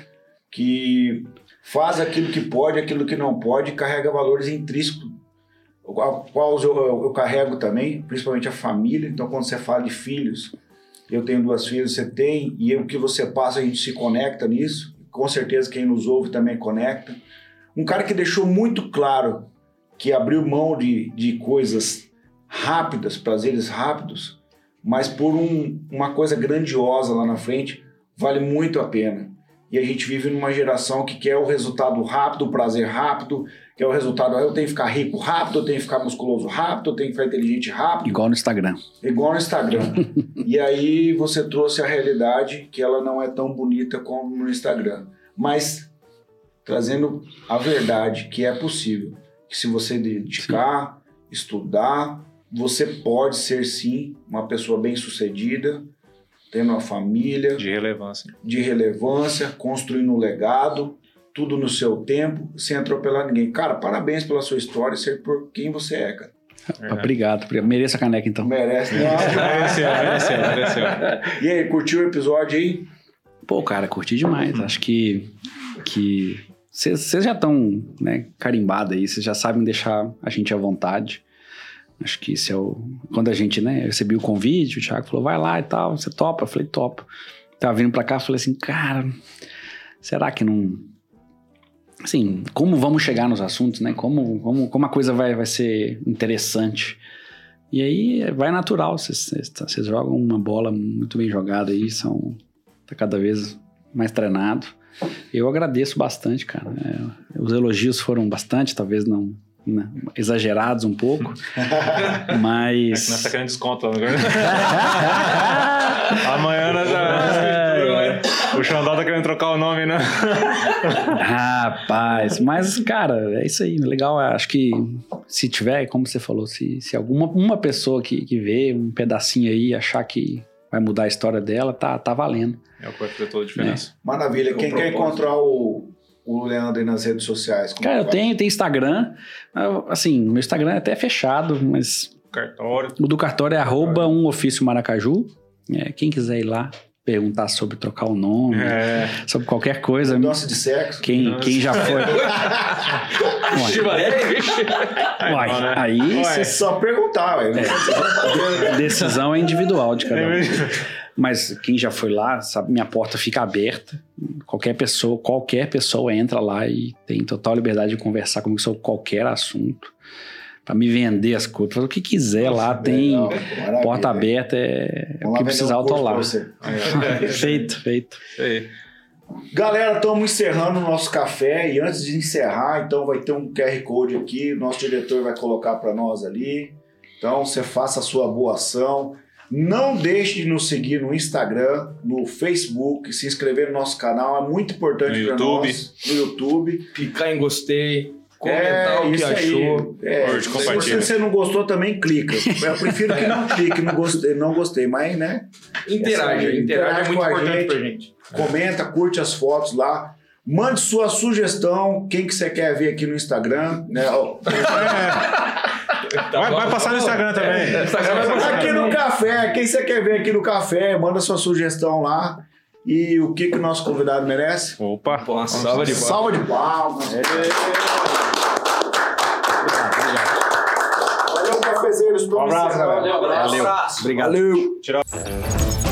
que faz aquilo que pode, aquilo que não pode, e carrega valores intrínsecos, qual eu carrego também, principalmente a família. Então, quando você fala de filhos, eu tenho 2 filhas, você tem, e o que você passa, a gente se conecta nisso. Com certeza quem nos ouve também conecta. Um cara que deixou muito claro que abriu mão de coisas rápidas, prazeres rápidos, mas por uma coisa grandiosa lá na frente, vale muito a pena. E a gente vive numa geração que quer o resultado rápido, o prazer rápido, quer o resultado, eu tenho que ficar rico rápido, eu tenho que ficar musculoso rápido, eu tenho que ficar inteligente rápido. Igual no Instagram. Igual no Instagram. E aí você trouxe a realidade que ela não é tão bonita como no Instagram. Mas trazendo a verdade, que é possível. Que se você dedicar, estudar, você pode ser sim uma pessoa bem-sucedida, tendo uma família de relevância, construindo um legado, tudo no seu tempo, sem atropelar ninguém. Cara, parabéns pela sua história e ser por quem você é, cara. Obrigado. Mereço a caneca, então. Merece. Mereceu. E aí, curtiu o episódio aí? Pô, cara, curti demais. Acho que vocês já estão, né, carimbados aí, vocês já sabem deixar a gente à vontade. Acho que isso é quando a gente, né, eu recebi o convite, o Thiago falou, vai lá e tal, você topa? Eu falei, topo. Tava vindo pra cá, falei assim, cara, será que não... Assim, como vamos chegar nos assuntos, né? Como a coisa vai ser interessante. E aí vai natural, vocês jogam uma bola muito bem jogada aí, tá cada vez mais treinado. Eu agradeço bastante, cara. Os elogios foram bastante, talvez não exagerados um pouco, mas... Nós tá querendo desconto lá, não é? Amanhã nós o Xandó tá querendo trocar o nome, né? Rapaz, mas, cara, é isso aí, legal. Acho que se tiver, como você falou, se uma pessoa que vê um pedacinho aí achar que vai mudar a história dela, tá valendo. É o que vai fazer toda a diferença. Maravilha. Quem quer encontrar o Leandro aí nas redes sociais? Cara, eu tenho Instagram. Assim, meu Instagram é até fechado, mas... Cartório. O do cartório é @umofíciomaracaju. Quem quiser ir lá perguntar sobre trocar o nome, sobre qualquer coisa. Mudança de sexo. Quem já foi... Aí é só perguntar. Decisão é individual de cada um. Mas quem já foi lá, sabe, minha porta fica aberta. Qualquer pessoa entra lá e tem total liberdade de conversar comigo sobre qualquer assunto. Pra me vender as coisas. O que quiser. Nossa, lá tem legal, porta aberta. O que precisar eu tô lá. Feito. Galera, estamos encerrando o nosso café. E antes de encerrar, então vai ter um QR Code aqui. Nosso diretor vai colocar para nós ali. Então você faça a sua boa ação. Não deixe de nos seguir no Instagram, no Facebook, se inscrever no nosso canal, é muito importante para nós. No YouTube. Clicar em gostei. Comentar o que achou. Curte, compartilha. Se você não gostou, também clica. Eu prefiro que não clique, não gostei, mas, né? Interage é muito importante pra gente. Comenta, curte as fotos lá. Mande sua sugestão, quem que você quer ver aqui no Instagram, né? Vai passar no Instagram também. Aqui no café, quem você quer ver aqui no café, manda sua sugestão lá. E o que o nosso convidado merece? Opa! Uma salva de palmas. Salva de palmas. Valeu, cafezeiros. Um abraço, galera. Valeu. Obrigado. Valeu.